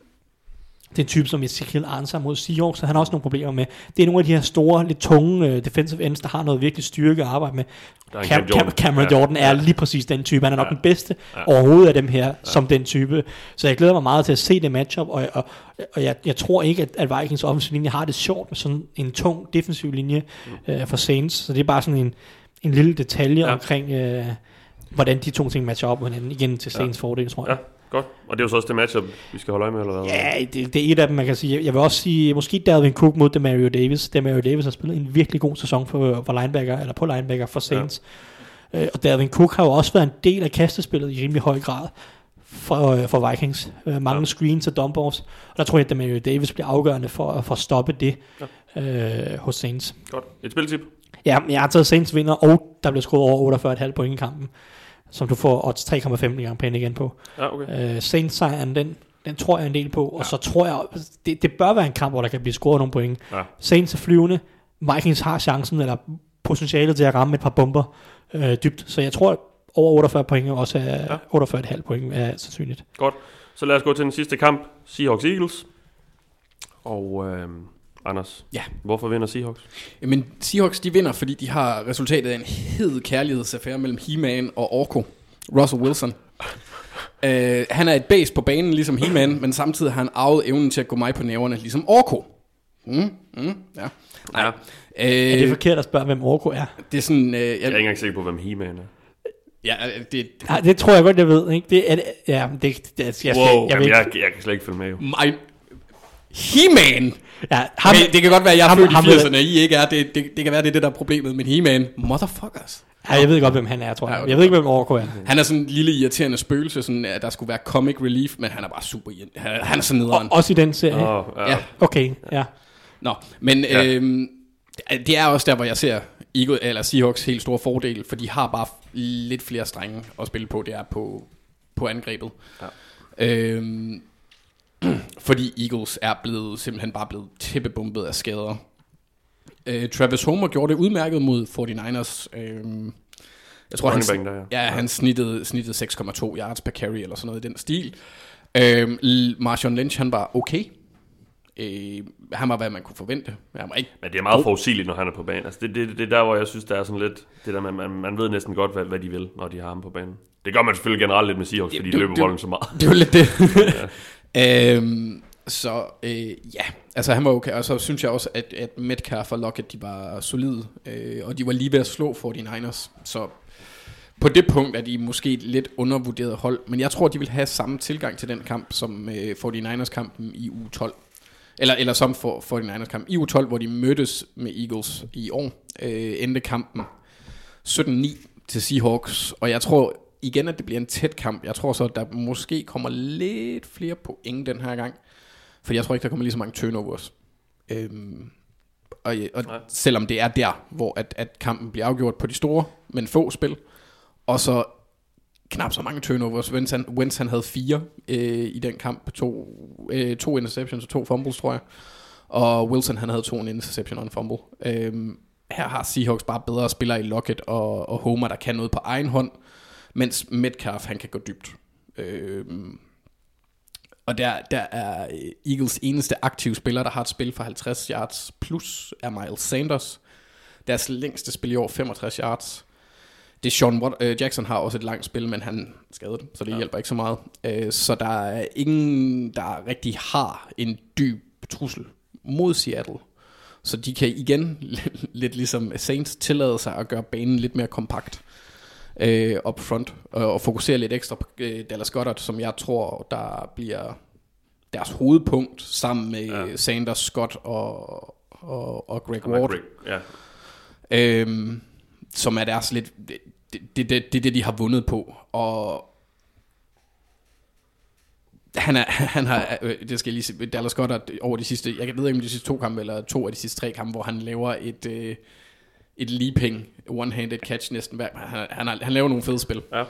S5: en type som Ezekiel Ansah mod Seahawks, så han har også nogle problemer med. Det er nogle af de her store, lidt tunge defensive ends, der har noget virkelig styrke at arbejde med. Cameron Jordan er lige præcis den type. Han er nok den bedste overhovedet af dem her, som den type. Så jeg glæder mig meget til at se det matchup, og jeg tror ikke, at Vikings offensive linje har det sjovt med sådan en tung defensiv linje for Saints. Så det er bare sådan en lille detalje omkring, hvordan de to ting matcher op med hinanden. Igen til Saints fordel, tror jeg.
S4: Godt. Og det er jo så også det matchup, vi skal holde øje med, eller hvad?
S5: Ja, det er et af dem, man kan sige. Jeg vil også sige, måske Dalvin Cook mod Demario Davis. Demario Davis har spillet en virkelig god sæson for linebacker, eller på linebacker for Saints. Ja. Og Dalvin Cook har jo også været en del af kastespillet i rimelig høj grad for Vikings. Mange screens og dump-offs. Og der tror jeg, at Demario Davis bliver afgørende for at stoppe det hos Saints.
S4: Godt. Et spiltip?
S5: Ja, jeg har taget Saints vinder, og der bliver skruet over 48,5 point i kampen, som du får odds 3,5 gange pænt igen på.
S4: Ja, okay.
S5: Saints-sejren, den tror jeg en del på, og så tror jeg, det bør være en kamp, hvor der kan blive scoret nogle point. Ja. Saints er flyvende, Vikings har chancen, eller potentialet til at ramme et par bomber dybt, så jeg tror, over 48 point også er 48,5 point er sandsynligt.
S4: Godt, så lad os gå til den sidste kamp, Seahawks-Eagles. Og Anders, hvorfor vinder Seahawks?
S2: Jamen, Seahawks, de vinder, fordi de har resultatet af en hed kærlighedsaffære mellem He-Man og Orko, Russell Wilson. Han er et base på banen, ligesom He-Man, men samtidig har han arvet evnen til at gå mig på næverne, ligesom Orko. Ja.
S5: Nej. Er det forkert at spørge, hvem Orko er?
S2: Det er sådan...
S4: jeg er ikke engang sikker på, hvem He-Man er.
S2: Ja,
S5: det tror jeg godt, jeg ved. Ikke? Jeg kan slet ikke følge med. Jo.
S2: He-Man!
S5: Ja,
S2: Det kan godt være, at jeg er født i 80'erne, I ikke er. Det kan være, det er det, der er problemet. Men He-Man, motherfuckers.
S5: Ja, jeg ved godt, hvem han er, tror jeg.
S2: Ja, okay.
S5: Jeg ved ikke, hvem Orko er.
S2: Han er sådan en lille irriterende spøgelse, sådan, at der skulle være comic relief, men han er bare super han er så nederen.
S5: Også i den serie?
S2: Ja.
S5: Okay, ja.
S2: Nå, men det er også der, hvor jeg ser Eagles, eller Seahawks helt store fordel, for de har bare lidt flere strenge at spille på, det er på angrebet. Ja. Fordi Eagles er simpelthen bare blevet tæppebumpet af skader. Travis Homer gjorde det udmærket mod 49ers. Jeg tror, han snittede 6,2 yards per carry, eller sådan noget i den stil. Marshawn Lynch, han var okay. Han var, hvad man kunne forvente.
S4: Men det er meget forudsigeligt, når han er på banen. Altså, det er der, hvor jeg synes, der er sådan lidt... Det der med, man ved næsten godt, hvad de vil, når de har ham på banen. Det gør man selvfølgelig generelt lidt med Seahawks, fordi de løber bolden så meget.
S2: Det er jo lidt det. Ja, altså han var okay. Og så synes jeg også, at Metcalf og Lockett, de var solide. Og de var lige ved at slå 49ers. Så på det punkt er de måske et lidt undervurderet hold. Men jeg tror, de vil have samme tilgang til den kamp, som 49ers-kampen i uge 12. Eller som for 49ers kamp i uge 12, hvor de mødtes med Eagles i år. Endte kampen 17-9 til Seahawks. Og jeg tror igen, at det bliver en tæt kamp. Jeg tror så, at der måske kommer lidt flere point den her gang. For jeg tror ikke, der kommer lige så mange turnovers. Og selvom det er der, hvor at kampen bliver afgjort på de store, men få spil. Og så knap så mange turnovers. Wentz han havde 4 i den kamp. 2 interceptions og 2 fumbles, tror jeg. Og Wilson han havde 2 interception og en fumble. Her har Seahawks bare bedre spillere i Lockett og Homer, der kan noget på egen hånd. Mens Metcalf, han kan gå dybt. Og der er Eagles eneste aktive spiller, der har et spil for 50 yards plus, er Miles Sanders. Deres længste spil i år, 65 yards. Det er Sean Jackson har også et langt spil, men han skadede det, så det hjælper ikke så meget. Så der er ingen, der rigtig har en dyb trussel mod Seattle. Så de kan igen, lidt ligesom Saints, tillade sig at gøre banen lidt mere kompakt up front, og fokusere lidt ekstra på Dallas Goedert, som jeg tror, der bliver deres hovedpunkt, sammen med Sanders, Scott og Greg Ward. Som er deres lidt... Det, de har vundet på. Og han har, det skal jeg lige se, Dallas Goedert over de sidste, jeg ved ikke om de sidste 2 kampe, eller 2 af de sidste 3 kampe, hvor han laver et leaping, one-handed catch næsten hver. Han laver nogle fede spil. Ja.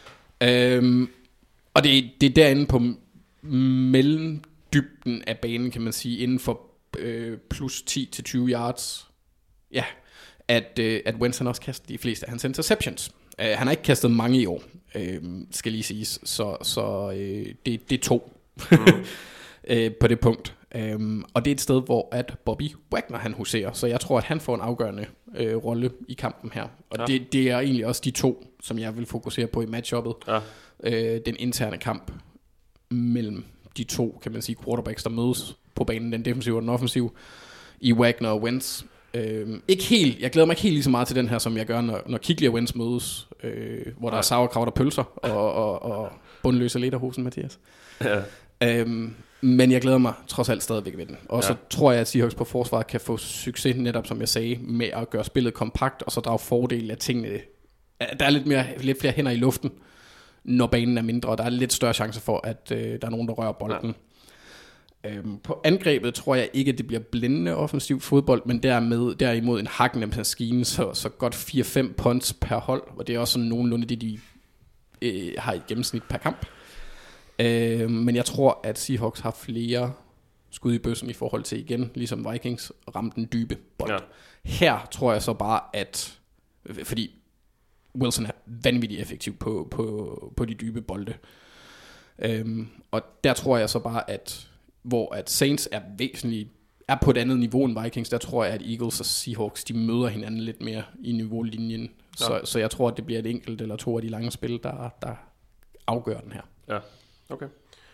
S2: Og det er derinde på mellemdybden af banen, kan man sige, inden for plus 10 til 20 yards. Ja, at Wentz han også kaster de fleste af hans interceptions. Han har ikke kastet mange i år, skal lige siges. Så det er 2 på det punkt. Og det er et sted, hvor at Bobby Wagner han huserer. Så jeg tror, at han får en afgørende rolle i kampen her. Og det er egentlig også de 2, som jeg vil fokusere på i matchuppet. Den interne kamp mellem de 2, kan man sige, quarterbacks, der mødes på banen, den defensive og den offensive, i Wagner og Wentz. Ikke helt, jeg glæder mig ikke helt lige så meget til den her, som jeg gør, når Kigley og Wentz mødes, hvor der er sauerkraut og pølser og bundløse lederhosen, Mathias. Ja. Men jeg glæder mig trods alt stadigvæk ved den. Og så tror jeg, at Seahawks på forsvaret kan få succes, netop som jeg sagde, med at gøre spillet kompakt, og så drage fordel af tingene. Der er lidt flere hænder i luften, når banen er mindre, og der er lidt større chance for, at der er nogen, der rører bolden. På angrebet tror jeg ikke, at det bliver blændende offensivt fodbold, men derimod en hakkende maskine, så godt 4-5 punts per hold, og det er også sådan nogenlunde det, de har i gennemsnit per kamp. Men jeg tror, at Seahawks har flere skud i bøssen i forhold til igen, ligesom Vikings, ramte den dybe bold. Ja. Her tror jeg så bare, at fordi Wilson er vanvittigt effektiv på de dybe bolde. Og der tror jeg så bare, at hvor at Saints er på et andet niveau end Vikings, der tror jeg, at Eagles og Seahawks, de møder hinanden lidt mere i niveaulinjen. Så jeg tror, at det bliver et enkelt eller 2 af de lange spil, der afgør den her. Ja,
S4: okay.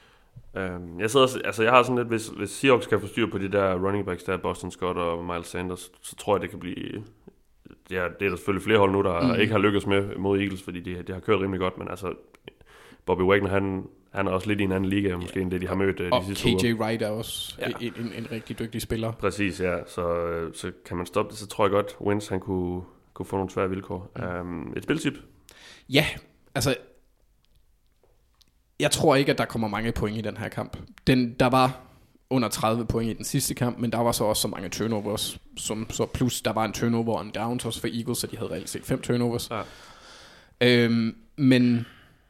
S4: Jeg har sådan lidt, hvis Seahawks kan få styr på de der running backs, der Boston Scott og Miles Sanders, så tror jeg, det kan blive... Det er der selvfølgelig flere hold nu, der ikke har lykkes med mod Eagles, fordi det har kørt rimelig godt, men altså Bobby Wagner, Han er også lidt i en anden liga, måske, end det, de har mødt de sidste uger.
S2: Og KJ Wright er også en rigtig dygtig spiller.
S4: Præcis, ja. Så kan man stoppe det, så tror jeg godt, Wentz han kunne få nogle svære vilkår. Et spiltip?
S2: Ja, altså... Jeg tror ikke, at der kommer mange point i den her kamp. Der var under 30 point i den sidste kamp, men der var så også så mange turnovers, så plus der var en turnover og en down også for Eagles, så de havde reelt set 5 turnovers. Ja. Men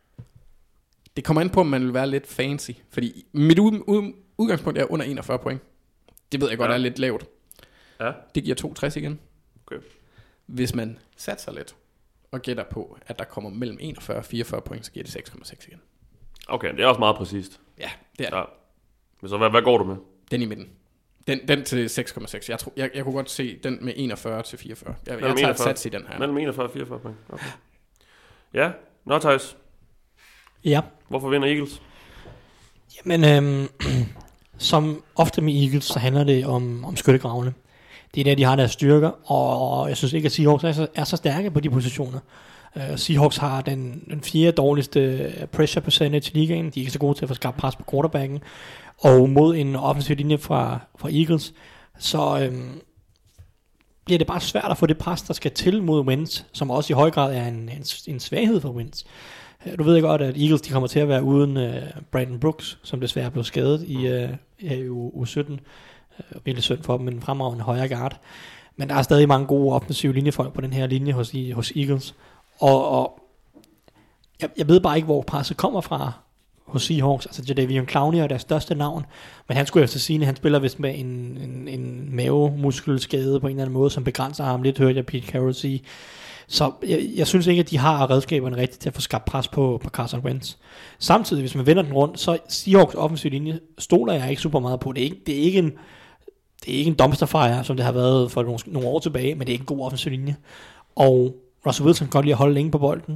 S2: det kommer an på, om man vil være lidt fancy, fordi mit udgangspunkt er under 41 point. Det ved jeg godt er lidt lavt.
S4: Ja. Det
S2: giver 62 igen.
S4: Okay.
S2: Hvis man satser lidt og gætter på, at der kommer mellem 41 og 44 point, så giver det 6,6 igen.
S4: Okay, det er også meget præcist.
S2: Ja, det er det.
S4: Ja. Men så hvad går du med?
S2: Den i midten. Den til 6,6. Jeg kunne godt se den med 41 til 44. Jeg tager et sats i den her.
S4: Mellem 41 og 44 point. Okay. Ja, Thijs.
S5: Ja.
S4: Hvorfor vinder Eagles?
S5: Jamen, som ofte med Eagles, så handler det om skyttegravene. Det er der, de har deres styrker, og jeg synes ikke, at Seahawks er så stærke på de positioner. Seahawks har den 4. dårligste pressure percentage i ligaen. De er ikke så gode til at få skabt pres på quarterbacken. Og mod en offensiv linje fra Eagles, så bliver det bare svært at få det pres, der skal til mod Wentz, som også i høj grad er en svaghed for Wentz. Du ved godt, at Eagles de kommer til at være uden Brandon Brooks, som desværre blev skadet i uge 17. Virkelig synd for dem, men fremragende højre guard. Men der er stadig mange gode offensive linjefolk på den her linje hos Eagles. Og jeg ved bare ikke, hvor presset kommer fra hos Seahawks. Altså Jadeveon Clowney er deres største navn, men han skulle efter sigende, han spiller vist med en mavemuskelskade på en eller anden måde, som begrænser ham lidt, hørte jeg Pete Carroll sige. Så jeg synes ikke, at de har redskaberne rigtigt til at få skabt pres på Carson Wentz. Samtidig, hvis man vender den rundt, så Seahawks offensiv linje stoler jeg ikke super meget på. Det er ikke en dumpster fire, som det har været for nogle år tilbage, men det er ikke en god offensiv linje. Og Russell Wilson kan godt lide at holde længe på bolden.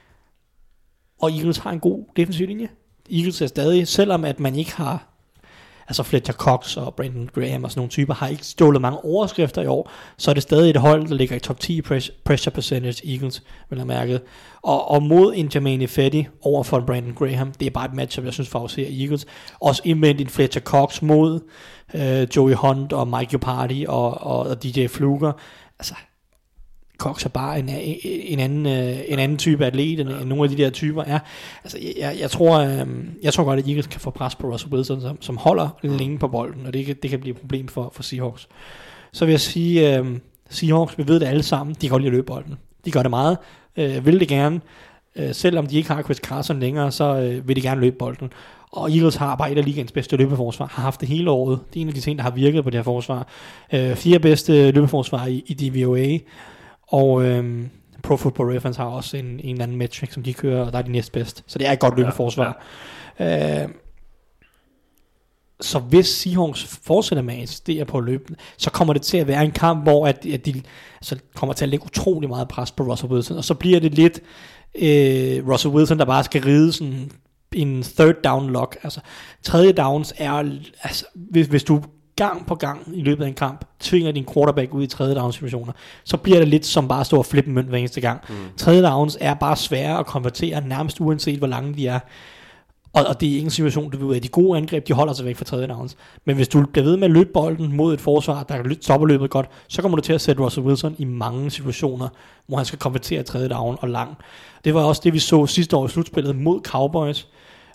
S5: Og Eagles har en god defensiv linje. Eagles er stadig, selvom at man ikke har, altså Fletcher Cox og Brandon Graham og sådan nogle typer, har ikke stjålet mange overskrifter i år, så er det stadig et hold, der ligger i top 10 pressure percentage, Eagles, vil jeg mærke. Og mod en Jermaine Fetty over for Brandon Graham, det er bare et matchup, jeg synes favoriserer Eagles. Også indvendigt Fletcher Cox mod Joey Hunt og Mike Iupati og DJ Fluger. Altså, Cox er bare en anden type atlet, end nogle af de der typer er. Altså, jeg tror godt, at Eagles kan få pres på Russell Wilson, som holder længe på bolden, og det kan blive et problem for Seahawks. Så vil jeg sige, Seahawks, vi ved det alle sammen, de kan godt lide at løbe bolden. De gør det meget, vil det gerne. Selvom de ikke har Chris Carson længere, så vil de gerne løbe bolden. Og Eagles har bare et af ligaens bedste løbeforsvar, har haft det hele året. Det er en af de ting, der har virket på det her forsvar. 4 bedste løbeforsvar i DVOA. Og Pro Football Reference har også en eller anden metric, som de kører, og der er de næstbedst. Så det er et godt løbeforsvar. Ja. Så hvis Seahawks fortsætter med at insistere på at løbe, så kommer det til at være en kamp, hvor at de altså, kommer til at lægge utrolig meget pres på Russell Wilson. Og så bliver det lidt Russell Wilson, der bare skal ride sådan en third down lock. Altså tredje downs er, altså, hvis du gang på gang i løbet af en kamp tvinger din quarterback ud i tredje down situationer, så bliver det lidt som bare at stå og flippe mønt hver eneste gang. Tredje downs er bare svære at konvertere, nærmest uanset hvor lange de er. Og det er ingen situation, du ved, at de gode angreb, de holder sig væk fra tredje downs. Men hvis du bliver ved med at løbe bolden mod et forsvar, der stopper løbet godt, så kommer du til at sætte Russell Wilson i mange situationer, hvor han skal konvertere tredje down og lang. Det var også det, vi så sidste år i slutspillet mod Cowboys.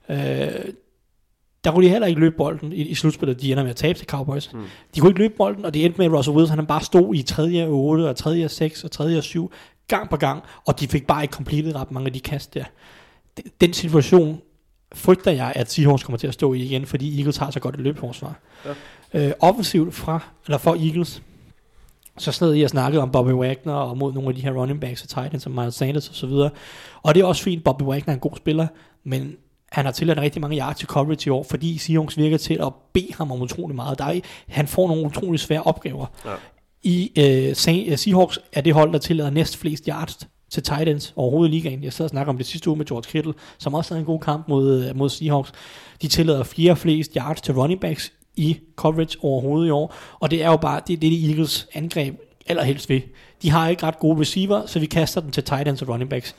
S5: Der kunne de heller ikke løbe bolden i slutspillet, de ender med at tabe til Cowboys. De kunne ikke løbe bolden, og det endte med, at Russell Wilson han bare stod i 3. og 8, og 3. og 6, og 3. og 7, gang på gang, og de fik bare ikke completed ret mange af de kast der. Den situation frygter jeg, at Seahawks kommer til at stå i igen, fordi Eagles har så godt et løbeforsvar. Ja. Offensivt for Eagles, så sned I at snakke om Bobby Wagner, og mod nogle af de her running backs og tight ends, som Miles Sanders og så videre. Og det er også fint, Bobby Wagner er en god spiller, men han har tilladt rigtig mange yards til coverage i år, fordi Seahawks virker til at bede ham om utrolig meget. Han får nogle utrolig svære opgaver. Ja. Seahawks er det hold, der tillader næst flest yards til tight ends overhovedet i ligaen. Jeg sad og snakker om det sidste uge med George Kittle, som også havde en god kamp mod Seahawks. De tillader flest yards til running backs i coverage overhovedet i år, og det er jo bare det Eagles angreb allerhelst ved. De har ikke ret gode receiver, så vi kaster den til tight ends og running backs.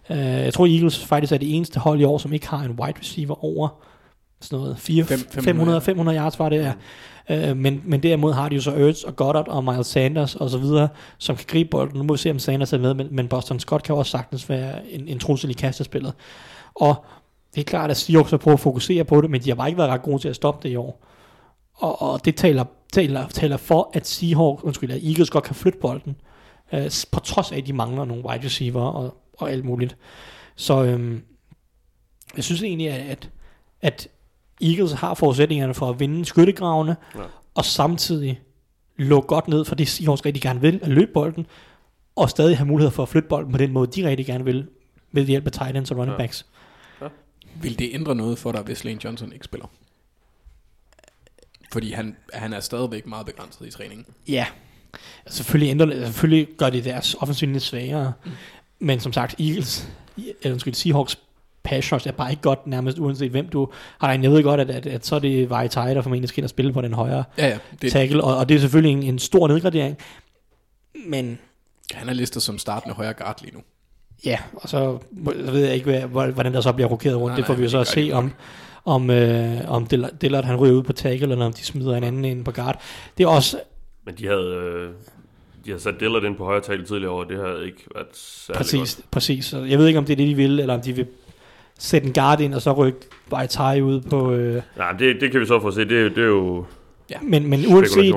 S5: Jeg tror Eagles faktisk er det eneste hold i år, som ikke har en wide receiver over sådan noget 500 yards var det, ja. Men derimod har de jo så Ertz og Goddard og Miles Sanders og så videre, som kan gribe bolden. Nu må vi se, om Sanders er med, men Boston Scott kan også sagtens være en trussel i kastespillet. Og det er klart, at Seahawks har prøvet at fokusere på det, men de har bare ikke været ret gode til at stoppe det i år. Og det taler for, at Eagles godt kan flytte bolden, på trods af, at de mangler nogle wide receiver og alt muligt. Så jeg synes egentlig, at Eagles har forudsætningerne for at vinde skyttegravene, og samtidig lukke godt ned for det, Seahawks rigtig gerne vil, at løbe bolden, og stadig have mulighed for at flytte bolden på den måde, de rigtig gerne vil, ved hjælp af tight ends og running backs.
S2: Ja. Vil det ændre noget for dig, hvis Lane Johnson ikke spiller? Fordi han er stadigvæk meget begrænset i træningen.
S5: Ja, selvfølgelig gør det deres offensivt lidt svagere, men som sagt, Seahawks pass rush er bare ikke godt, nærmest uanset hvem du har. Jeg ved godt, at så er det Vaitai, der formentlig skal spille på den højre tackle, og det er selvfølgelig en stor nedgradering, men
S2: han er listet som startende højre guard lige nu.
S5: Ja, og så ved jeg ikke, hvordan der så bliver rokeret rundt. Det får vi jo så at se, om Dillard han ryger ud på tackle, eller om de smider en anden ind på guard. Det er også...
S4: Men de havde sat Dillard ind på højre tackle tidligere år, det havde ikke været særlig godt.
S5: Præcis. Så jeg ved ikke, om det er det, de vil, eller om de vil sætte en guard ind, og så rykke Vaitai ud på...
S4: Nej, det kan vi så få se. Det er jo...
S5: Ja. Men uanset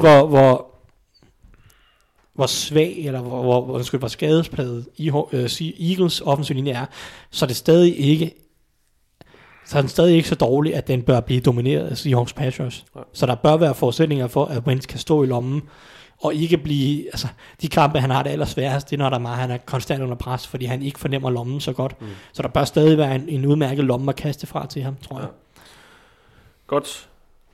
S5: hvor svag, eller hvor skadespladet Eagles offensiv linje er, så er det stadig ikke så dårligt, at den bør blive domineret af Seahawks pass rush. Ja. Så der bør være forudsætninger for, at Wentz kan stå i lommen, og ikke blive, altså de kampe, han har det allersværest, det er når han er konstant under pres, fordi han ikke fornemmer lommen så godt. Så der bør stadig være en udmærket lomme at kaste fra til ham, tror jeg.
S4: Godt.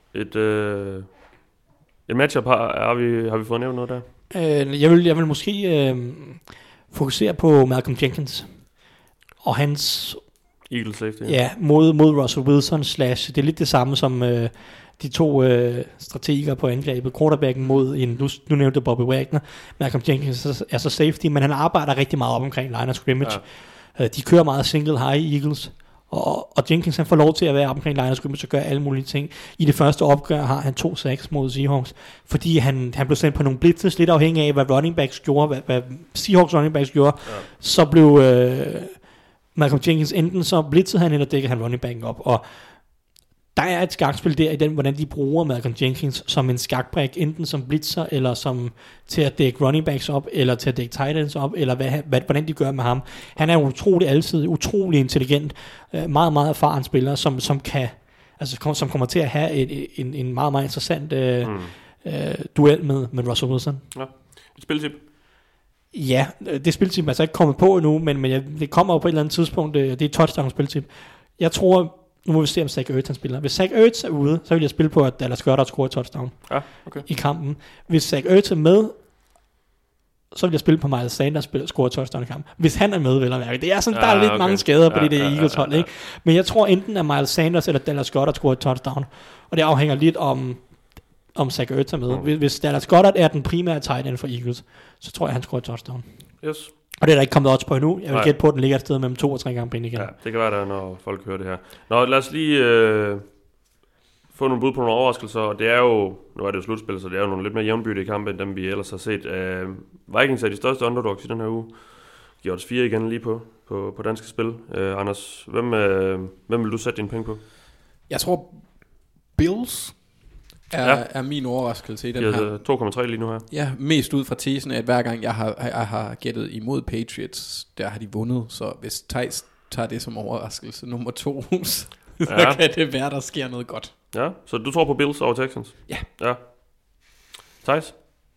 S4: Et matchup har vi fået nævnt noget der?
S5: Jeg vil måske fokusere på Malcolm Jenkins og hans
S4: Eagles safety.
S5: Ja, mod Russell Wilson / det er lidt det samme som de to strateger på angrebet. Quarterbacken mod nu nævnte Bobby Wagner. Malcolm Jenkins er så safety, men han arbejder rigtig meget op omkring line of scrimmage. Ja. De kører meget single high Eagles. Og Jenkins han får lov til at være op omkring line of scrimmage og gøre alle mulige ting. I det første opgør har han 2 sacks mod Seahawks, fordi han blev sendt på nogle blitzes, lidt afhængig af hvad running backs gjorde, hvad Seahawks running backs gjorde. Ja. Så blev Malcolm Jenkins enten så blitzede han, eller dækkede han running backen op. Og der er et skakspil der i den, hvordan de bruger Malcolm Jenkins som en skakbrik, enten som blitzer, eller som til at dække running backs op, eller til at dække tight ends op, eller hvordan de gør med ham. Han er utrolig intelligent, meget, meget erfaren spiller, som kommer til at have en meget, meget interessant duel med Russell Wilson.
S4: Ja, et spiltip.
S5: Ja, det spiltip er altså ikke kommet på endnu, men det kommer jo på et eller andet tidspunkt, det er et touchdown-spiltip. Jeg tror, nu må vi se, om Zach Ertz han spiller. Hvis Zach Ertz er ude, så vil jeg spille på, at Dallas Goedert scorer et touchdown i kampen. Hvis Zach Ertz er med, så vil jeg spille på Miles Sanders scorer et touchdown i kampen. Hvis han er med, vil jeg mærke. Det er sådan, der er lidt mange skader på det Eagles hold, ikke? Men jeg tror enten, at Miles Sanders eller Dallas Goedert scorer et touchdown. Og det afhænger lidt om Zach Ertz er med. Hvis Dallas Goedert er den primære tight end for Eagles, så tror jeg, han scorer et touchdown.
S4: Yes.
S5: Og det er der ikke kommet odds på endnu. Jeg vil gætte på, at den ligger et sted mellem 2 og 3 gange penge igen.
S4: Ja, det kan være der, når folk hører det her. Nå, lad os lige få nogle bud på nogle overraskelser. Og det er jo, nu er det jo slutspil, så det er jo nogle lidt mere jævnbytte i kampen, end dem vi ellers har set. Vikings er de største underdogs i den her uge. Giver odds 4 igen lige på danske spil. Anders, hvem vil du sætte dine penge på?
S2: Jeg tror Bills er min overraskelse i den her.
S4: 2,3 lige nu her.
S2: Ja, mest ud fra tesen af, at hver gang jeg har gættet imod Patriots, der har de vundet. Så hvis Theis tager det som overraskelse nummer 2, så kan det være, der sker noget godt.
S4: Ja, så du tror på Bills over Texans? Ja. Theis?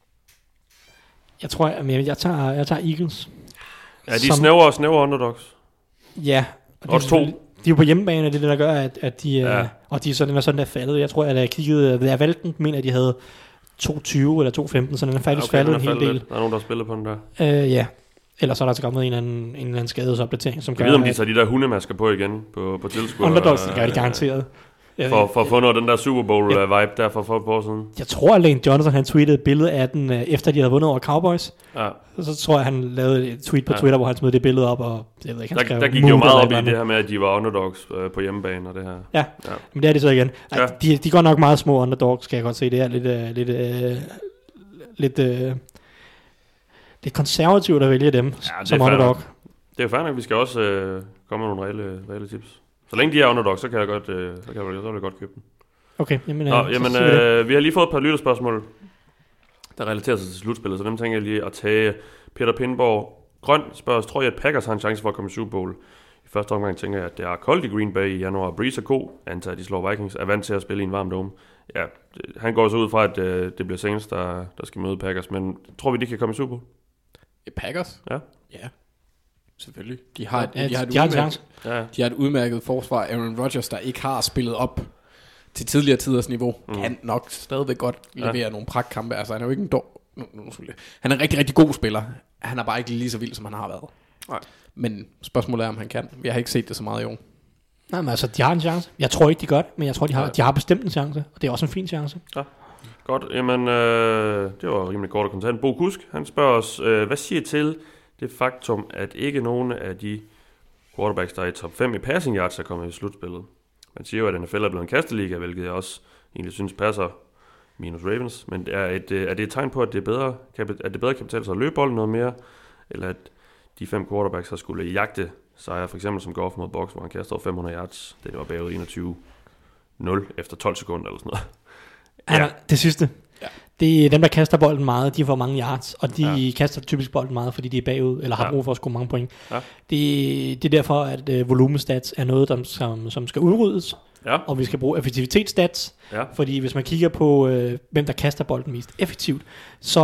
S5: Jeg tror, jeg tager Eagles.
S4: Ja, de er snævre underdogs.
S5: Ja.
S4: Også 2.
S5: De er på hjemmebane, det er det, der gør, at de... Og de er sådan der faldet. Jeg tror, at jeg kiggede... Da jeg valgte den, mener, at de havde 2,20 eller 2,15, så den er faktisk faldet en hel del.
S4: Der er nogen, der spiller på den der.
S5: Ja. Ellers så er der altså kommet en eller anden skadesopdatering, som gør...
S4: Jeg ved, om de tager de der hundemasker på igen på tilskuer.
S5: Underdogs, det gør de garanteret.
S4: For at få noget af den der Super Bowl-vibe der for et par år siden.
S5: Jeg tror, at Lane Johnson han tweetede et billede af den, efter de havde vundet over Cowboys. Ja. Så tror jeg, han lavede et tweet på Twitter, hvor han smed det billede op, og jeg ved ikke, han skrev...
S4: Der gik jo meget op i det her med, at de var underdogs på hjemmebane og det her.
S5: Ja, men det er det så igen. Ej, de går nok meget små underdogs, skal jeg godt se. Det er lidt konservativt at vælge dem som underdog.
S4: Det er jo fair nok, vi skal også komme med nogle reelle tips. Så længe de er underdogs, så kan jeg godt, så vil jeg godt købe dem.
S5: Okay, jamen,
S4: vi har lige fået et par lytterspørgsmål, der relaterer sig til slutspillet, så dem tænker jeg lige at tage. Peter Pindborg Grøn spørger, tror jeg, at Packers har en chance for at komme i Super Bowl? I første omgang tænker jeg, at det er koldt i Green Bay i januar. Breeze er god, antager, at de slår Vikings, er vant til at spille i en varm dome. Ja, han går så ud fra, at det bliver Saints, der skal møde Packers, men tror vi, de kan komme i Super Bowl?
S2: Packers?
S4: Ja.
S2: Ja, selvfølgelig. De har et udmærket forsvar. Aaron Rodgers, der ikke har spillet op til tidligere tiders niveau, kan nok stadigvæk godt levere nogle pragtkampe. Altså, han er jo ikke han er en rigtig, rigtig god spiller. Han er bare ikke lige så vild, som han har været. Nej. Men spørgsmålet er, om han kan. Jeg har ikke set det så meget i år.
S5: Nej, men altså, de har en chance. Jeg tror ikke, de gør det, men jeg tror, de har bestemt en chance. Og det er også en fin chance.
S4: Ja. Godt, jamen, det var rimelig kort og kontant. Bo Kusk, han spørger os, hvad siger til det faktum, at ikke nogen af de quarterbacks, der er i top 5 i passing yards, er kommet i slutspillet? Man siger jo, at NFL er blevet en kasteliga, hvilket jeg også egentlig synes passer minus Ravens. Men er det et tegn på, at det bedre kan betale sig at løbe bolden noget mere? Eller at de 5 quarterbacks har skulle jagte sejre, for eksempel som Goff mod Bucks, hvor han kaster over 500 yards. Det var bagud 21-0 efter 12 sekunder eller sådan noget.
S5: Ja. Det sidste. Ja. Det er dem, der kaster bolden meget, de får mange yards, og de kaster typisk bolden meget, fordi de er bagud, eller har brug for at score mange point. Ja. Det er derfor, at volumestats er noget, som skal udryddes, og vi skal bruge effektivitetsstats, fordi hvis man kigger på, hvem der kaster bolden mest effektivt, så...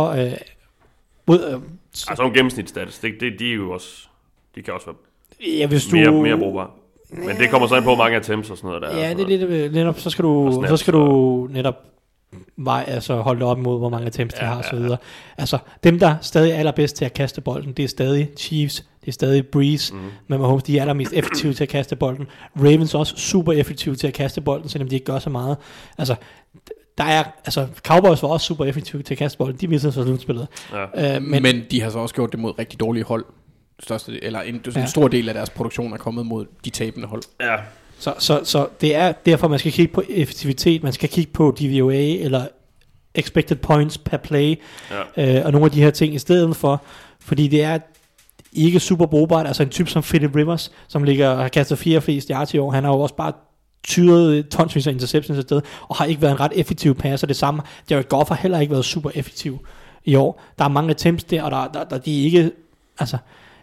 S4: altså nogle gennemsnitsstats, de er jo også, de kan også være mere brugbare. Men det kommer så ind på mange attempts og sådan noget der.
S5: Ja, det er lidt netop, så skal du netop holde det op imod, hvor mange attempts de har og så videre. Altså, dem der stadig er allerbedst til at kaste bolden, det er stadig Chiefs, det er stadig Breeze, men Mahomes, de er allermest effektive til at kaste bolden. Ravens også super effektive til at kaste bolden, selvom de ikke gør så meget. Altså, Cowboys var også super effektive til at kaste bolden, de viser sig slutspillet.
S2: Ja. Men de har så også gjort det mod rigtig dårlige hold. En stor del af deres produktion er kommet mod de tabende hold.
S4: Ja.
S5: Så det er derfor, man skal kigge på effektivitet, man skal kigge på DVOA, eller expected points per play, og nogle af de her ting i stedet for, fordi det er ikke super brugbart. Altså en type som Philip Rivers, som har kastet 4 flest yards i år, han har jo også bare tyret tonsvis af interceptions et sted, og har ikke været en ret effektiv passer. Det samme, Jared Goff har heller ikke været super effektiv i år. Der er mange attempts der, og der de ikke, altså,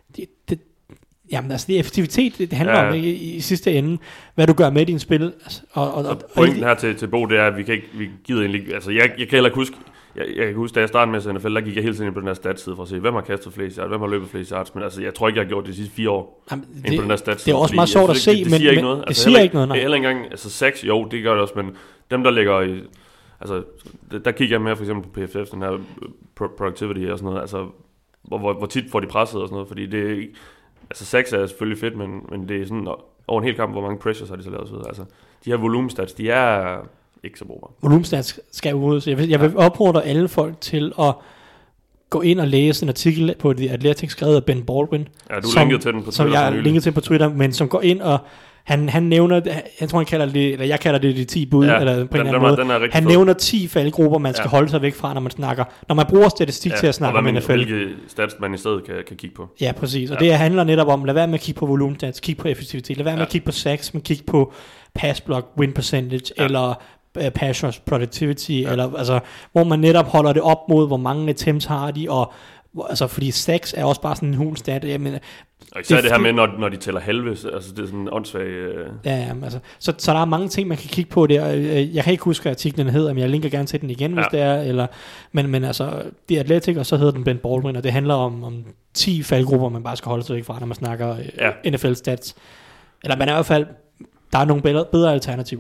S5: jamen altså det er effektivitet, det handler om i sidste ende, hvad du gør med din spil. Altså,
S4: og pointen her til Bo, det er, at vi gider egentlig, altså jeg kan heller ikke huske, jeg kan huske, da jeg startede med NFL, der gik jeg hele tiden ind på den her statside for at se, hvem har kastet flest yards, hvem har løbet flest yards, men altså jeg tror ikke, jeg har gjort det de sidste 4 år ind på den her statside.
S5: Det er også meget sjovt at se, men det siger ikke noget.
S4: Heller ikke engang, altså 6, jo, det gør det også, men dem der ligger i, altså der kigger jeg mere for eksempel på PFF, den her productivity og sådan noget, altså hvor tit får de presset og sådan noget, fordi det er, altså 6 er selvfølgelig fedt, men det er sådan over en hel kamp, hvor mange pressures har de så lavet osv. Altså de her volumestats, de er ikke så brugbare.
S5: Volumestats skal udryddes. Jeg vil opfordre alle folk til at gå ind og læse en artikel på The Athletic skrevet af Ben Baldwin.
S4: Ja, du linkede til den på Twitter.
S5: Som jeg linkede til på Twitter, men som går ind og han nævner, jeg tror han kalder det, eller jeg kalder det de 10 bud, eller på en eller anden måde. Han nævner 10 faldgrupper, man skal holde sig væk fra, når man bruger statistik til at snakke om NFL.
S4: Hvilke stats man i stedet kan kigge på.
S5: Ja, præcis. Og det handler netop om, lad være med at kigge på volumestats, kigge på effektivitet, lad være med at kigge på sacks, men kigge på pass block, win percentage, eller pass rush productivity, eller altså, hvor man netop holder det op mod, hvor mange attempts har de, og altså, fordi sacks er også bare sådan en hul stat.
S4: Og især det her med, når de tæller halve, altså det er sådan en åndssvag...
S5: Ja, altså, så der er mange ting, man kan kigge på der. Jeg kan ikke huske, hvad artiklen hedder, men jeg linker gerne til den igen, hvis det er. Eller, men altså, det er Athletic, og så hedder den Ben Baldwin, og det handler om 10 faldgrupper, man bare skal holde sig væk fra, når man snakker NFL-stats. Eller man er i hvert fald, der er nogle bedre alternativer.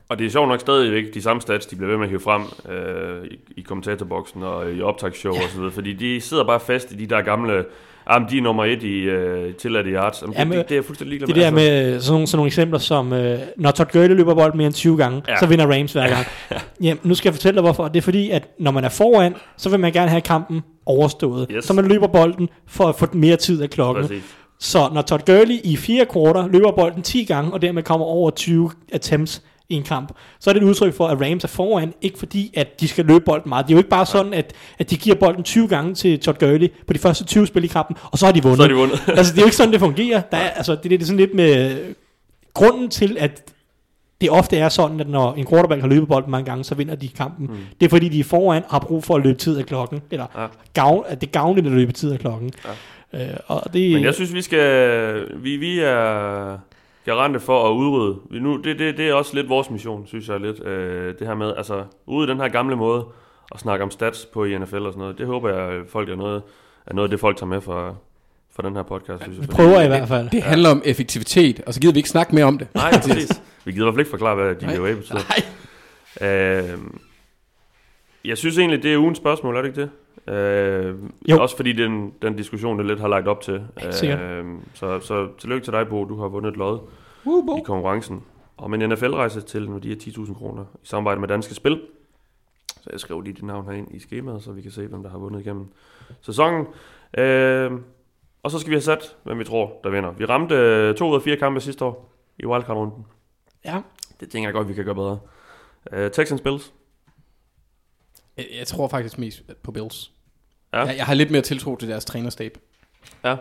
S4: Og det er sjovt nok stadigvæk de samme stats, de bliver ved med at hive frem i kommentatorboksen og i optagsshow og så videre, fordi de sidder bare fast i de der gamle, de er nummer 1 i tilladte yards. Det er fuldstændig ligeglad
S5: med. Det der med sådan nogle eksempler som, når Todd Gurley løber bolden mere end 20 gange, så vinder Rams hver gang. Jamen, nu skal jeg fortælle dig hvorfor. Det er fordi, at når man er foran, så vil man gerne have kampen overstået. Yes. Så man løber bolden for at få mere tid af klokken. Præcis. Så når Todd Gurley i 4 kvarter løber bolden 10 gange, og dermed kommer over 20 attempts i en kamp, så er det et udtryk for, at Rams er foran, ikke fordi, at de skal løbe bolden meget. Det er jo ikke bare sådan, at de giver bolden 20 gange til Todd Gurley på de første 20 spil i kampen, og så har de vundet. Altså, det er jo ikke sådan, det fungerer. Det er sådan lidt med grunden til, at det ofte er sådan, at når en quarterback har løbet bolden mange gange, så vinder de kampen. Det er fordi, de er foran og har brug for at løbe tid af klokken, eller at det er gavnligt at løbe tid af klokken. Og det,
S4: men jeg synes, vi er garante for at udrydde. Det er også lidt vores mission, synes jeg lidt. Det her med, altså, ude den her gamle måde at snakke om stats på i NFL og sådan noget. Det håber jeg, folk er noget af det, folk tager med fra den her podcast. Synes jeg.
S5: Vi prøver i hvert fald.
S2: Det handler om effektivitet, og så gider vi ikke snakke mere om det.
S4: Nej, præcis. Vi gider i hvert fald ikke forklare, hvad DVOA betyder. Jeg synes egentlig, det er ugens spørgsmål, er det ikke det? Også fordi den diskussion, det lidt har lagt op til. Så tillykke til dig, Bo. Du har vundet et lod i konkurrencen om en NFL-rejse til nu de her 10.000 kroner i samarbejde med Danske Spil. Så jeg skriver lige dit navn herind i skemaet, så vi kan se, hvem der har vundet igennem sæsonen. Og så skal vi have sat, hvem vi tror, der vinder. Vi ramte 2 ud af 4 kampe sidste år i wildcard-runden.
S5: Ja.
S4: Det tænker jeg godt, vi kan gøre bedre. Texans Bills.
S2: Jeg tror faktisk mest på Bills.
S4: Ja.
S2: Jeg har lidt mere tiltro til deres trænerstab.
S4: Ja.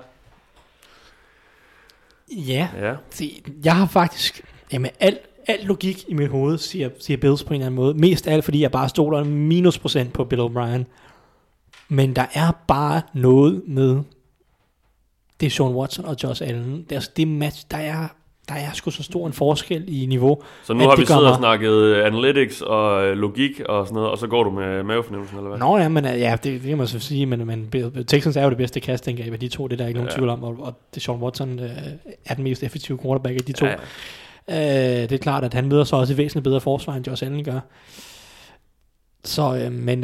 S5: Ja. Se, jeg har faktisk al logik i mit hoved siger Bills på en eller anden måde. Mest af alt, fordi jeg bare stoler -% på Bill O'Brien. Men der er bare noget med det Sean Watson og Josh Allen. Det match, der er sgu så stor en forskel i niveau.
S4: Så nu har vi siddet og snakket analytics og logik og sådan noget, og så går du med mavefornemmelsen, eller hvad?
S5: Nå ja, men det kan man så sige, men Texans er jo det bedste casting af de to, det er der ikke nogen tvivl om, og det Sean Watson er den mest effektive quarterback af de to. Det er klart, at han møder så også et væsentligt bedre forsvar, end Josh Allen gør. Så, men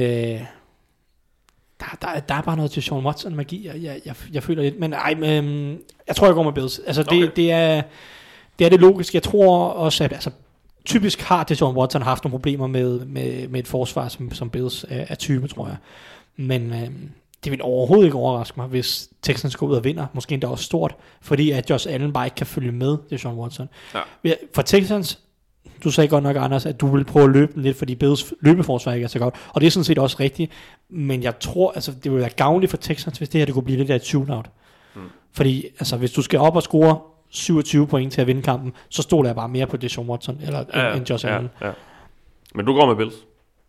S5: der er bare noget til Sean Watson magi, jeg føler lidt, men jeg tror, jeg går med Bills. Altså, det er det logisk. Jeg tror også, at typisk har Deshaun Watson haft nogle problemer med et forsvar, som Bills er type, tror jeg. Men det vil overhovedet ikke overraske mig, hvis Texans går ud og vinder. Måske endda også stort, fordi at Josh Allen bare ikke kan følge med Deshaun Watson. Ja. For Texans, du sagde godt nok, Anders, at du vil prøve at løbe lidt, fordi Bills løbeforsvar ikke er så godt. Og det er sådan set også rigtigt. Men jeg tror, det vil være gavnligt for Texans, hvis det her det kunne blive lidt af et shootout. Fordi hvis du skal op og score 27 point til at vinde kampen, så stoler jeg bare mere på Deshaun Watson end Josh Allen. Ja.
S4: Men du går med Bills?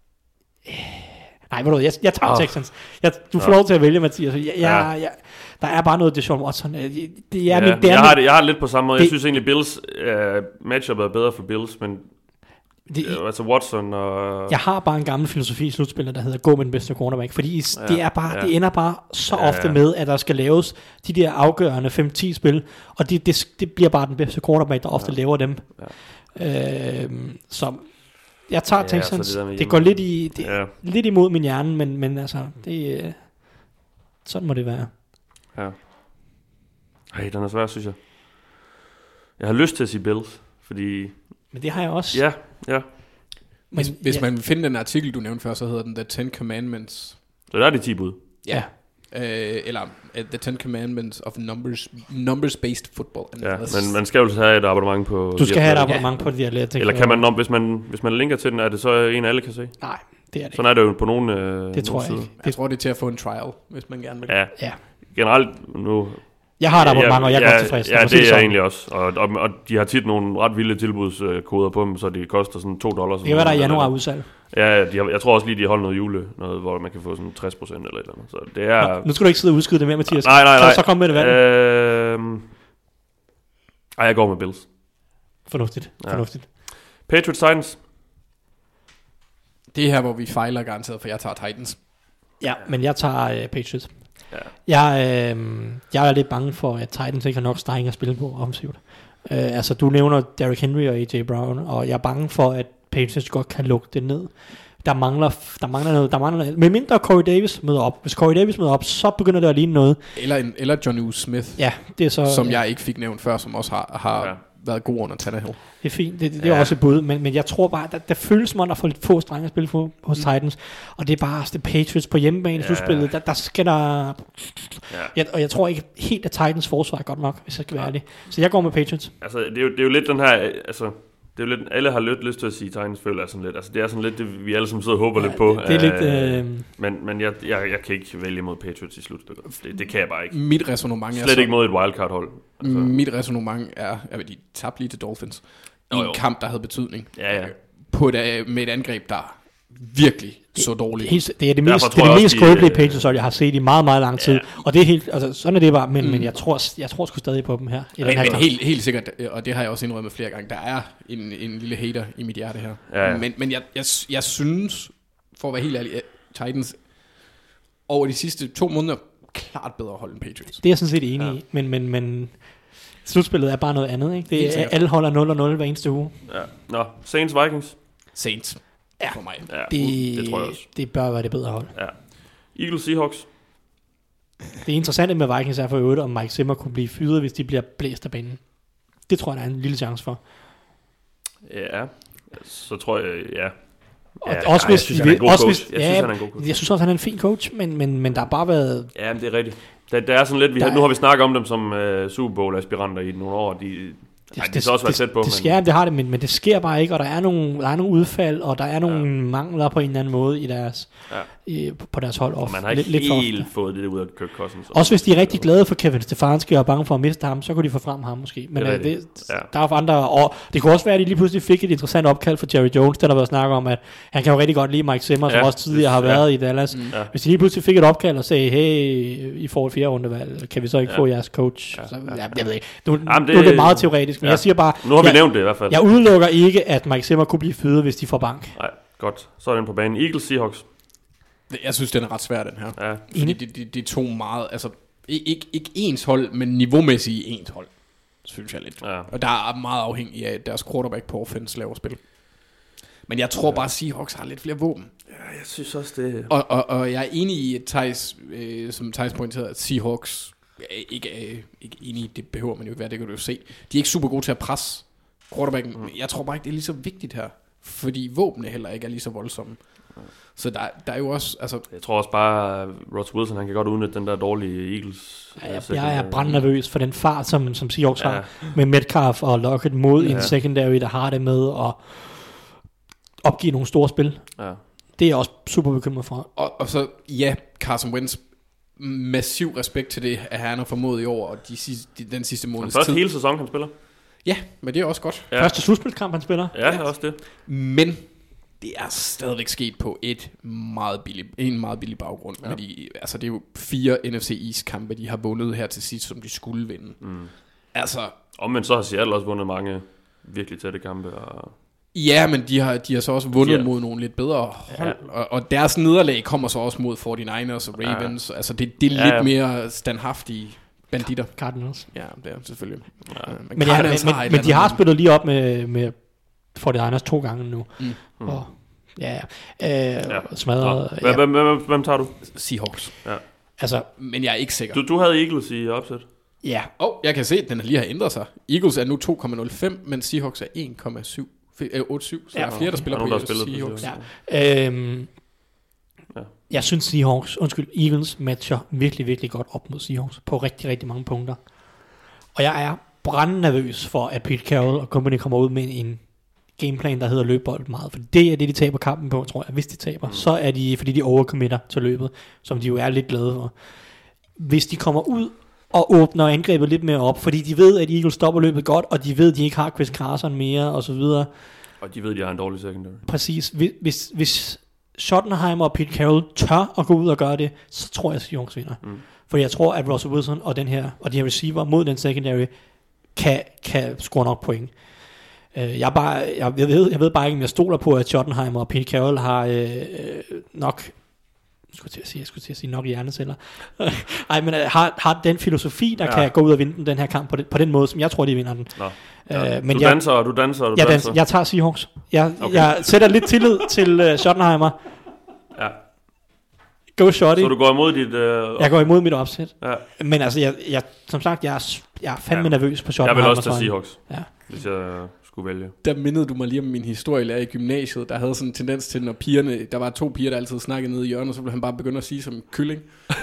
S5: Nej, jeg tager Texans. Du får lov til at vælge, Mathias. Der er bare noget Deshaun Watson.
S4: Jeg har lidt på samme måde. Jeg synes egentlig, Bills matchup er bedre for Bills, men altså Watson og...
S5: Jeg har bare en gammel filosofi i slutspillet, der hedder gå med den bedste cornerback, fordi det ender bare så ofte med, at der skal laves de der afgørende 5-10 spil, og det bliver bare den bedste cornerback, der ofte laver dem. Så jeg tager Texans. Det går lidt imod min hjerne, men altså, sådan må det være.
S4: Ja. Ej, den er svær, synes jeg. Jeg har lyst til at sige Bills, fordi...
S5: Men det har jeg også.
S4: Ja.
S2: Hvis man vil finde den artikel, du nævnte før, så hedder den The 10 Commandments.
S4: Så der er de 10 bud.
S2: Ja. Eller The 10 Commandments of Numbers-Based Football.
S4: Ja, men man skal jo have et abonnement på...
S5: Du skal have et abonnement på The Athletic.
S4: Eller kan man, hvis man linker til den, er det så en, alle kan se?
S5: Nej, det er det.
S4: Sådan er det jo på nogle
S5: det tror jeg ikke.
S2: Jeg tror, det er til at få en trial, hvis man gerne vil.
S4: Ja. Generelt nu...
S5: Jeg har et abonnement, og jeg er godt tilfreds.
S4: Ja, det er jeg egentlig også. Og de har tit nogle ret vilde tilbudskoder på dem, så det koster sådan $2.
S5: Det kan være, der er januar udsalg.
S4: Ja, jeg tror også lige, de holder noget hvor man kan få sådan 60% eller et eller andet. Så det er...
S5: Nu skal du ikke sidde og udskyde det mere, Mathias.
S4: Nej.
S5: Så kom med det valg.
S4: Jeg går med Bills.
S5: Fornuftigt.
S4: Patriots Titans.
S2: Det er her, hvor vi fejler garanteret, for jeg tager Titans.
S5: Ja, men jeg tager Patriots. Ja. Jeg er lidt bange for, at Titans ikke har nok strenge at spille på offensivt. Du nævner Derrick Henry og AJ Brown, og jeg er bange for, at Patriots godt kan lukke det ned. Der mangler noget. Med mindre Corey Davis møder op. Hvis Corey Davis møder op, så begynder det at ligne noget.
S2: Eller Jonnu Smith,
S5: ja, det er så,
S2: som jeg ikke fik nævnt før, som også har været god under Tannehill.
S5: Det er fint, det er også et bud, men jeg tror bare, der føles som om, der får lidt få strenge at spille på hos Titans, og det er bare det Patriots på hjemmebane i slutspillet, der skal der... Og jeg tror ikke helt, at Titans forsvar er godt nok, hvis jeg skal være ærlig. Så jeg går med Patriots.
S4: Altså, det er jo lidt den her... Altså, det er jo lidt, alle har lyst til at sige, at Titans føler sådan lidt. Altså, det er sådan lidt det, vi alle sammen sidder og håber lidt på.
S5: Det er lidt...
S4: Men jeg kan ikke vælge mod Patriots i slutstykket. Det kan jeg bare ikke.
S2: Mit resonemang er
S4: slet ikke mod et wildcard-hold.
S2: Altså. Mit resonemang er, at de tabte lige til Dolphins i en kamp, der havde betydning.
S4: Ja.
S2: Med et angreb, der virkelig så dårligt.
S5: Det er det mest skrøbelige Patriots, jeg har set i meget, meget lang tid. Og det er helt, altså sådan er det bare, men jeg tror sgu stadig på dem her.
S2: Men helt sikkert, og det har jeg også indrømmet flere gange, der er en lille hater i mit hjerte her.
S4: Ja.
S2: Men jeg synes, for at være helt ærlig, Titans over de sidste 2 måneder klart bedre hold end Patriots.
S5: Det er jeg sådan set enig i, men slutspillet er bare noget andet, ikke? Det er, alle holder 0-0 hver eneste uge.
S4: Ja. Nå, Saints Vikings.
S2: Saints.
S5: Ja,
S2: for mig.
S4: Ja,
S5: det
S4: tror jeg også.
S5: Det bør være det bedre hold.
S4: Ja. Eagles Seahawks.
S5: Det interessante med Vikings er for øvrigt, om Mike Zimmer kunne blive fyret, hvis de bliver blæst af banen. Det tror jeg, der er en lille chance for.
S4: Ja, så tror jeg, ja.
S5: Jeg synes, han er en god
S4: coach.
S5: Jeg synes også, han er en fin coach, men der har bare været...
S4: Ja, men det er rigtigt. Der er sådan lidt, nu har vi snakket om dem som Super Bowl-aspiranter i nogle år, de har også været tæt på.
S5: Det har det, men det sker bare ikke, og der er nogle udfald, og der er nogle mangler på en eller anden måde i deres, på deres hold.
S4: Og man har ikke helt fået det ud af Kirk Cousins.
S5: Også hvis de er rigtig glade for Kevin Stefanski og er bange for at miste ham, så kunne de få frem ham måske. Men der er for andre, og det kunne også være, at de lige pludselig fik et interessant opkald for Jerry Jones, der været snakket om, at han kan jo rigtig godt lide Mike Zimmer, som også tidligere har været i Dallas. Hvis de lige pludselig fik et opkald og sagde, hey, I får et 4. rundevalg, kan vi så ikke få jeres coach? Så, jeg ved ikke. Nu er det meget teoretisk, men jeg siger bare...
S4: Nu har vi nævnt det i hvert fald.
S5: Jeg udelukker ikke, at Mike Zimmer kunne blive fyret, hvis de får bank.
S4: Nej, godt. Så er den på banen. Eagles Seahawks.
S2: Jeg synes, den er ret svær, den her.
S4: Ja.
S2: Fordi de to meget... Altså, ikke ens hold, men niveaumæssigt ens hold, synes jeg lidt. Ja. Og der er meget afhængig af, at deres quarterback på offense laver spil. Men jeg tror bare, at Seahawks har lidt flere våben.
S4: Ja, jeg synes også det...
S2: Og jeg er enig i, at som Thijs pointerede, at Seahawks... Ikke enig i, det behøver man jo ikke være, det kan du jo se. De er ikke super gode til at presse quarterbacken. Jeg tror bare ikke, det er lige så vigtigt her. Fordi våbnene heller ikke er lige så voldsomme. Så der er jo også... Altså,
S4: jeg tror også bare, Russ Wilson, han kan godt udnytte den der dårlige Eagles.
S5: Jeg er brandnervøs for den fart, som Seahawks har. Med Metcalf og Lockett mod en secondary, der har det med at opgive nogle store spil. Ja. Det er jeg også super bekymret for.
S2: Og så, Carson Wentz, massiv respekt til det, at han har formået i år, og den sidste måneds tid.
S4: Første hele sæson, han spiller.
S2: Ja, men det er også godt.
S5: Ja. Første slutspilskamp, han spiller.
S4: Ja, også det.
S2: Men det er stadigvæk sket på en meget billig baggrund. Ja. Fordi, altså, det er jo 4 NFC East-kampe, de har vundet her til sidst, som de skulle vinde. Altså...
S4: Men så har Seattle også vundet mange virkelig tætte kampe.
S2: Ja, men de har så også vundet mod nogle lidt bedre hold, og deres nederlag kommer så også mod 49ers og Ravens. Altså det er lidt mere standhaftige banditter.
S5: Cardinals.
S2: Ja, det er selvfølgelig. Ja.
S5: Men de har spillet lige op med 49ers 2 gange nu. Og smadret.
S4: Hvem tager du?
S2: Seahawks.
S4: Ja.
S2: Altså, men jeg er ikke sikker.
S4: Du havde Eagles i opsæt.
S2: Ja. Jeg kan se, at den lige har ændret sig. Eagles er nu 2,05, men Seahawks er 1,7. 8-7, så der er flere, der spiller på Seahawks.
S5: Jeg synes Eagles matcher virkelig, virkelig godt op mod Seahawks på rigtig, rigtig mange punkter. Og jeg er brandnervøs for, at Pete Carroll og company kommer ud med en gameplan, der hedder løbbold meget. For det er det, de taber kampen på, tror jeg. Hvis de taber, så er de, fordi de overcommitter til løbet, som de jo er lidt glade for. Hvis de kommer ud og åbner angrebet lidt mere op, fordi de ved, at Eagles stopper løbet godt, og de ved, at de ikke har Chris Carson mere, og så videre.
S4: Og de ved, at de har en dårlig secondary.
S5: Præcis. Hvis Schottenheimer og Pete Carroll tør at gå ud og gøre det, så tror jeg, at Seahawks vinder. Fordi jeg tror, at Russell Wilson og de her receiver mod den secondary kan score nok point. Jeg ved bare ikke, om jeg stoler på, at Schottenheimer og Pete Carroll har nok jeg skulle til at sige nok hjerneceller. Ej, men har den filosofi, der kan gå ud og vinde den her kamp på den måde, som jeg tror, de vinder den.
S4: Men du danser.
S5: Jeg tager Seahawks. Jeg sætter lidt tillid til Schottenheimer.
S4: Ja.
S5: Go Shotty.
S4: Så du går imod dit...
S5: Jeg går imod mit opsæt.
S4: Ja.
S5: Men altså, jeg som sagt, jeg er fandme nervøs på Schottenheimer.
S4: Jeg vil også tage Seahawks, hvis jeg skulle vælge.
S2: Der mindede du mig lige om min historielærer i gymnasiet, der havde sådan en tendens til, når pigerne... Der var 2 piger, der altid snakkede nede i hjørnet, så ville han bare begynde at sige som en kylling.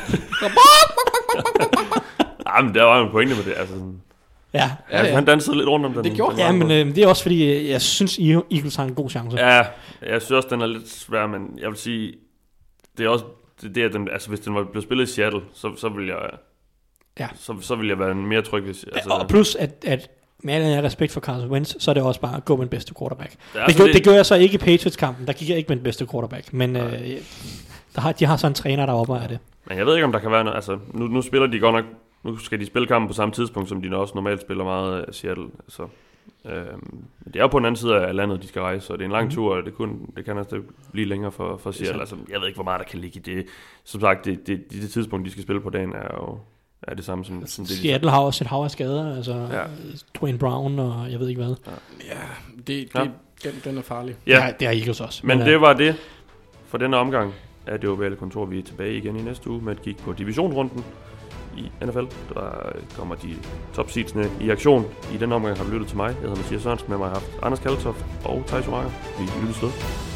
S4: Men der var en pointe med det, altså...
S5: Ja.
S4: Han dansede lidt rundt om den.
S2: Det gjorde
S5: han. Ja, men det er også fordi, jeg synes, Eagles har en god chance.
S4: Ja, jeg synes også, den er lidt svær, men jeg vil sige, det er også det at den, altså hvis den var blevet spillet i Seattle, så ville jeg, så ville jeg være mere tryg. Hvis, altså,
S5: og plus, at med al respekt for Carson Wentz, så er det også bare at gå med den bedste quarterback. Det gør jeg så ikke i Patriots-kampen, der gik jeg ikke med den bedste quarterback, men de har så en træner, der opvejer det.
S4: Men jeg ved ikke, om der kan være noget, altså nu spiller de godt nok. Nu skal de spille kampen på samme tidspunkt, som de også normalt spiller meget af Seattle. Altså, det er jo på den anden side af landet, de skal rejse, så det er en lang tur, og det kan altså blive længere for Seattle. Altså, jeg ved ikke, hvor meget der kan ligge i det. Som sagt, det tidspunkt, de skal spille på dagen, er det samme som det.
S5: Seattle har også et hav af skader, altså Dwayne Brown og jeg ved ikke hvad.
S2: Den er farlig.
S5: Ja, det er Eagles også.
S4: Men det var det for denne omgang af det ovale kontor. Vi er tilbage igen i næste uge med et kig på divisionsrunden i NFL. Der kommer de top seedsene i aktion. I denne omgang har du lyttet til mig. Jeg hedder Mathias Sørensen, med mig har haft Anders Kaltoft og Thijs Oranger. Vi lyttes ved.